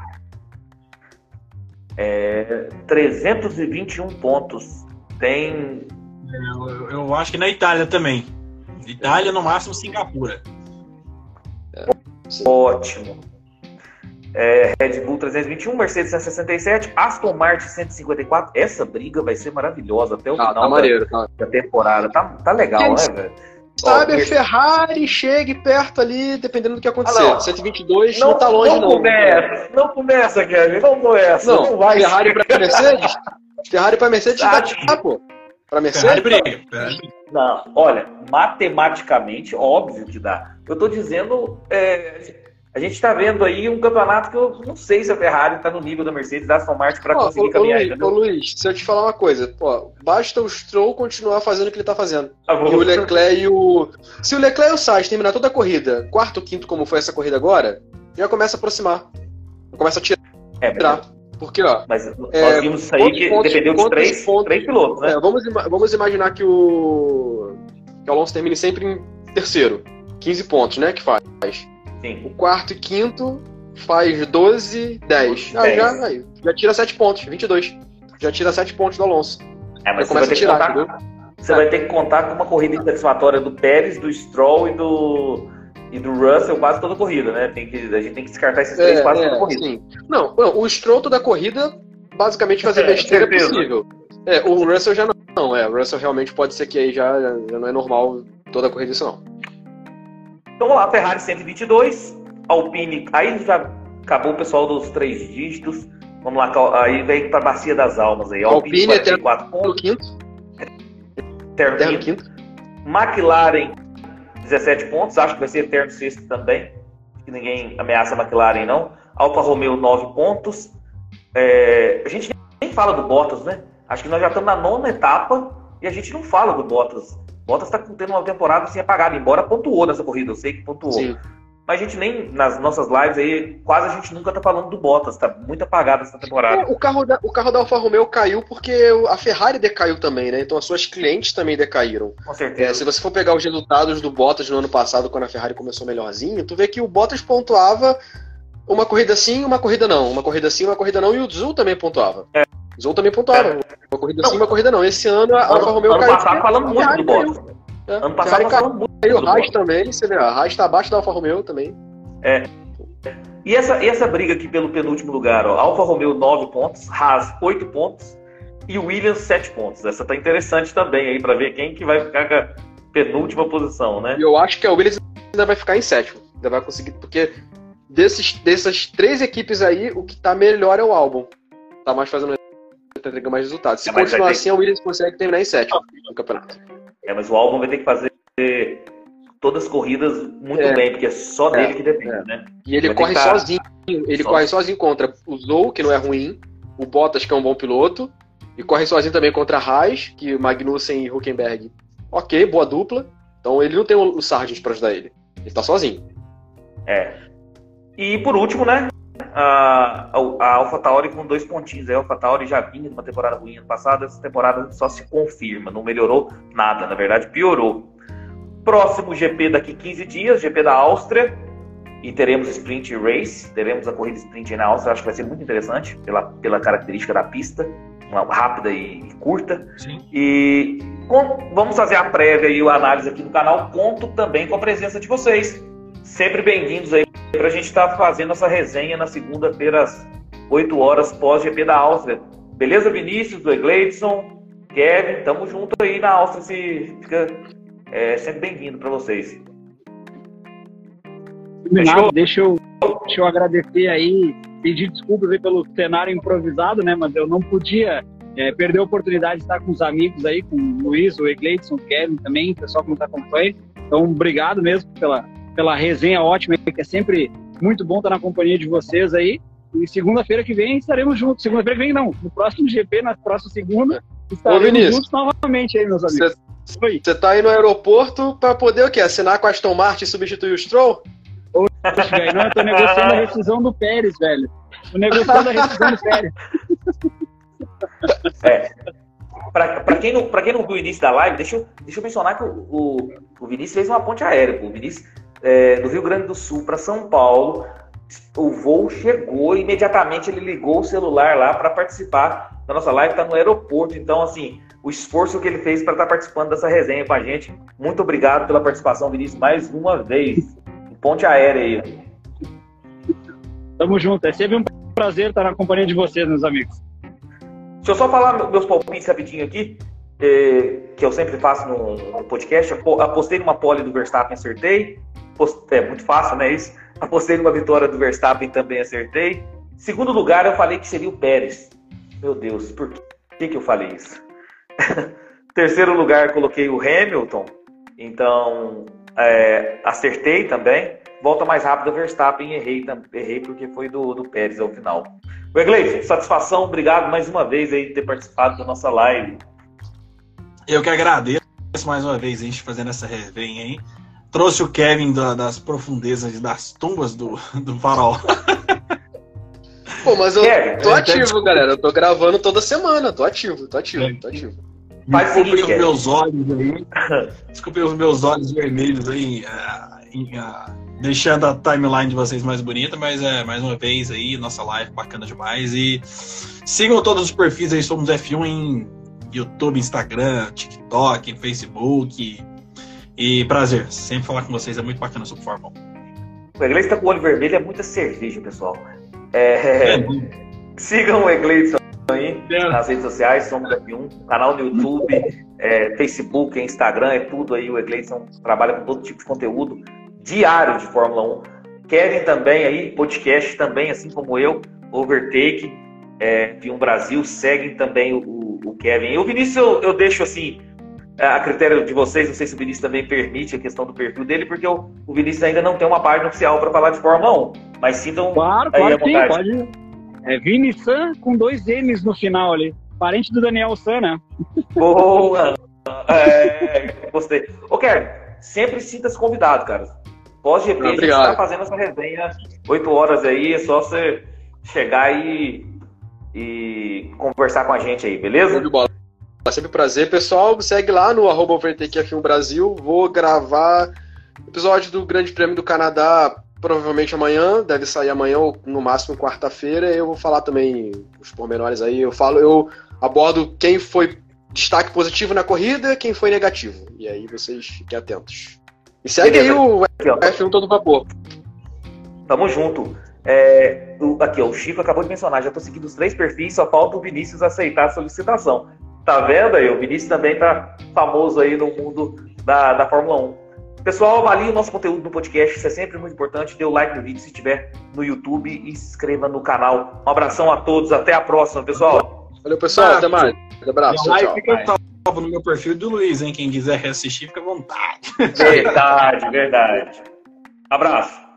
Speaker 1: É, trezentos e vinte e um pontos. Tem.
Speaker 3: Eu, eu acho que na Itália também. Itália, no máximo, Singapura.
Speaker 2: É,
Speaker 1: ótimo. É, Red Bull trezentos e vinte e um, Mercedes cento e sessenta e sete, Aston Martin cento e cinquenta e quatro. Essa briga vai ser maravilhosa até o
Speaker 2: ah,
Speaker 1: final
Speaker 2: tá
Speaker 1: da,
Speaker 2: maneiro, tá.
Speaker 1: da temporada. Tá, tá legal,
Speaker 2: Quem
Speaker 1: né, velho?
Speaker 2: Sabe,
Speaker 1: Ó,
Speaker 2: a Ferrari chegue perto ali, dependendo do que acontecer.
Speaker 1: Ah, não.
Speaker 2: cento e vinte e dois não, não tá longe,
Speaker 1: não.
Speaker 2: Não
Speaker 1: Começa, não começa, Kevin, não começa.
Speaker 2: Não,
Speaker 1: não vai
Speaker 2: Ferrari pra Mercedes? Ferrari pra Mercedes dá, dá, pô. Pra Mercedes?
Speaker 3: Ferrari briga.
Speaker 1: Não, olha, matematicamente, óbvio que dá. Eu tô dizendo, é, a gente tá vendo aí um campeonato que eu não sei se a Ferrari tá no nível da Mercedes, da Aston Martin pra
Speaker 2: ó,
Speaker 1: conseguir
Speaker 2: ô,
Speaker 1: caminhar.
Speaker 2: ô, Luiz, ô Luiz, se eu te falar uma coisa, pô, basta o Stroll continuar fazendo o que ele tá fazendo.
Speaker 1: Tá
Speaker 2: e o Leclerc e o... Se o Leclerc e o Sainz terminar toda a corrida, quarto, quinto, como foi essa corrida agora, já começa a aproximar. Começa a tirar.
Speaker 1: É, mas...
Speaker 2: Porque, ó...
Speaker 1: Mas nós
Speaker 2: é,
Speaker 1: vimos isso aí que
Speaker 2: pontos,
Speaker 1: dependeu de três,
Speaker 2: pontos,
Speaker 1: três pilotos, né?
Speaker 2: É, vamos, vamos imaginar que o... que o Alonso termine sempre em terceiro. quinze pontos, né, que faz.
Speaker 1: Sim.
Speaker 2: O quarto e quinto faz doze, dez. Ah, já, aí, já tira sete pontos, vinte e dois. Já tira sete pontos do Alonso.
Speaker 1: É, mas
Speaker 2: já
Speaker 1: você, vai ter,
Speaker 2: tirar,
Speaker 1: que contar, você é. vai ter que contar com uma corrida satisfatória do Pérez, do Stroll e do, e do Russell quase toda a corrida, né? Tem que, a gente tem que descartar esses três
Speaker 2: é,
Speaker 1: quase
Speaker 2: é,
Speaker 1: toda a corrida.
Speaker 2: Sim. Não, não, o Stroll toda a corrida, basicamente fazer besteira é possível. É, o Russell já não, não. É, o Russell realmente pode ser que aí já, já não é normal toda a corrida isso não.
Speaker 1: Então vamos lá, Ferrari cento e vinte e dois, Alpine, aí já acabou o pessoal dos três dígitos. Vamos lá, aí vem para a Bacia das Almas aí.
Speaker 2: Alpine,
Speaker 1: Alpine quarenta e quatro pontos.
Speaker 2: Quinto.
Speaker 1: Eterno quinto. quinto. McLaren dezessete pontos, acho que vai ser eterno sexto também. Que ninguém ameaça a McLaren não. Alfa Romeo nove pontos. É, a gente nem fala do Bottas, né? Acho que nós já estamos na nona etapa e a gente não fala do Bottas. Bottas está tendo uma temporada assim apagada, embora pontuou nessa corrida, eu sei que pontuou.
Speaker 2: Sim.
Speaker 1: Mas a gente nem, nas nossas lives aí, quase a gente nunca tá falando do Bottas, tá muito apagado essa temporada.
Speaker 2: O carro da, o carro da Alfa Romeo caiu porque a Ferrari decaiu também, né? Então as suas clientes também decaíram.
Speaker 1: Com certeza.
Speaker 2: É, se você for pegar os resultados do Bottas no ano passado, quando a Ferrari começou melhorzinho, tu vê que o Bottas pontuava uma corrida sim, uma corrida não. Uma corrida sim, uma corrida não. E o Zul também pontuava. É. O Zul também pontuava. É. Uma corrida não. sim, uma corrida não. Esse ano a Alfa Romeo
Speaker 1: ano
Speaker 2: caiu.
Speaker 1: Ano passado falamos muito do Bottas.
Speaker 2: É.
Speaker 1: Ano passado falamos muito
Speaker 2: do Bottas. O Haas também, você vê, a Haas tá abaixo da Alfa Romeo também.
Speaker 1: É. E essa, e essa briga aqui pelo penúltimo lugar, ó, Alfa Romeo nove pontos, Haas oito pontos e Williams sete pontos. Essa tá interessante também aí para ver quem que vai ficar com a penúltima posição, né?
Speaker 2: E eu acho que a Williams ainda vai ficar em sétimo, ainda vai conseguir, porque desses, dessas três equipes aí, o que tá melhor é o Albon. Tá mais fazendo entregar mais resultados. Se é, continuar ter... assim, a Williams consegue terminar em sétimo no campeonato.
Speaker 1: É, mas o Albon vai ter que fazer todas as corridas muito é, bem, porque é só dele é, que depende, é. né?
Speaker 2: E ele corre tá... sozinho, ele Só. corre sozinho contra o Zou, que não é ruim, o Bottas, que é um bom piloto, e corre sozinho também contra a Haas, que Magnussen e Hülkenberg, ok, boa dupla, então ele não tem o Sargent pra ajudar ele, ele tá sozinho.
Speaker 1: É. E por último, né, a, a AlphaTauri com dois pontinhos, a AlphaTauri já vinha de uma temporada ruim ano passado, essa temporada só se confirma, não melhorou nada, na verdade piorou. Próximo G P daqui quinze dias, G P da Áustria, e teremos Sprint Race, teremos a corrida Sprint na Áustria, acho que vai ser muito interessante, pela, pela característica da pista, uma rápida e, e curta.
Speaker 3: Sim.
Speaker 1: E com, vamos fazer a prévia e a análise aqui no canal, conto também com a presença de vocês. Sempre bem-vindos aí para a gente estar tá fazendo essa resenha na segunda-feira às oito horas pós-G P da Áustria. Beleza, Vinícius, do Egleidson, Kevin, tamo junto aí na Áustria, se fica... É sempre bem-vindo para vocês.
Speaker 4: Nada, deixa, eu, deixa eu agradecer aí, pedir desculpas aí pelo cenário improvisado, né? Mas eu não podia é, perder a oportunidade de estar com os amigos aí, com o Luiz, o Egleidson, o Kevin também, o pessoal que nos acompanha. Então, obrigado mesmo pela, pela resenha ótima, que é sempre muito bom estar na companhia de vocês aí. E segunda-feira que vem estaremos juntos. Segunda-feira que vem não, no próximo G P, na próxima segunda, estaremos Ô, juntos novamente aí, meus amigos. Cê...
Speaker 2: Você tá aí no aeroporto pra poder o quê? Assinar com a Aston Martin e substituir o Stroll?
Speaker 4: Oxe, velho, não, eu tô negociando a rescisão do Pérez, velho. Tô negociando a rescisão do Pérez.
Speaker 1: É. Pra, pra, quem não, pra quem não viu o início da live, deixa eu, deixa eu mencionar que o, o, o Vinícius fez uma ponte aérea. O Vinícius é, do Rio Grande do Sul para São Paulo. O voo chegou e imediatamente ele ligou o celular lá para participar da nossa live, está no aeroporto. Então, assim, o esforço que ele fez para estar participando dessa resenha com a gente. Muito obrigado pela participação, Vinícius, mais uma vez. Ponte aérea aí.
Speaker 4: Tamo junto. É sempre um prazer estar na companhia de vocês, meus amigos.
Speaker 1: Deixa eu só falar meus palpites rapidinho aqui, eh, que eu sempre faço no, no podcast. Apostei numa pole do Verstappen, acertei. É muito fácil, né, isso? Apostei numa vitória do Verstappen, também acertei. Segundo lugar, eu falei que seria o Pérez. Meu Deus, por que, que eu falei isso? Terceiro lugar, coloquei o Hamilton. Então, é, acertei também. Volta mais rápido o Verstappen, errei, errei porque foi do, do Pérez ao final. Wegley, satisfação, obrigado mais uma vez aí por ter participado da nossa live.
Speaker 3: Eu que agradeço mais uma vez a gente fazendo essa resenha aí. Trouxe o Kevin da, das profundezas, das tumbas do, do farol.
Speaker 2: Pô, mas eu
Speaker 1: Kevin,
Speaker 2: tô
Speaker 3: é,
Speaker 2: ativo,
Speaker 3: é,
Speaker 2: galera. Eu tô gravando toda semana. Tô ativo, tô ativo,
Speaker 3: é.
Speaker 2: tô ativo.
Speaker 1: Faz o seguinte,
Speaker 3: Desculpem os
Speaker 1: Kevin.
Speaker 3: meus olhos aí. Desculpem os meus olhos vermelhos aí. Uh, em, uh, deixando a timeline de vocês mais bonita, mas é mais uma vez aí, nossa live bacana demais. E sigam todos os perfis aí, Somos F um em YouTube, Instagram, TikTok, Facebook. E prazer, sempre falar com vocês, é muito bacana sobre Fórmula um.
Speaker 1: O Egleidson tá com o olho vermelho, é muita cerveja, pessoal. É,
Speaker 3: É.
Speaker 1: Sigam o Egleidson aí nas redes sociais, Somos F um, canal no YouTube, é, Facebook, Instagram, é tudo aí. O Egleidson trabalha com todo tipo de conteúdo diário de Fórmula um. Kevin também aí, podcast também, assim como eu, Overtake, é, F um Brasil, seguem também o, o Kevin. E o Vinícius eu, eu deixo assim, a critério de vocês, não sei se o Vinícius também permite a questão do perfil dele, porque o, o Vinícius ainda não tem uma página oficial para falar de Fórmula um, mas sintam
Speaker 4: Claro,
Speaker 1: aí
Speaker 4: claro
Speaker 1: à
Speaker 4: que sim,
Speaker 1: vontade.
Speaker 4: pode. É Vini San com dois M's no final ali. Parente do Daniel San, né?
Speaker 1: Boa! É, gostei. Ô, Kevin, sempre sinta-se convidado, cara. Pós-G P, a gente
Speaker 2: Obrigado.
Speaker 1: está fazendo essa resenha oito horas aí, é só você chegar e, e conversar com a gente aí, beleza?
Speaker 2: Show de bola. É sempre um prazer, pessoal. Segue lá no arroba Overtake F um Brasil. Vou gravar episódio do Grande Prêmio do Canadá provavelmente amanhã, deve sair amanhã ou no máximo quarta-feira. Eu vou falar também os pormenores aí. Eu falo, eu abordo quem foi destaque positivo na corrida, quem foi negativo. E aí vocês fiquem atentos. E segue
Speaker 1: Beleza.
Speaker 2: aí o
Speaker 1: Aqui, ó.
Speaker 2: F um todo vapor.
Speaker 1: Tamo junto. É, o, aqui, ó, o Chico acabou de mencionar, já tô seguindo os três perfis, só falta o Vinícius aceitar a solicitação. Tá vendo aí? O Vinícius também tá famoso aí no mundo da, da Fórmula um. Pessoal, avalie o nosso conteúdo no podcast, isso é sempre muito importante. Dê o like no vídeo se estiver no YouTube e se inscreva no canal. Um abração a todos, até a próxima, pessoal.
Speaker 2: Valeu, pessoal.
Speaker 3: Ah,
Speaker 2: Até mais. Abraço.
Speaker 3: Minha
Speaker 2: Tchau,
Speaker 3: live
Speaker 2: tchau.
Speaker 3: fica salvo no meu perfil do Luiz, hein? Quem quiser reassistir, fica à vontade.
Speaker 1: Verdade, verdade. Abraço.